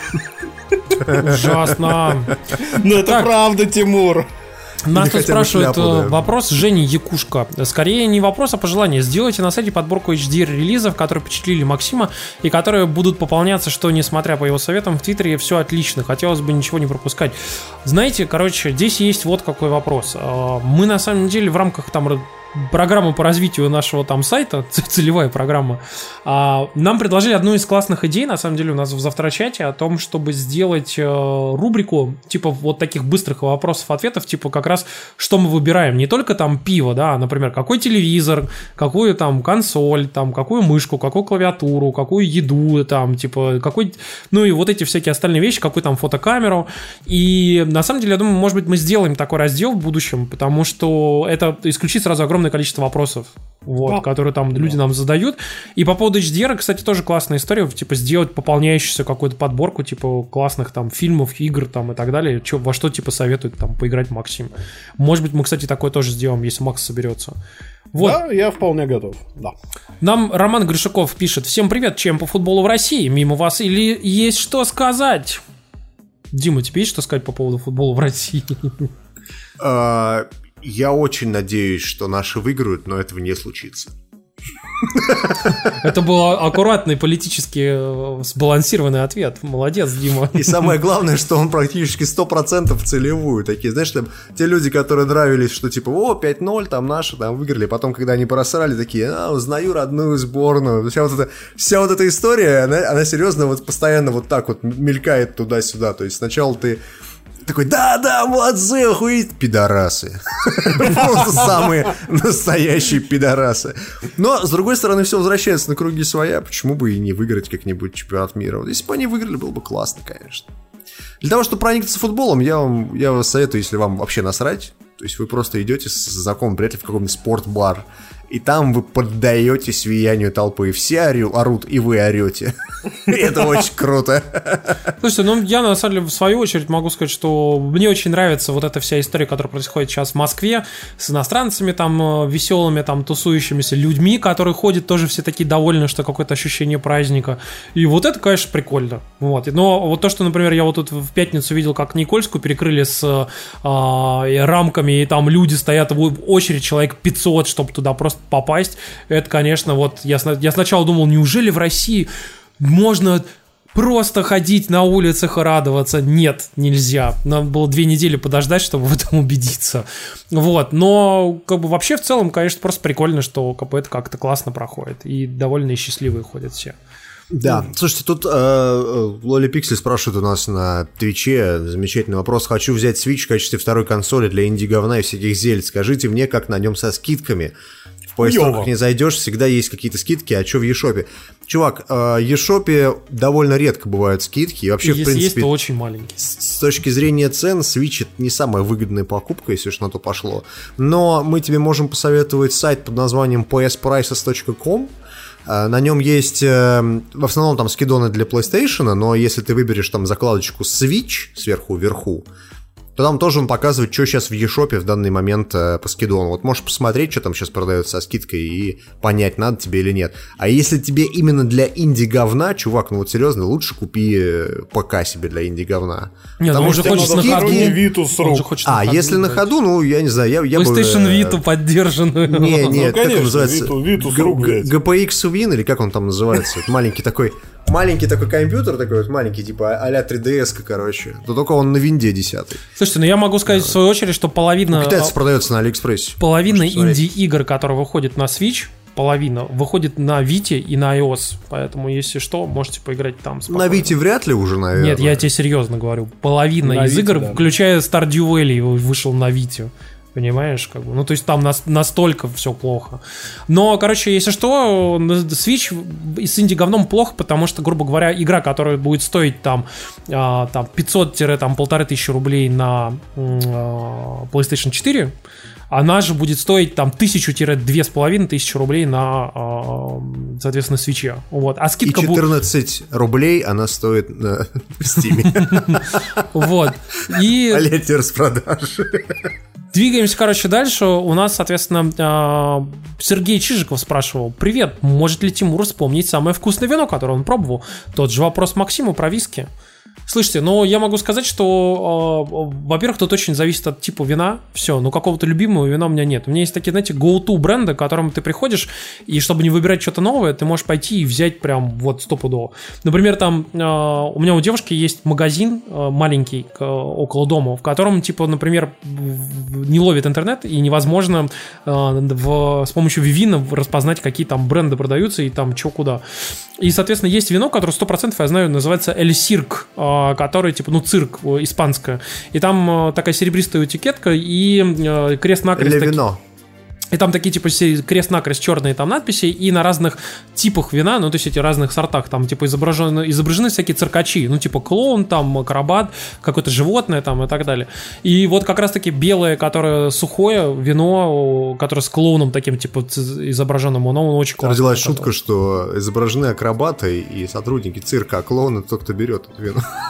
S4: Ужасно.
S3: Но это правда, Тимур.
S4: Нас тут спрашивают вопрос Жени Якушка. Скорее не вопрос, а пожелание. Сделайте на сайте подборку HD-релизов, которые впечатлили Максима и которые будут пополняться, что, несмотря по его советам, в Твиттере все отлично. Хотелось бы ничего не пропускать. Знаете, короче, здесь есть вот какой вопрос. Мы, на самом деле, в рамках там программы по развитию нашего там сайта, целевая программа, нам предложили одну из классных идей, на самом деле, у нас в завтрачате, о том, чтобы сделать рубрику, типа вот таких быстрых вопросов-ответов, типа как раз, что мы выбираем, не только там пиво, да, например, какой телевизор, какую там консоль, там, какую мышку, какую клавиатуру, какую еду, там, типа, какой, ну и вот эти всякие остальные вещи, какую там фотокамеру, и на самом деле, я думаю, может быть, мы сделаем такой раздел в будущем, потому что это исключит сразу огромное количество вопросов, вот, да, которые там люди нам задают. И по поводу HDR, кстати, тоже классная история, типа сделать пополняющуюся какую-то подборку, типа классных там фильмов, игр там и так далее, во что типа советует там поиграть Максим. Может быть, мы, кстати, такое тоже сделаем, если Макс соберется. Вот.
S3: Да, я вполне готов, да.
S4: Нам Роман Гришаков пишет: всем привет, чем по футболу в России? Мимо вас или есть что сказать? Дима, тебе есть что сказать по поводу футбола в России?
S2: Я очень надеюсь, что наши выиграют, но этого не случится.
S4: Это был аккуратный, политически сбалансированный ответ. Молодец, Дима.
S2: И самое главное, что он практически 100% целевую. Такие, знаешь, там, те люди, которые нравились, что типа, 5-0, там наши там выиграли. Потом, когда они просрали, такие, узнаю родную сборную. Вся вот эта история, она серьезно вот постоянно вот так вот мелькает туда-сюда. То есть сначала ты такой, да, молодцы, охуеть, пидорасы. Просто самые настоящие пидорасы. Но, с другой стороны, все возвращается на круги своя. Почему бы и не выиграть как-нибудь чемпионат мира? Вот если бы они выиграли, было бы классно, конечно. Для того, чтобы проникнуться футболом, я вам советую, если вам вообще насрать, то есть вы просто идете с знакомым приятелем в какой-нибудь спортбар, и там вы поддаетесь влиянию толпы, и все орут, и вы орете. Это очень круто.
S4: Слушайте, я на самом деле в свою очередь могу сказать, что мне очень нравится вот эта вся история, которая происходит сейчас в Москве, с иностранцами там веселыми, там тусующимися людьми, которые ходят тоже все такие довольны, что какое-то ощущение праздника. И вот это, конечно, прикольно. Вот. Но вот то, что, например, я вот тут в пятницу видел, как Никольскую перекрыли с рамками, и там люди стоят в очередь, человек 500, чтобы туда просто попасть, это, конечно, вот я сначала думал, неужели в России можно просто ходить на улицах и радоваться? Нет, нельзя. Нам было 2 недели подождать, чтобы в этом убедиться. Вот, но как бы вообще в целом, конечно, просто прикольно, что это как-то классно проходит, и довольно счастливые ходят все.
S2: Да, слушайте, тут Лоли Пиксель спрашивает у нас на Твиче замечательный вопрос. Хочу взять Switch в качестве второй консоли для инди-говна и всяких зель. Скажите мне, как на нем со скидками. в Play Store не зайдешь, всегда есть какие-то скидки, а что в eShop? Чувак, в eShop довольно редко бывают скидки, и вообще,
S4: если
S2: в принципе,
S4: есть, то очень маленький.
S2: С точки зрения цен, Switch это не самая выгодная покупка, если уж на то пошло. Но мы тебе можем посоветовать сайт под названием psprices.com. На нем есть в основном там скидоны для PlayStation, но если ты выберешь там закладочку Switch сверху вверху, то там тоже он показывает, что сейчас в eShop в данный момент по скидону. Вот можешь посмотреть, что там сейчас продается со скидкой, и понять, надо тебе или нет. А если тебе именно для инди-говна, чувак, ну вот серьезно, лучше купи ПК себе для инди-говна.
S4: Нет, он же хочет на ходу.
S2: Если на ходу, ну, я не знаю, я
S4: PlayStation Vita поддержанную.
S2: Нет, как он называется? GPX Win, или как он там называется? Маленький такой компьютер, такой вот маленький, типа а-ля 3DS, короче. Но только он на винде 10.
S4: Слушайте, ну я могу сказать в свою очередь, что половина...
S2: Китайцы продается на Алиэкспрессе.
S4: Половина инди-игр, которые выходят на Switch, половина выходит на Vita и на iOS. Поэтому, если что, можете поиграть там спокойно.
S2: На Vita вряд ли уже, наверное.
S4: Нет, я тебе серьезно говорю. Половина из игр, включая Stardew Valley, вышел на Vita. Понимаешь, как бы. Ну, то есть там настолько все плохо. Но, короче, если что, Switch с инди-говном плохо, потому что, грубо говоря, игра, которая будет стоить там 500-1500 рублей на PlayStation 4, она же будет стоить там 1000-2500 рублей на, соответственно, Switch. Вот. А скидка
S2: и 14 рублей она стоит в Steam.
S4: Вот. И...
S2: Олете распродажи.
S4: Двигаемся, короче, дальше. У нас, соответственно, Сергей Чижиков спрашивал: привет, может ли Тимур вспомнить самое вкусное вино, которое он пробовал? Тот же вопрос Максиму про виски. Слушайте, ну я могу сказать, что, во-первых, тут очень зависит от типа вина. Все, но какого-то любимого вина у меня нет. У меня есть такие, знаете, go-to бренды, к которым ты приходишь, и чтобы не выбирать что-то новое, ты можешь пойти и взять прям вот стопудово. Например, там у меня у девушки есть магазин маленький около дома, в котором, типа, например, не ловит интернет, и невозможно с помощью Vivino распознать, какие там бренды продаются и там что куда. И, соответственно, есть вино, которое 100% я знаю, называется El Cirque, который, типа, ну, цирк, испанское. И там такая серебристая этикетка и крест-накрест.
S2: Или вино.
S4: И там такие, типа, крест-накрест черные там надписи, и на разных типах вина, ну, то есть эти разных сортах, там, типа, изображены всякие циркачи, ну, типа, клоун, там, акробат, какое-то животное, там, и так далее. И вот как раз-таки белое, которое сухое вино, которое с клоуном таким, типа, изображенным, оно очень классное.
S2: Родилась шутка, что изображены акробаты и сотрудники цирка, а клоун — это тот, кто берет это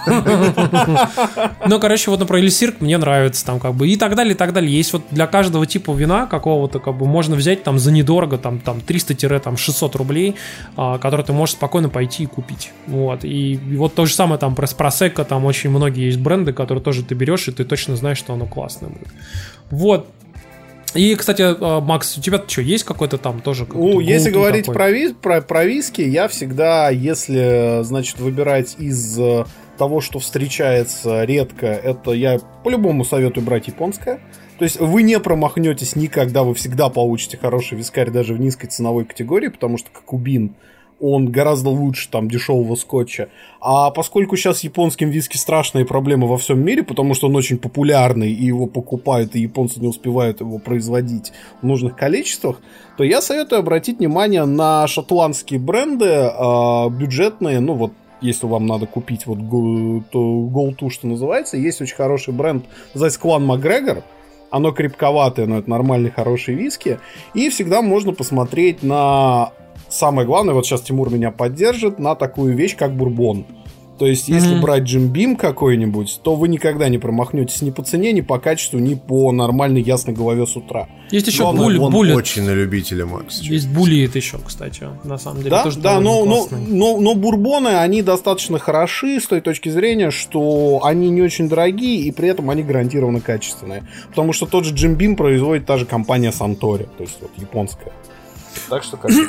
S2: вино.
S4: Ну, короче, вот, например, Эльсирк мне нравится, там, как бы, и так далее, и так далее. Есть вот для каждого типа вина какого-то, как бы, можно взять там за недорого, там 300-600 рублей, который ты можешь спокойно пойти и купить. Вот. И вот то же самое там с Prosecco, там очень многие есть бренды, которые тоже ты берешь, и ты точно знаешь, что оно классное будет. Вот. И, кстати, Макс, у тебя что, есть какой-то там тоже?
S3: Ну, если говорить про виски, я всегда, если, значит, выбирать из того, что встречается редко, это я по-любому советую брать японское. То есть вы не промахнетесь никогда, вы всегда получите хороший вискарь даже в низкой ценовой категории, потому что Кокубин, он гораздо лучше там дешевого скотча. А поскольку сейчас с японским виски страшные проблемы во всем мире, потому что он очень популярный, и его покупают, и японцы не успевают его производить в нужных количествах, то я советую обратить внимание на шотландские бренды, бюджетные, ну вот, если вам надо купить вот Go-To, что называется, есть очень хороший бренд, называется Клан Макгрегор. Оно крепковатое, но это нормальные, хорошие виски. И всегда можно посмотреть на... Самое главное, вот сейчас Тимур меня поддержит, на такую вещь, как бурбон. То есть, если брать Jim Beam какой-нибудь, то вы никогда не промахнетесь ни по цене, ни по качеству, ни по нормальной ясной голове с утра.
S4: Есть еще
S2: он очень на любителя, Макс.
S4: Есть буллит еще, кстати, на самом деле.
S3: Да,
S4: тоже
S3: да, но бурбоны, они достаточно хороши с той точки зрения, что они не очень дорогие, и при этом они гарантированно качественные. Потому что тот же Jim Beam производит та же компания Suntory, то есть вот японская. Так что как...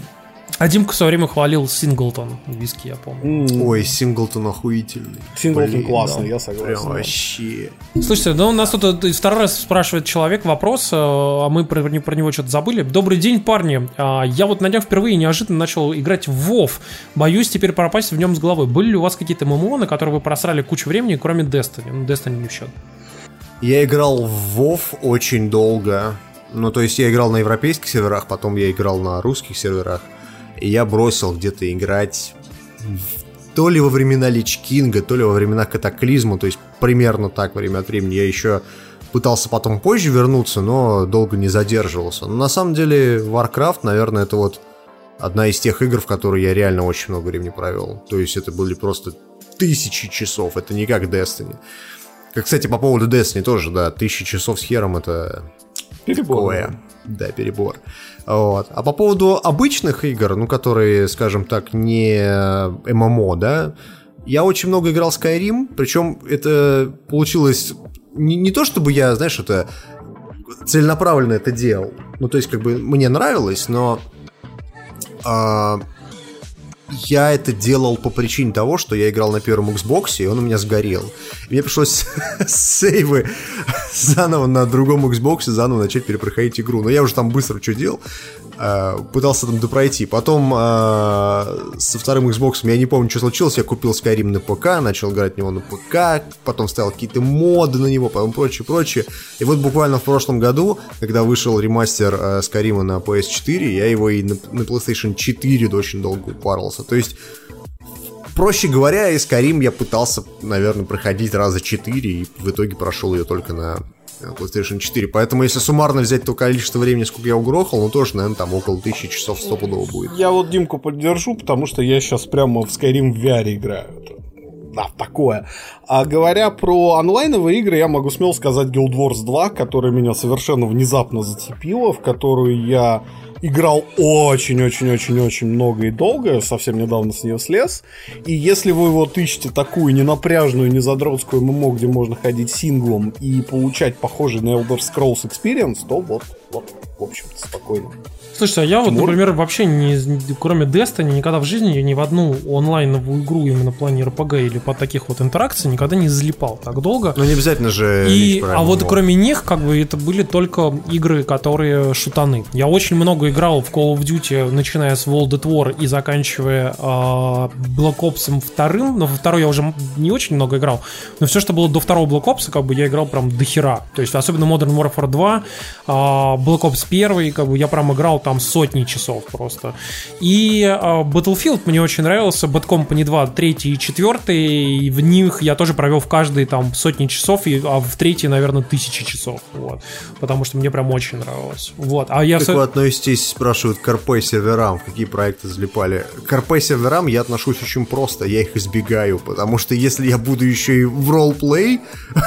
S4: А Димка в свое время хвалил Синглтон виски, я помню.
S2: Ой, Синглтон охуительный.
S3: Синглтон классный, да. Я согласен.
S2: Прям вообще.
S4: Слушайте, ну у нас тут второй раз спрашивает человек вопрос, а мы про него что-то забыли. Добрый день, парни. Я вот на днях впервые неожиданно начал играть в WoW. Боюсь теперь пропасть в нем с головой. Были ли у вас какие-то ММО, на которые вы просрали кучу времени, кроме Destiny? Ну, Destiny не в счет.
S2: Я играл в WoW очень долго. Ну, то есть я играл на европейских серверах, потом я играл на русских серверах, и я бросил где-то играть то ли во времена Лич Кинга, то ли во времена Катаклизма, то есть примерно так время от времени. Я еще пытался потом позже вернуться, но долго не задерживался. Но на самом деле Warcraft, наверное, это вот одна из тех игр, в которые я реально очень много времени провел. То есть это были просто тысячи часов, это не как Destiny. Кстати, по поводу Destiny тоже, да, 1000 часов с хером это...
S3: Перебор.
S2: Такое. Да, перебор. Вот. А по поводу обычных игр, ну, которые, скажем так, не ММО, да, я очень много играл в Skyrim, причем это получилось не то, чтобы я, знаешь, это целенаправленно это делал. Ну, то есть, как бы, мне нравилось, но я это делал по причине того, что я играл на первом Xbox, и он у меня сгорел. И мне пришлось сейвы заново на другом Xbox заново начать перепроходить игру. Но я уже там быстро что делал, пытался там допройти. Потом со вторым Xbox, я не помню, что случилось, я купил Skyrim на ПК, начал играть в него на ПК, потом ставил какие-то моды на него, потом прочее. И вот буквально в прошлом году, когда вышел ремастер Skyrim на PS4, я его и на PlayStation 4 очень долго упарывался. То есть, проще говоря, и Skyrim я пытался, наверное, проходить раза 4, и в итоге прошел ее только на PlayStation 4. Поэтому, если суммарно взять то количество времени, сколько я угрохал, ну тоже, наверное, там около 1000 часов стопудово будет.
S3: Я вот Димку поддержу, потому что я сейчас прямо в Skyrim в VR играю. Да, такое. А говоря про онлайновые игры, я могу смело сказать Guild Wars 2, которая меня совершенно внезапно зацепила, в которую я играл очень-очень-очень-очень много и долго, совсем недавно с нее слез. И если вы вот ищете такую ненапряжную, незадротскую ММО, где можно ходить синглом и получать похожий на Elder Scrolls Experience, то вот, в общем-то, спокойно.
S4: Слушай, а я вот, например, вообще, кроме Destiny, никогда в жизни ни в одну онлайновую игру именно в плане RPG или по таких вот интеракций никогда не залипал так долго.
S2: Ну, не обязательно же...
S4: А вот кроме них, как бы, это были только игры, которые шутаны. Я очень много играл в Call of Duty, начиная с World at War и заканчивая Black Ops 2, но во второй я уже не очень много играл, но все, что было до второго Black Ops, как бы, я играл прям до хера. То есть, особенно Modern Warfare 2, Black Ops 1, как бы, я прям играл там сотни часов просто. И Battlefield мне очень нравился, Bad Company 2, 3 и 4, и в них я тоже провел в каждой там сотни часов, а в третьей, наверное, 1000 часов. Вот. Потому что мне прям очень нравилось. Вот. А я...
S2: Как вы относитесь, спрашивают, к РП серверам, в какие проекты залипали? К РП серверам я отношусь очень просто, я их избегаю, потому что если я буду еще и в ролл-плей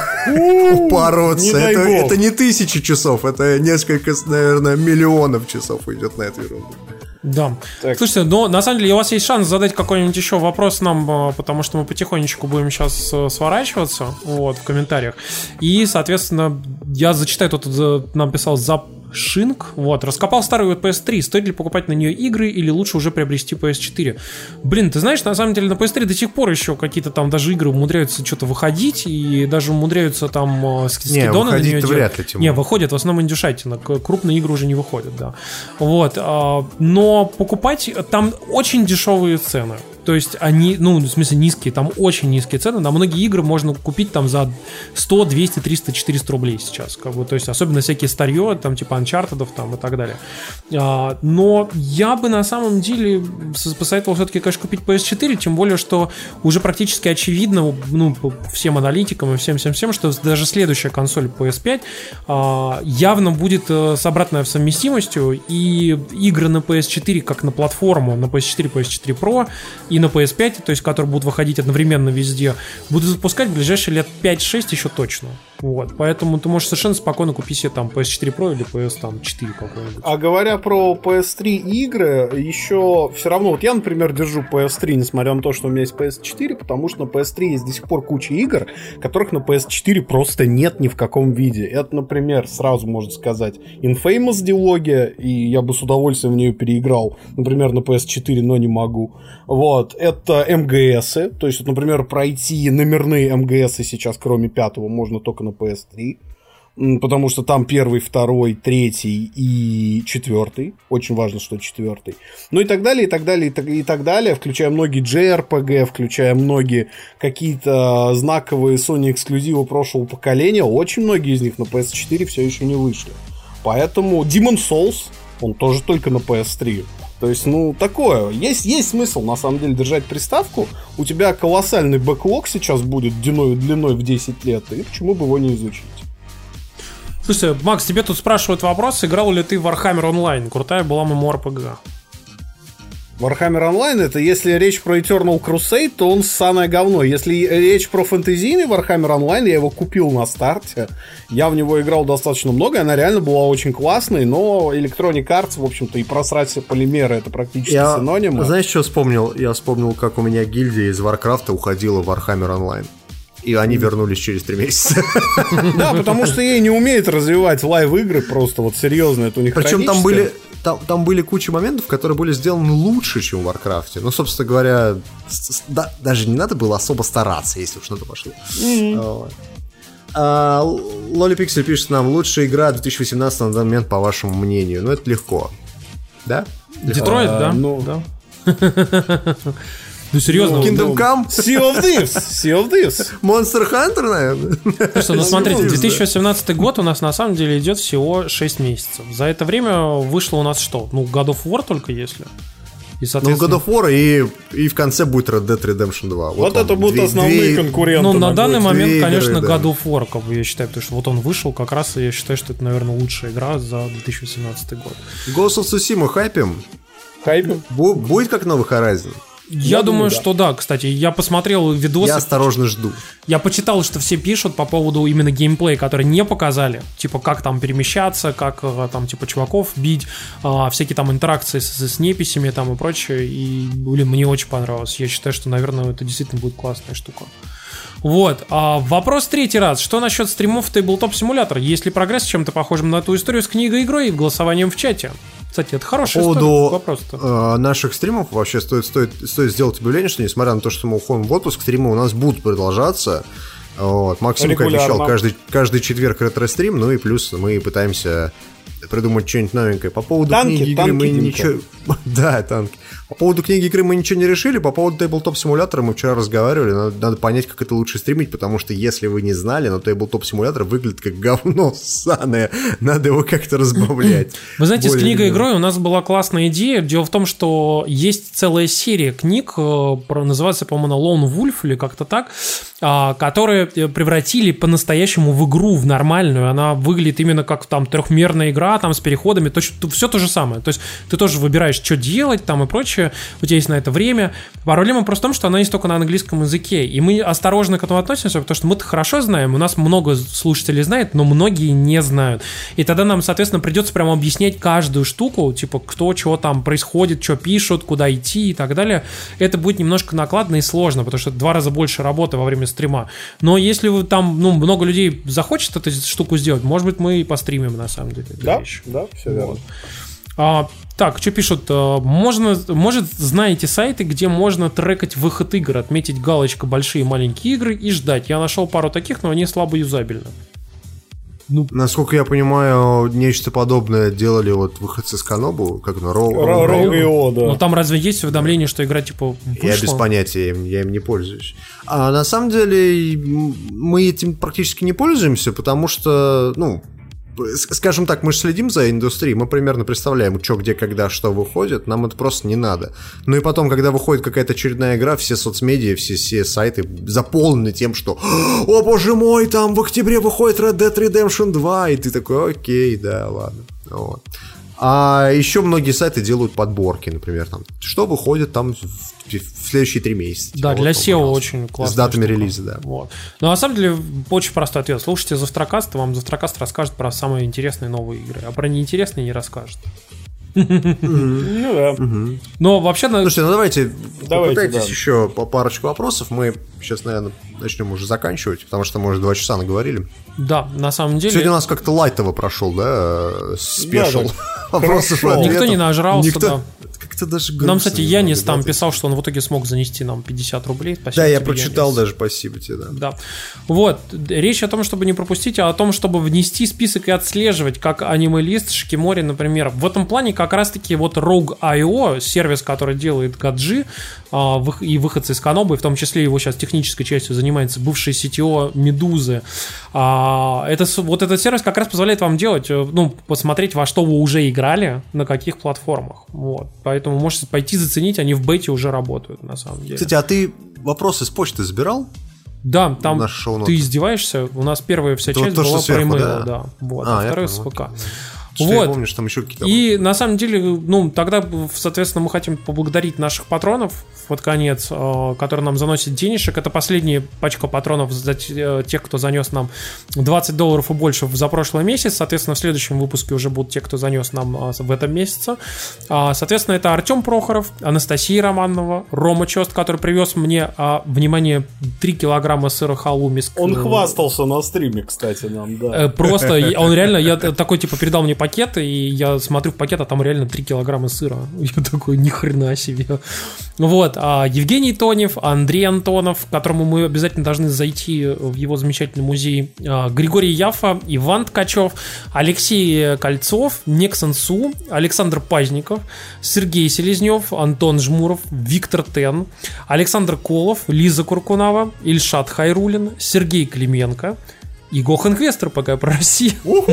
S2: упарываться, это не 1000 часов, это несколько, наверное, миллионов часов идет на эту ерунду.
S4: Да. Так. Слушайте, но на самом деле у вас есть шанс задать какой-нибудь еще вопрос нам, потому что мы потихонечку будем сейчас сворачиваться вот, в комментариях. И, соответственно, я зачитаю, тут нам писал Шинк, вот, раскопал старую PS3, стоит ли покупать на нее игры или лучше уже приобрести PS4? Блин, ты знаешь, на самом деле на PS3 до сих пор еще какие-то там даже игры умудряются что-то выходить и даже умудряются там скидоны на нее делать. Не, выходят в основном индюшатина, крупные игры уже не выходят, да. Вот, но покупать там очень дешевые цены. То есть они, ну, в смысле низкие, там очень низкие цены. На многие игры можно купить там за 100, 200, 300, 400 рублей сейчас. Как бы, то есть особенно всякие старье, там типа Uncharted там, и так далее. Но я бы на самом деле посоветовал все-таки, конечно, купить PS4, тем более, что уже практически очевидно, ну, всем аналитикам и всем, что даже следующая консоль PS5 явно будет с обратной совместимостью, и игры на PS4 как на платформу, на PS4, PS4 Pro и на PS5, то есть, которые будут выходить одновременно везде, будут запускать в ближайшие лет 5-6 еще точно. Вот, поэтому ты можешь совершенно спокойно купить себе там PS4 Pro или PS4 какой-нибудь. А
S3: говоря про PS3 игры, еще все равно, вот я, например, держу PS3, несмотря на то, что у меня есть PS4, потому что на PS3 есть до сих пор куча игр, которых на PS4 просто нет ни в каком виде. Это, например, сразу можно сказать Infamous дилогия, и я бы с удовольствием в нее переиграл, например, на PS4, но не могу. Вот, это МГСы, то есть, например, пройти номерные МГСы сейчас, кроме 5-го, можно только на PS3, потому что там 1, 2, 3 и 4, очень важно, что 4, ну и так далее, и так далее, и так далее, включая многие JRPG, включая многие какие-то знаковые Sony эксклюзивы прошлого поколения, очень многие из них на PS4 все еще не вышли. Поэтому Demon's Souls, он тоже только на PS3. То есть, такое. Есть смысл, на самом деле, держать приставку. У тебя колоссальный бэклог сейчас будет длиной в 10 лет, и почему бы его не изучить?
S4: Слушай, Макс, тебе тут спрашивают вопрос, играл ли ты в Warhammer Online? Крутая была MMORPG.
S3: Warhammer Online, это если речь про Eternal Crusade, то он ссаное говно. Если речь про фэнтезийный Warhammer Online, я его купил на старте. Я в него играл достаточно много, она реально была очень классной, но Electronic Arts, в общем-то, и просрать все полимеры, это практически синонимы.
S2: Знаешь, что вспомнил? Я вспомнил, как у меня гильдия из Warcraft уходила в Warhammer Online. И они вернулись через 3 месяца.
S3: Да, потому что ей не умеют развивать лайв-игры, просто вот серьезно, это у них
S2: причем там были куча моментов, которые были сделаны лучше, чем в Warcraft. Ну, собственно говоря, даже не надо было особо стараться, если уж на то пошло. Лоли Пиксель пишет нам: лучшая игра 2018 на данный момент, по вашему мнению. Ну, это легко. Да?
S4: Детройт, да? Да. Ну, серьезно.
S2: Kingdom Come?
S3: Sea of Thieves.
S2: Monster Hunter, наверное.
S4: Слушай, смотрите, 2018 год у нас на самом деле идет всего 6 месяцев. За это время вышло у нас что? God of War только если. И,
S2: God of War и в конце будет Red Dead Redemption 2.
S3: Вот это будут основные конкуренты.
S4: Ну, на данный момент, конечно, God of War, как бы я считаю, потому что вот он вышел как раз, и я считаю, что это, наверное, лучшая игра за 2018 год.
S2: Ghost of Tsushima хайпим? Будет как новый Horizon?
S4: Я думаю, что да. Кстати, я посмотрел видосы.
S2: Я осторожно жду.
S4: Я почитал, что все пишут по поводу именно геймплея, который не показали. Типа, как там перемещаться, как там, типа, чуваков бить, всякие там интеракции с неписями там и прочее. И, мне очень понравилось. Я считаю, что, наверное, это действительно будет классная штука. Вот. Вопрос 3-й раз. Что насчет стримов Tabletop Simulator? Есть ли прогресс чем-то похожим на ту историю с книгой-игрой и голосованием в чате? Кстати, это хороший вопрос.
S2: По поводу наших стримов вообще стоит сделать объявление, что несмотря на то, что мы уходим в отпуск, стримы у нас будут продолжаться. Вот. Максим, как обещал, каждый четверг ретро-стрим, ну и плюс мы пытаемся придумать что-нибудь новенькое. По поводу книги игры мы ничего... Да, танки. По поводу книги игры мы ничего не решили. По поводу Tabletop Simulator мы вчера разговаривали. Надо понять, как это лучше стримить, потому что, если вы не знали, но Tabletop Simulator выглядит как говно ссаное. Надо его как-то разбавлять.
S4: Вы знаете, с книгой игрой у нас была классная идея. Дело в том, что есть целая серия книг, называется, по-моему, Lone Wolf или как-то так, которые превратили по-настоящему в игру, в нормальную. Она выглядит именно как там трехмерная игра, там с переходами, все то же самое. То есть ты тоже выбираешь, что делать там и прочее. У тебя есть на это время. Проблема просто в том, что она есть только на английском языке. И мы осторожно к этому относимся, потому что мы-то хорошо знаем, у нас много слушателей знает, но многие не знают. И тогда нам, соответственно, придется прямо объяснять каждую штуку, типа, кто, чего там происходит, что пишут, куда идти и так далее. Это будет немножко накладно и сложно, потому что 2 раза больше работы во время стрима. Но если вы там, много людей захочет эту штуку сделать, может быть, мы и постримим, на самом деле.
S3: Да, все верно.
S4: Так, что пишут? Может, знаете сайты, где можно трекать выход игр, отметить галочка большие и маленькие игры и ждать. Я нашел пару таких, но они слабо юзабельны.
S2: Насколько я понимаю, нечто подобное делали вот выходцы с Канобу, как на
S3: Rogue.io, да.
S4: Но там разве есть уведомление, что игра типа вышла?
S2: Я без понятия, я им не пользуюсь. А на самом деле мы этим практически не пользуемся, потому что, скажем так, мы же следим за индустрией, мы примерно представляем, что, где, когда, что выходит, нам это просто не надо. Ну и потом, когда выходит какая-то очередная игра, все соцмедиа, все сайты заполнены тем, что «О, боже мой, там в октябре выходит Red Dead Redemption 2», и ты такой «Окей, да, ладно». Вот. А еще многие сайты делают подборки, например, там, что выходит там в следующие 3 месяца.
S4: Да, для SEO очень классно.
S2: С датами релиза, да.
S4: Вот. Но на самом деле очень простой ответ. Слушайте Завтракаст, вам Завтракаст расскажет про самые интересные новые игры, а про неинтересные не расскажет.
S3: Ну да.
S4: Но вообще...
S2: Слушайте, давайте попытайтесь еще по парочку вопросов. Мы сейчас, наверное, начнем уже заканчивать, потому что мы уже 2 часа наговорили.
S4: Да, на самом деле...
S2: Сегодня у нас как-то лайтово прошел, да, спешл вопросов и ответов.
S4: Никто не нажрался, да.
S2: Как-то даже грустно.
S4: Нам, кстати, Янис там писал, что он в итоге смог занести нам 50 рублей. Спасибо.
S2: Да, я прочитал даже, спасибо тебе, да.
S4: Да. Вот, речь о том, чтобы не пропустить, а о том, чтобы внести список и отслеживать, как аниме-лист, Шикимори, например. В этом плане как раз-таки вот Rogue.io, сервис, который делает гаджи и выходцы из Канобы, в том числе его сейчас технической частью занимается бывший CTO Медузы. Вот этот сервис как раз позволяет вам делать, посмотреть, во что вы уже играли, на каких платформах. Вот. Поэтому можете пойти заценить, они в бете уже работают, на самом деле.
S2: Кстати, а ты вопросы с почты забирал?
S4: Да, там ты издеваешься. У нас первая вся часть была про email, да. Вот, а вторая с ВК.
S2: Вот. Я помню, что там еще какие-то...
S4: И на самом деле, тогда, соответственно, мы хотим поблагодарить наших патронов под конец, которые нам заносят денежек. Это последняя пачка патронов за тех, кто занес нам $20 и больше за прошлый месяц. Соответственно, в следующем выпуске уже будут те, кто занес нам в этом месяце. Соответственно, это Артем Прохоров, Анастасия Романова, Рома Чост, который привез мне, внимание, 3 килограмма сыра халуми.
S3: Он хвастался на стриме, кстати, нам, да.
S4: Просто, он реально, я такой, передал мне пакет, и я смотрю в пакет, а там реально 3 килограмма сыра. Я такой, ни хрена себе. Вот, Евгений Тонев, Андрей Антонов, к которому мы обязательно должны зайти в его замечательный музей, Григорий Яфа, Иван Ткачев, Алексей Кольцов, Нексон Су, Александр Пазников, Сергей Селезнев, Антон Жмуров, Виктор Тен, Александр Колов, Лиза Куркунова, Ильшат Хайрулин, Сергей Клименко и Гохан Квестер, пока про Россию.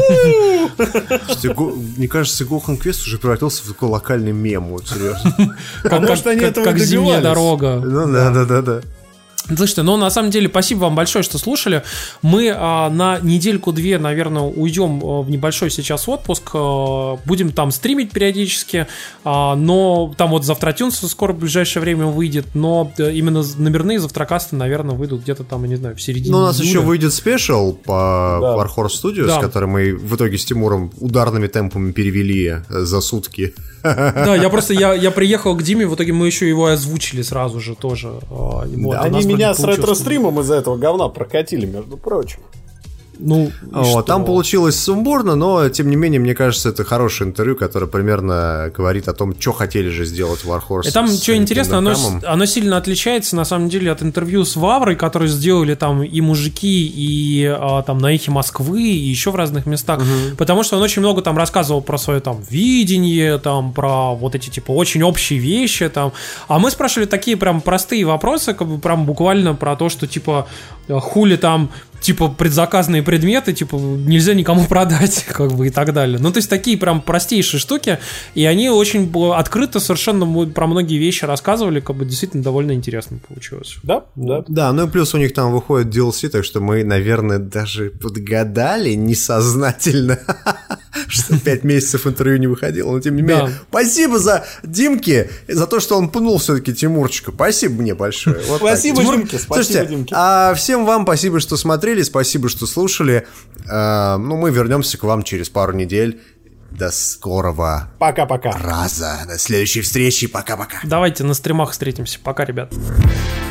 S2: Мне кажется, Гохан Квест уже превратился в такой локальный мем, вот серьезно.
S4: Как зимняя дорога.
S2: Ну да.
S4: Слушайте, на самом деле, спасибо вам большое, что слушали. Мы на недельку-две, наверное, уйдем в небольшой сейчас отпуск. Будем там стримить периодически. Но там вот Завтратюнс скоро в ближайшее время выйдет. Но именно номерные завтракасты, наверное, выйдут где-то там, я не знаю, в середине июля.
S2: У нас еще выйдет спешл по Warhorse Studios, который мы в итоге с Тимуром ударными темпами перевели за сутки.
S4: Да, я приехал к Диме, в итоге мы еще его озвучили сразу же тоже.
S3: Они меня с ретро-стримом из-за этого говна прокатили, между прочим.
S2: Там получилось сумбурно, но тем не менее, мне кажется, это хорошее интервью, которое примерно говорит о том, что хотели же сделать Warhorse.
S4: И там, что интересно, оно сильно отличается, на самом деле, от интервью с Ваврой, которые сделали там и мужики, и там на Эхе Москвы, и еще в разных местах, потому что он очень много там рассказывал про свое там видение, там про вот эти типа очень общие вещи там, а мы спрашивали такие прям простые вопросы, как бы прям буквально про то, что типа хули там типа предзаказанные предметы, типа нельзя никому продать, как бы, и так далее. То есть такие прям простейшие штуки, и они очень открыто совершенно про многие вещи рассказывали, как бы действительно довольно интересно получилось.
S3: Да.
S2: И плюс у них там выходит DLC, так что мы, наверное, даже подгадали несознательно, что 5 месяцев интервью не выходило, но тем не менее, спасибо за Димке, за то, что он пнул все-таки Тимурчика. Спасибо мне большое.
S3: Спасибо, Димке.
S2: Слушайте, а всем вам спасибо, что смотрели, спасибо, что слушали. Мы вернемся к вам через пару недель. До скорого.
S3: Пока-пока.
S2: До следующей встречи. Пока-пока.
S4: Давайте на стримах встретимся. Пока, ребят.